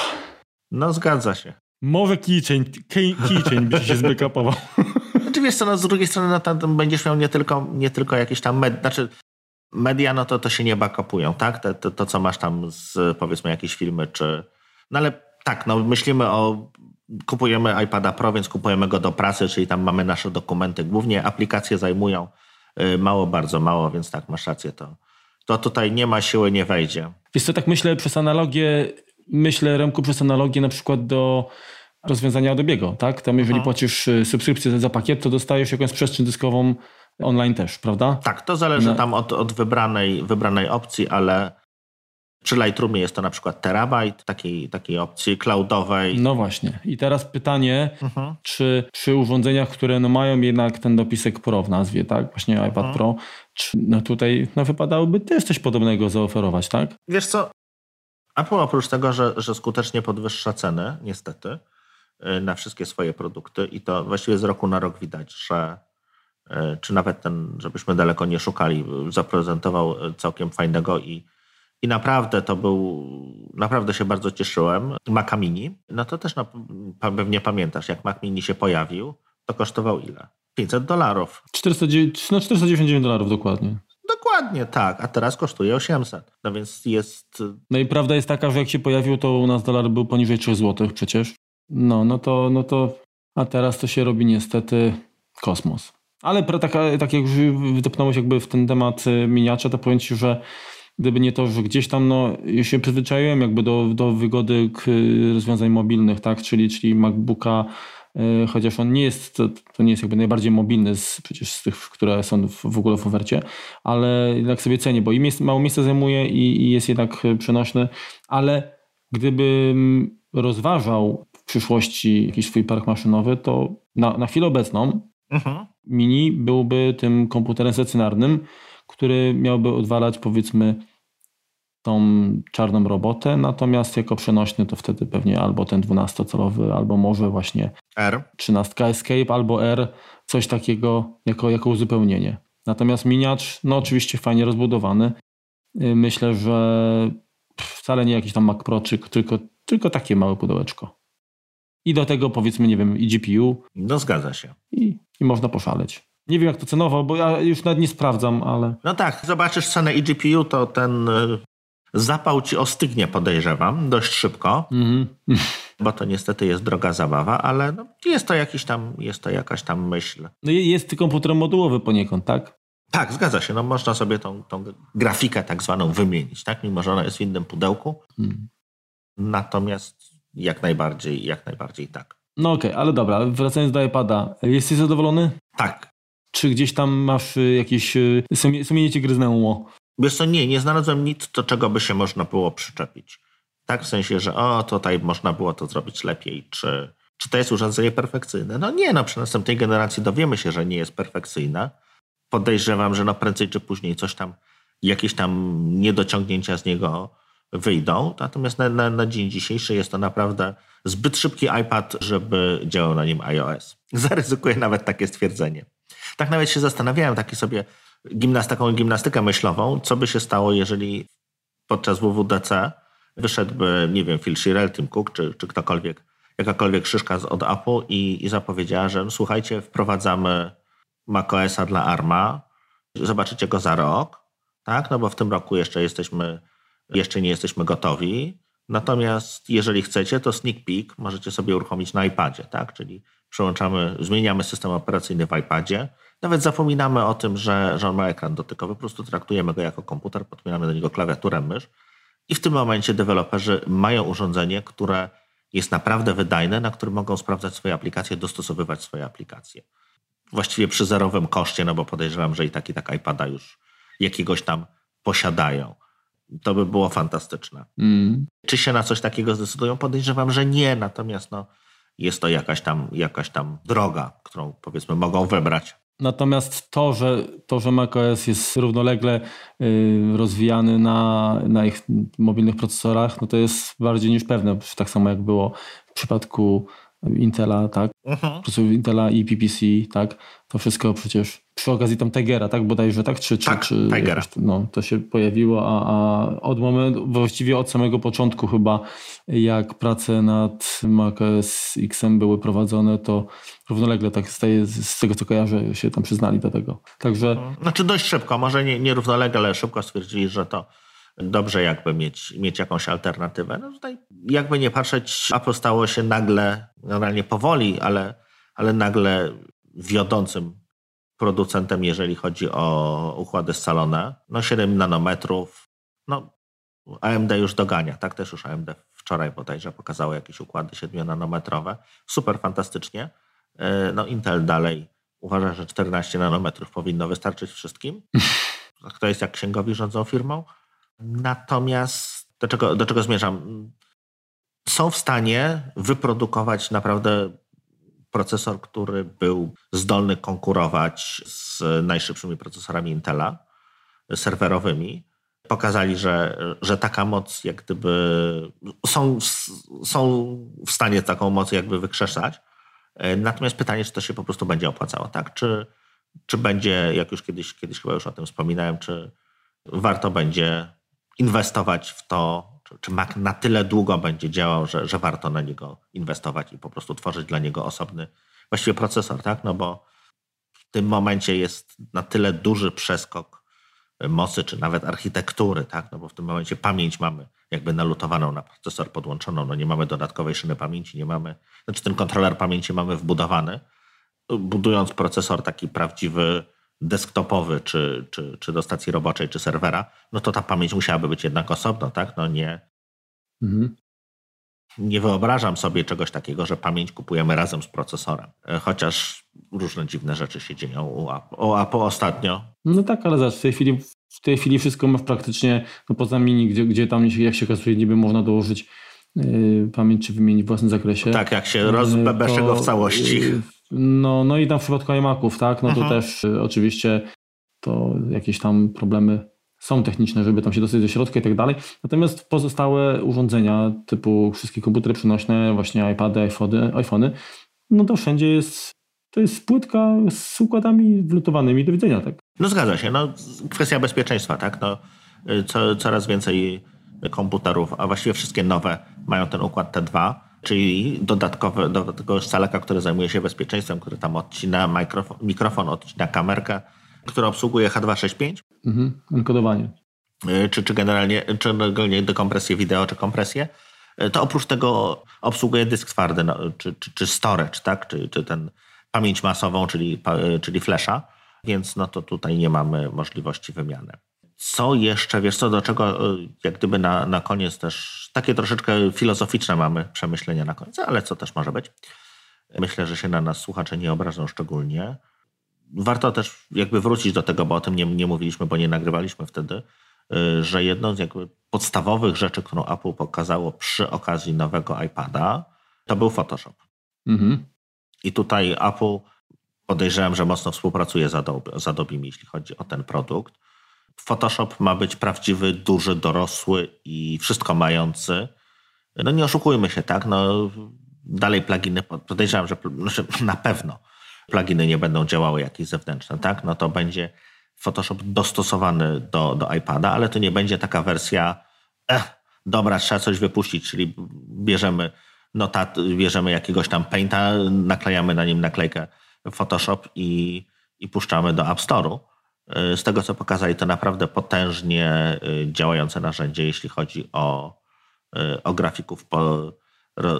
[SPEAKER 1] No zgadza się.
[SPEAKER 2] Może keychain, key, keychain by ci się zbackupował.
[SPEAKER 1] Znaczy wiesz co, no, z drugiej strony no, tam będziesz miał nie tylko, nie tylko jakieś tam med, znaczy media, no to, to się nie backupują, tak? To, to, to co masz tam z powiedzmy jakieś filmy, czy... No ale tak, no myślimy o... Kupujemy iPada Pro, więc kupujemy go do pracy, czyli tam mamy nasze dokumenty. Głównie aplikacje zajmują mało, bardzo mało, więc tak, masz rację, to, to tutaj nie ma siły, nie wejdzie.
[SPEAKER 2] Wiesz co, tak myślę przez analogię, myślę Remku przez analogię na przykład do rozwiązania Adobe'ego, tak? Tam jeżeli mhm. płacisz subskrypcję za pakiet, to dostajesz jakąś przestrzeń dyskową online też, prawda?
[SPEAKER 1] Tak, to zależy no. tam od, od wybranej, wybranej opcji, ale przy Lightroomie jest to na przykład terabajt takiej, takiej opcji cloudowej.
[SPEAKER 2] No właśnie. I teraz pytanie, mhm. czy przy urządzeniach, które no mają jednak ten dopisek Pro w nazwie, tak? Właśnie iPad mhm. Pro, czy no tutaj no wypadałoby też coś podobnego zaoferować, tak?
[SPEAKER 1] Wiesz co, Apple oprócz tego, że, że skutecznie podwyższa ceny, niestety, na wszystkie swoje produkty i to właściwie z roku na rok widać, że czy nawet ten, żebyśmy daleko nie szukali, zaprezentował całkiem fajnego i, i naprawdę to był, naprawdę się bardzo cieszyłem. Maca Mini, no to też no, pewnie pamiętasz, jak Mac Mini się pojawił, to kosztował ile? pięćset dolarów.
[SPEAKER 2] czterysta, no czterysta dziewięćdziesiąt dziewięć dolarów dokładnie.
[SPEAKER 1] Dokładnie, tak, a teraz kosztuje osiemset. No więc jest...
[SPEAKER 2] No i prawda jest taka, że jak się pojawił, to u nas dolar był poniżej trzy złote przecież. No, no to, no to, a teraz to się robi niestety kosmos. Ale tak, tak jak już wdepnąłeś jakby w ten temat miniacza, to powiem ci, że gdyby nie to, że gdzieś tam no, ja się przyzwyczaiłem jakby do, do wygody rozwiązań mobilnych, tak, czyli, czyli MacBooka, yy, chociaż on nie jest, to, to nie jest jakby najbardziej mobilny z, przecież z tych, które są w, w ogóle w ofercie, ale jednak sobie cenię, bo i miejsc, mało miejsca zajmuje i, i jest jednak przenośny, ale gdybym rozważał w przyszłości jakiś swój park maszynowy, to na, na chwilę obecną mhm. Mini byłby tym komputerem stacjonarnym, który miałby odwalać powiedzmy tą czarną robotę, natomiast jako przenośny to wtedy pewnie albo ten dwunastocalowy, albo może właśnie
[SPEAKER 1] R.
[SPEAKER 2] trzynastka Escape, albo R, coś takiego jako, jako uzupełnienie. Natomiast miniacz, no oczywiście fajnie rozbudowany. Myślę, że wcale nie jakiś tam Mac Pro, tylko, tylko takie małe pudełeczko. I do tego powiedzmy, nie wiem, i G P U.
[SPEAKER 1] No zgadza się.
[SPEAKER 2] I, i można poszaleć. Nie wiem jak to cenowo, bo ja już nawet nie sprawdzam, ale...
[SPEAKER 1] No tak, zobaczysz cenę i G P U, to ten zapał ci ostygnie, podejrzewam, dość szybko, mm-hmm. bo to niestety jest droga zabawa, ale no, jest to jakiś tam, jest to jakaś tam myśl.
[SPEAKER 2] No jest komputer modułowy poniekąd, tak?
[SPEAKER 1] Tak, zgadza się. No można sobie tą, tą grafikę tak zwaną wymienić, tak? Mimo że ona jest w innym pudełku. Mm. Natomiast jak najbardziej, jak najbardziej tak.
[SPEAKER 2] No okej, okay, ale dobra, wracając do iPada, jesteś zadowolony?
[SPEAKER 1] Tak.
[SPEAKER 2] Czy gdzieś tam masz jakieś, sumienie cię gryznęło?
[SPEAKER 1] Wiesz co, nie, nie znalazłem nic, do czego by się można było przyczepić. Tak, w sensie, że o, tutaj można było to zrobić lepiej, czy, czy to jest urządzenie perfekcyjne? No nie, no przy następnej generacji dowiemy się, że nie jest perfekcyjne. Podejrzewam, że no prędzej czy później coś tam, jakieś tam niedociągnięcia z niego wyjdą. Natomiast na, na, na dzień dzisiejszy jest to naprawdę zbyt szybki iPad, żeby działał na nim iOS. Zaryzykuję nawet takie stwierdzenie. Tak nawet się zastanawiałem, taki sobie gimnast, taką gimnastykę myślową, co by się stało, jeżeli podczas W W D C wyszedłby, nie wiem, Phil Schirel, Tim Cook, czy, czy ktokolwiek, jakakolwiek szyszka od Apple i, i zapowiedziała, że no, słuchajcie, wprowadzamy macOSa dla ARMa, zobaczycie go za rok, tak? No bo w tym roku jeszcze jesteśmy, jeszcze nie jesteśmy gotowi. Natomiast jeżeli chcecie, to sneak peek możecie sobie uruchomić na iPadzie, tak? Czyli przełączamy, zmieniamy system operacyjny w iPadzie. Nawet zapominamy o tym, że, że on ma ekran dotykowy, po prostu traktujemy go jako komputer, podpinamy do niego klawiaturę, mysz i w tym momencie deweloperzy mają urządzenie, które jest naprawdę wydajne, na którym mogą sprawdzać swoje aplikacje, dostosowywać swoje aplikacje. Właściwie przy zerowym koszcie, no bo podejrzewam, że i tak i tak iPada już jakiegoś tam posiadają. To by było fantastyczne. Mm. Czy się na coś takiego zdecydują? Podejrzewam, że nie, natomiast no, jest to jakaś tam, jakaś tam droga, którą powiedzmy mogą wybrać.
[SPEAKER 2] Natomiast to, że, to, że macOS jest równolegle y, rozwijany na, na ich mobilnych procesorach, no to jest bardziej niż pewne. Tak samo jak było w przypadku Intela, tak? Uh-huh. Intela i P P C, tak? To wszystko przecież przy okazji tam Tigera, tak? Bodajże, tak? Czy, czy,
[SPEAKER 1] tak,
[SPEAKER 2] czy jakoś, no, to się pojawiło, a, a od momentu, właściwie od samego początku chyba, jak prace nad macOS X-em były prowadzone, to równolegle, tak z, tej, z tego, co kojarzę, się tam przyznali do tego. Także...
[SPEAKER 1] Znaczy dość szybko, może nie, nie równolegle, ale szybko stwierdzili, że to dobrze jakby mieć, mieć jakąś alternatywę. No tutaj jakby nie patrzeć, Apple stało się nagle, generalnie powoli, ale, ale nagle wiodącym producentem, jeżeli chodzi o układy scalone. No siedem nanometrów, no A M D już dogania, tak? Też już A M D wczoraj bodajże pokazało jakieś układy siedmiu-nanometrowe. Super fantastycznie. No Intel dalej uważa, że czternaście nanometrów powinno wystarczyć wszystkim. To jest jak księgowi rządzą firmą. Natomiast do czego, do czego zmierzam? Są w stanie wyprodukować naprawdę procesor, który był zdolny konkurować z najszybszymi procesorami Intela serwerowymi. Pokazali, że, że taka moc jak gdyby są, są w stanie taką moc jakby wykrzesać. Natomiast pytanie, czy to się po prostu będzie opłacało, tak? Czy, czy będzie, jak już kiedyś, kiedyś chyba już o tym wspominałem, czy warto będzie inwestować w to, czy, czy Mac na tyle długo będzie działał, że, że warto na niego inwestować i po prostu tworzyć dla niego osobny właściwie procesor, tak? No bo w tym momencie jest na tyle duży przeskok mocy, czy nawet architektury, tak? No bo w tym momencie pamięć mamy jakby nalutowaną na procesor podłączoną, no nie mamy dodatkowej szyny pamięci, nie mamy, znaczy ten kontroler pamięci mamy wbudowany. Budując procesor taki prawdziwy, desktopowy, czy, czy, czy do stacji roboczej, czy serwera, no to ta pamięć musiałaby być jednak osobno, tak? No nie, mhm. nie wyobrażam sobie czegoś takiego, że pamięć kupujemy razem z procesorem. Chociaż różne dziwne rzeczy się dzieją u Apple, u Apple ostatnio.
[SPEAKER 2] No tak, ale zobacz, w tej chwili, w tej chwili wszystko masz praktycznie, no poza mini, gdzie, gdzie tam, jak się okazuje, niby można dołożyć yy, pamięć, czy wymienić w własnym zakresie.
[SPEAKER 1] Tak, jak się rozbeberzy go w całości. Yy,
[SPEAKER 2] No, no i tam w przypadku iMaców, tak, no to mhm. też y, oczywiście to jakieś tam problemy są techniczne, żeby tam się dostać do środka i tak dalej. Natomiast pozostałe urządzenia typu wszystkie komputery przenośne, właśnie iPady, iPhony, iPhony, no to wszędzie jest, to jest płytka z układami wlutowanymi do widzenia, tak?
[SPEAKER 1] No zgadza się, no kwestia bezpieczeństwa, tak, no co, coraz więcej komputerów, a właściwie wszystkie nowe mają ten układ T dwa, czyli dodatkowy, do tego scaleka, który zajmuje się bezpieczeństwem, który tam odcina mikrofon, mikrofon odcina kamerkę, która obsługuje H dwieście sześćdziesiąt pięć.
[SPEAKER 2] Mhm, enkodowanie.
[SPEAKER 1] czy, czy generalnie czy generalnie dekompresję wideo, czy kompresję, to oprócz tego obsługuje dysk twardy, no, czy, czy, czy storage, tak? czy, czy ten pamięć masową, czyli, czyli flasha, więc no to tutaj nie mamy możliwości wymiany. Co jeszcze, wiesz co, do czego jak gdyby na, na koniec też takie troszeczkę filozoficzne mamy przemyślenia na końcu, ale co też może być. Myślę, że się na nas słuchacze nie obrażą szczególnie. Warto też jakby wrócić do tego, bo o tym nie, nie mówiliśmy, bo nie nagrywaliśmy wtedy, że jedną z jakby podstawowych rzeczy, którą Apple pokazało przy okazji nowego iPada, to był Photoshop. Mhm. I tutaj Apple podejrzewam, że mocno współpracuje z Adobe, z Adobe, jeśli chodzi o ten produkt. Photoshop ma być prawdziwy, duży, dorosły i wszystko mający. No nie oszukujmy się, tak? No, dalej pluginy, podejrzewam, że znaczy na pewno pluginy nie będą działały jakieś zewnętrzne, tak? No to będzie Photoshop dostosowany do, do iPada, ale to nie będzie taka wersja eh, dobra, trzeba coś wypuścić, czyli bierzemy notat, bierzemy jakiegoś tam Painta, naklejamy na nim naklejkę Photoshop i, i puszczamy do App Store'u. Z tego, co pokazali, to naprawdę potężnie działające narzędzie, jeśli chodzi o, o grafików. Po, ro,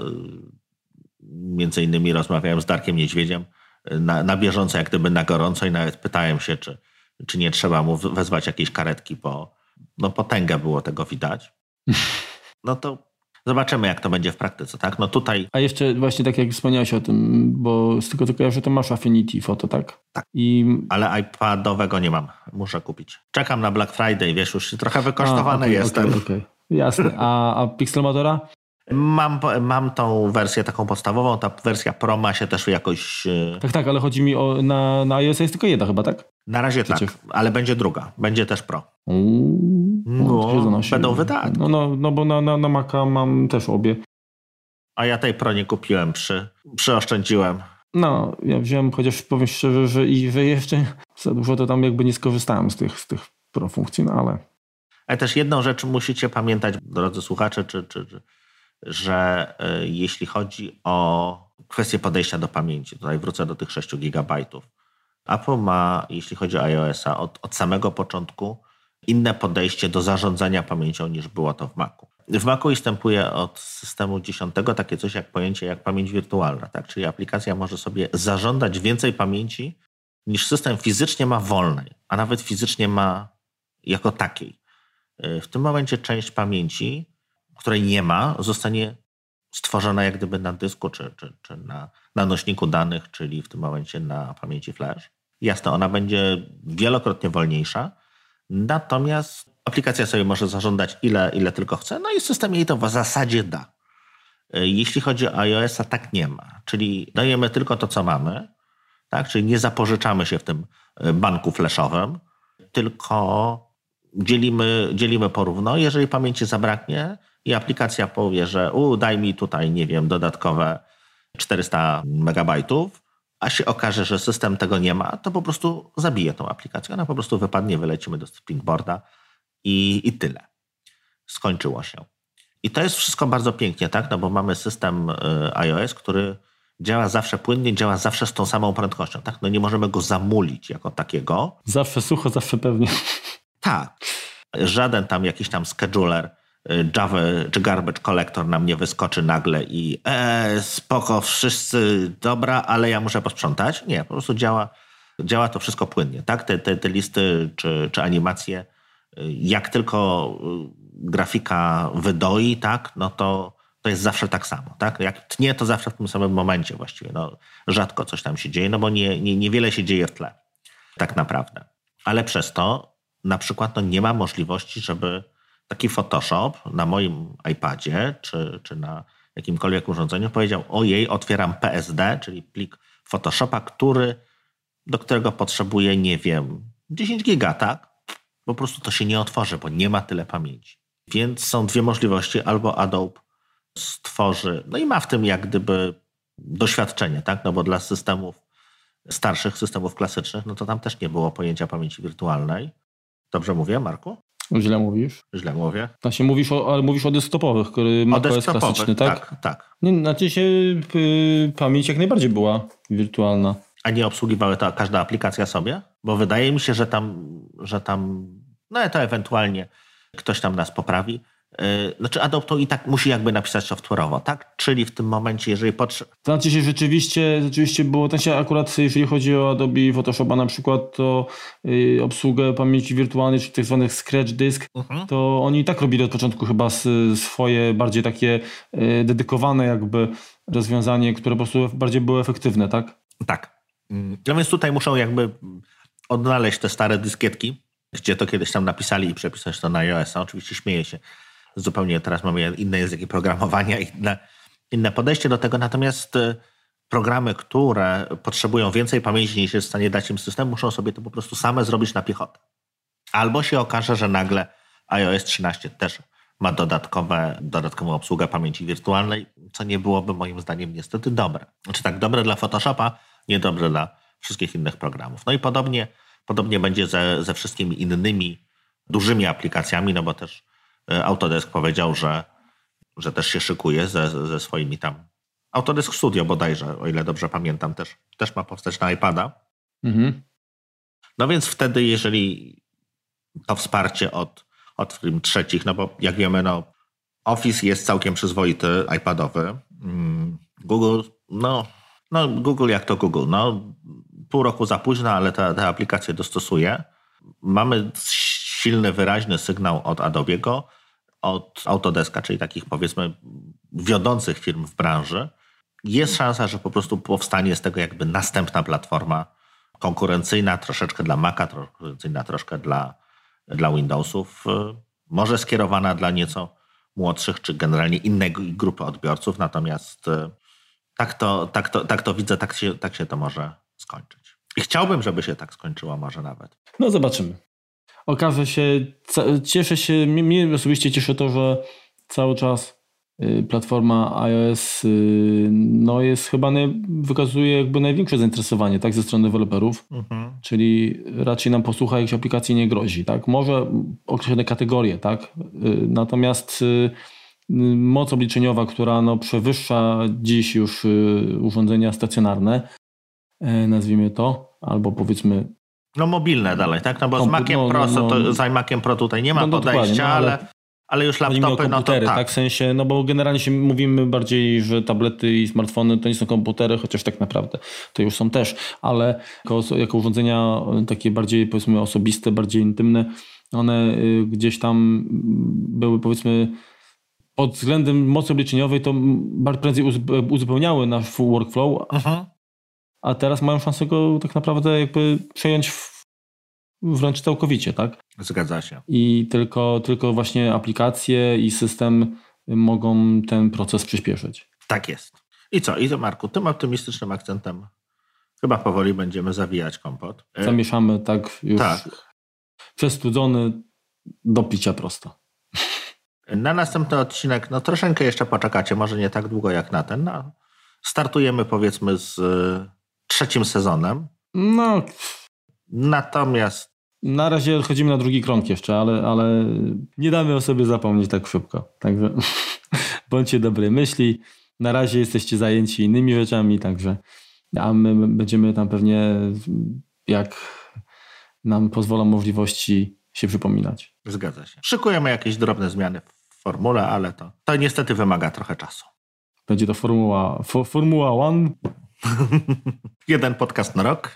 [SPEAKER 1] między innymi rozmawiałem z Darkiem Niedźwiedziem na, na bieżąco, jak gdyby na gorąco i nawet pytałem się, czy, czy nie trzeba mu wezwać jakiejś karetki, bo no, potęgę było tego widać. No to zobaczymy, jak to będzie w praktyce, tak? No tutaj...
[SPEAKER 2] A jeszcze właśnie tak jak wspomniałeś o tym, bo z tego co kojarzę, to masz Affinity Photo, tak?
[SPEAKER 1] Tak, I... ale iPadowego nie mam. Muszę kupić. Czekam na Black Friday, wiesz, już trochę wykosztowany a, okay, jestem.
[SPEAKER 2] Okay, okay. Jasne. A, a Pixelmatora?
[SPEAKER 1] Mam, mam tą wersję taką podstawową, ta wersja Pro ma się też jakoś...
[SPEAKER 2] Tak, tak, ale chodzi mi o... Na, na iOS jest tylko jedna chyba, tak?
[SPEAKER 1] Na razie Przecież. tak, ale będzie druga. Będzie też Pro.
[SPEAKER 2] Uuu,
[SPEAKER 1] no, będą wydatki.
[SPEAKER 2] No, no, no bo na, na, na Maca mam też obie.
[SPEAKER 1] A ja tej Pro nie kupiłem, przy, przyoszczędziłem.
[SPEAKER 2] No, ja wziąłem, chociaż powiem szczerze, że i że jeszcze za dużo to tam jakby nie skorzystałem z tych, z tych Pro funkcji, no ale...
[SPEAKER 1] Ale też jedną rzecz musicie pamiętać, drodzy słuchacze, czy, czy, czy, że y, jeśli chodzi o kwestię podejścia do pamięci, tutaj wrócę do tych sześciu gigabajtów. Apple ma, jeśli chodzi o iOS-a, od, od samego początku inne podejście do zarządzania pamięcią niż było to w Macu. W Macu występuje od systemu dziesiątego takie coś jak pojęcie jak pamięć wirtualna, tak? Czyli aplikacja może sobie zażądać więcej pamięci niż system fizycznie ma wolnej, a nawet fizycznie ma jako takiej. W tym momencie część pamięci, której nie ma, zostanie stworzona jak gdyby na dysku czy, czy, czy na, na nośniku danych, czyli w tym momencie na pamięci flash. Jasne, ona będzie wielokrotnie wolniejsza, natomiast aplikacja sobie może zażądać ile, ile tylko chce, no i system jej to w zasadzie da. Jeśli chodzi o iOS-a, tak nie ma. Czyli dajemy tylko to, co mamy, tak? Czyli nie zapożyczamy się w tym banku flashowym, tylko dzielimy, dzielimy porówno. Jeżeli pamięci zabraknie i aplikacja powie, że u, daj mi tutaj, nie wiem, dodatkowe czterysta megabajtów, a się okaże, że system tego nie ma, to po prostu zabije tą aplikację. Ona po prostu wypadnie, wylecimy do Springboarda i, i tyle. Skończyło się. I to jest wszystko bardzo pięknie, tak? No bo mamy system y, iOS, który działa zawsze płynnie, działa zawsze z tą samą prędkością, tak? No nie możemy go zamulić jako takiego.
[SPEAKER 2] Zawsze sucho, zawsze pewnie.
[SPEAKER 1] Tak. Żaden tam jakiś tam scheduler Java czy Garbage Collector nam nie wyskoczy nagle i e, spoko, wszyscy dobra, ale ja muszę posprzątać. Nie, po prostu działa, działa to wszystko płynnie. Tak? Te, te, te listy czy, czy animacje, jak tylko grafika wydoi, tak, no to, to jest zawsze tak samo. Tak? Jak tnie, to zawsze w tym samym momencie właściwie. No, rzadko coś tam się dzieje, no bo nie, nie, niewiele się dzieje w tle. Tak naprawdę. Ale przez to na przykład no, nie ma możliwości, żeby taki Photoshop na moim iPadzie czy, czy na jakimkolwiek urządzeniu powiedział, ojej, otwieram P S D, czyli plik Photoshopa, który, do którego potrzebuję, nie wiem, dziesięć giga, tak? Po prostu to się nie otworzy, bo nie ma tyle pamięci. Więc są dwie możliwości. Albo Adobe stworzy, no i ma w tym jak gdyby doświadczenie, tak? No bo dla systemów starszych, systemów klasycznych, no to tam też nie było pojęcia pamięci wirtualnej. Dobrze mówię, Marku?
[SPEAKER 2] Źle mówisz.
[SPEAKER 1] Źle mówię.
[SPEAKER 2] Znaczy mówisz o, ale mówisz o desktopowych, który ma jest klasyczny, tak?
[SPEAKER 1] Tak, tak.
[SPEAKER 2] Nie, znaczy się y, pamięć jak najbardziej była wirtualna.
[SPEAKER 1] A nie obsługiwały to każda aplikacja sobie? Bo wydaje mi się, że tam, że tam no to ewentualnie ktoś tam nas poprawi. Znaczy Adobe to i tak musi jakby napisać software'owo, tak? Czyli w tym momencie, jeżeli potrzeba...
[SPEAKER 2] To znaczy się rzeczywiście, rzeczywiście było, to się akurat jeżeli chodzi o Adobe Photoshopa na przykład, to yy, obsługę pamięci wirtualnej, czy tak zwanych scratch disk, mhm. to oni i tak robili od początku chyba swoje bardziej takie yy, dedykowane jakby rozwiązanie, które po prostu bardziej było efektywne, tak?
[SPEAKER 1] Tak. No więc tutaj muszą jakby odnaleźć te stare dyskietki, gdzie to kiedyś tam napisali i przepisać to na iOS-a. Oczywiście śmieję się. Zupełnie teraz mamy inne języki programowania, inne, inne podejście do tego. Natomiast programy, które potrzebują więcej pamięci niż jest w stanie dać im system, muszą sobie to po prostu same zrobić na piechotę. Albo się okaże, że nagle iOS trzynaście też ma dodatkowe, dodatkową obsługę pamięci wirtualnej, co nie byłoby moim zdaniem niestety dobre. Znaczy tak, dobre dla Photoshopa, niedobre dla wszystkich innych programów. No i podobnie, podobnie będzie ze, ze wszystkimi innymi dużymi aplikacjami, no bo też Autodesk powiedział, że, że też się szykuje ze, ze swoimi tam... Autodesk Studio bodajże, o ile dobrze pamiętam, też, też ma powstać na iPada. Mhm. No więc wtedy, jeżeli to wsparcie od, od firm trzecich, no bo jak wiemy, no Office jest całkiem przyzwoity, iPadowy. Google, no, no Google jak to Google, no pół roku za późno, ale te, te aplikacje dostosuje. Mamy silny, wyraźny sygnał od Adobe'ego, od Autodeska, czyli takich powiedzmy wiodących firm w branży. Jest szansa, że po prostu powstanie z tego jakby następna platforma konkurencyjna, troszeczkę dla Maca, konkurencyjna troszkę dla, dla Windowsów, może skierowana dla nieco młodszych, czy generalnie innej grupy odbiorców, natomiast tak to, tak to, tak to widzę, tak się, tak się to może skończyć. I chciałbym, żeby się tak skończyło może nawet.
[SPEAKER 2] No zobaczymy. Okaże się, cieszę się, mnie osobiście cieszy to, że cały czas platforma iOS no jest chyba, nie, wykazuje jakby największe zainteresowanie, tak, ze strony deweloperów, mhm. czyli raczej nam posłucha jakichś aplikacji nie grozi, tak, może określone kategorie, tak, natomiast moc obliczeniowa, która no przewyższa dziś już urządzenia stacjonarne, nazwijmy to, albo powiedzmy
[SPEAKER 1] no mobilne dalej, tak? No bo Kompu- z Maciem no, Pro, no, no, to, z Maciem Pro tutaj nie ma no, podejścia, no, ale, ale, ale już laptopy, no to tak.
[SPEAKER 2] tak. W sensie, no bo generalnie się mówimy bardziej, że tablety i smartfony to nie są komputery, chociaż tak naprawdę to już są też, ale jako, jako urządzenia takie bardziej powiedzmy osobiste, bardziej intymne, one gdzieś tam były powiedzmy pod względem mocy obliczeniowej to bardzo prędzej uzupełniały nasz workflow, uh-huh. a teraz mają szansę go tak naprawdę jakby przejąć w, wręcz całkowicie, tak?
[SPEAKER 1] Zgadza się.
[SPEAKER 2] I tylko, tylko właśnie aplikacje i system mogą ten proces przyspieszyć.
[SPEAKER 1] Tak jest. I co? I to Marku, tym optymistycznym akcentem chyba powoli będziemy zawijać kompot.
[SPEAKER 2] Zamieszamy tak już tak. Przestudzony do picia prosto.
[SPEAKER 1] Na następny odcinek, no troszeczkę jeszcze poczekacie, może nie tak długo jak na ten. No, startujemy powiedzmy z y, trzecim sezonem.
[SPEAKER 2] No.
[SPEAKER 1] Natomiast...
[SPEAKER 2] Na razie odchodzimy na drugi krąg jeszcze, ale, ale nie damy o sobie zapomnieć tak szybko. Także bądźcie dobrej myśli. Na razie jesteście zajęci innymi rzeczami, także a my będziemy tam pewnie, jak nam pozwolą możliwości, się przypominać.
[SPEAKER 1] Zgadza się. Szykujemy jakieś drobne zmiany w formule, ale to, to niestety wymaga trochę czasu.
[SPEAKER 2] Będzie to formuła for, Formuła One.
[SPEAKER 1] Jeden podcast na rok.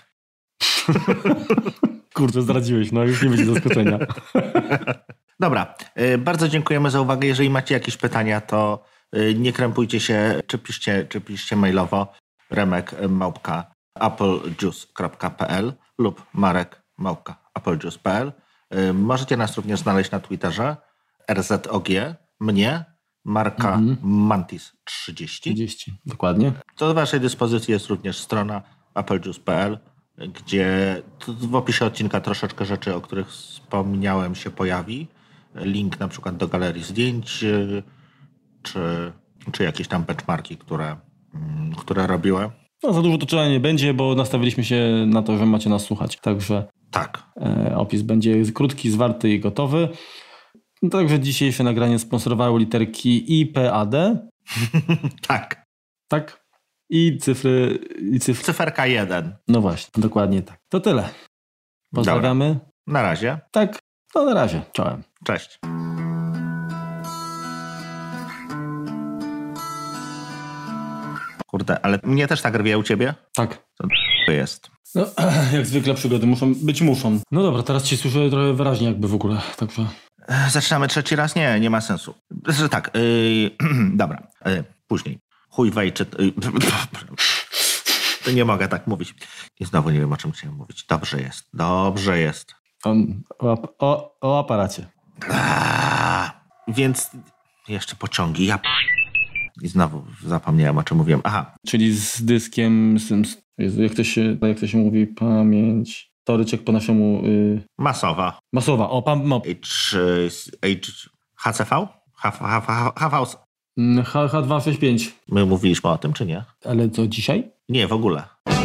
[SPEAKER 2] Kurczę, zdradziłeś, no już nie będzie zaskoczenia.
[SPEAKER 1] Dobra, bardzo dziękujemy za uwagę. Jeżeli macie jakieś pytania, to nie krępujcie się, czy piszcie, czy piszcie mailowo remek małpka applejuice kropka p l lub marek małpka applejuice kropka p l. Możecie nas również znaleźć na Twitterze R Z O G, mnie, Marka mm-hmm. Mantis trzydzieści.
[SPEAKER 2] trzydzieści, dokładnie.
[SPEAKER 1] Do waszej dyspozycji jest również strona applejuice kropka p l, gdzie w opisie odcinka troszeczkę rzeczy, o których wspomniałem, się pojawi. Link na przykład do galerii zdjęć, czy, czy jakieś tam benchmarki, które, które robiłem.
[SPEAKER 2] No, za dużo to czytania nie będzie, bo nastawiliśmy się na to, że macie nas słuchać. Także
[SPEAKER 1] tak.
[SPEAKER 2] E, opis będzie krótki, zwarty i gotowy. No, także dzisiejsze nagranie sponsorowały literki I P A D.
[SPEAKER 1] tak.
[SPEAKER 2] Tak? I cyfry, i cyfry.
[SPEAKER 1] Cyferka jeden.
[SPEAKER 2] No właśnie, dokładnie tak. To tyle. Pozdrawiamy.
[SPEAKER 1] Dobra. Na razie.
[SPEAKER 2] Tak, no na razie. Czołem.
[SPEAKER 1] Cześć. Kurde, ale mnie też tak rwie u ciebie?
[SPEAKER 2] Tak.
[SPEAKER 1] To jest.
[SPEAKER 2] No, jak zwykle przygody muszą być muszą. No dobra, teraz cię słyszę trochę wyraźnie jakby w ogóle, także...
[SPEAKER 1] Zaczynamy trzeci raz? Nie, nie ma sensu. Znaczy tak, yy, dobra, yy, później. Chuj wejczy... Yy, nie mogę tak mówić. I znowu nie wiem, o czym chciałem mówić. Dobrze jest, dobrze jest.
[SPEAKER 2] O, o, o, o aparacie.
[SPEAKER 1] A, więc jeszcze pociągi. Ja... I znowu zapomniałem, o czym mówiłem. Aha.
[SPEAKER 2] Czyli z dyskiem, z, z, Jezu, jak, to się, jak to się mówi, pamięć... Toryczek po naszemu... Yy...
[SPEAKER 1] Masowa.
[SPEAKER 2] Masowa, o, pam... No.
[SPEAKER 1] H, H, H C V? H, H, H, H,
[SPEAKER 2] H, H265.
[SPEAKER 1] My mówiliśmy o tym, czy nie?
[SPEAKER 2] Ale co, dzisiaj?
[SPEAKER 1] Nie, w ogóle.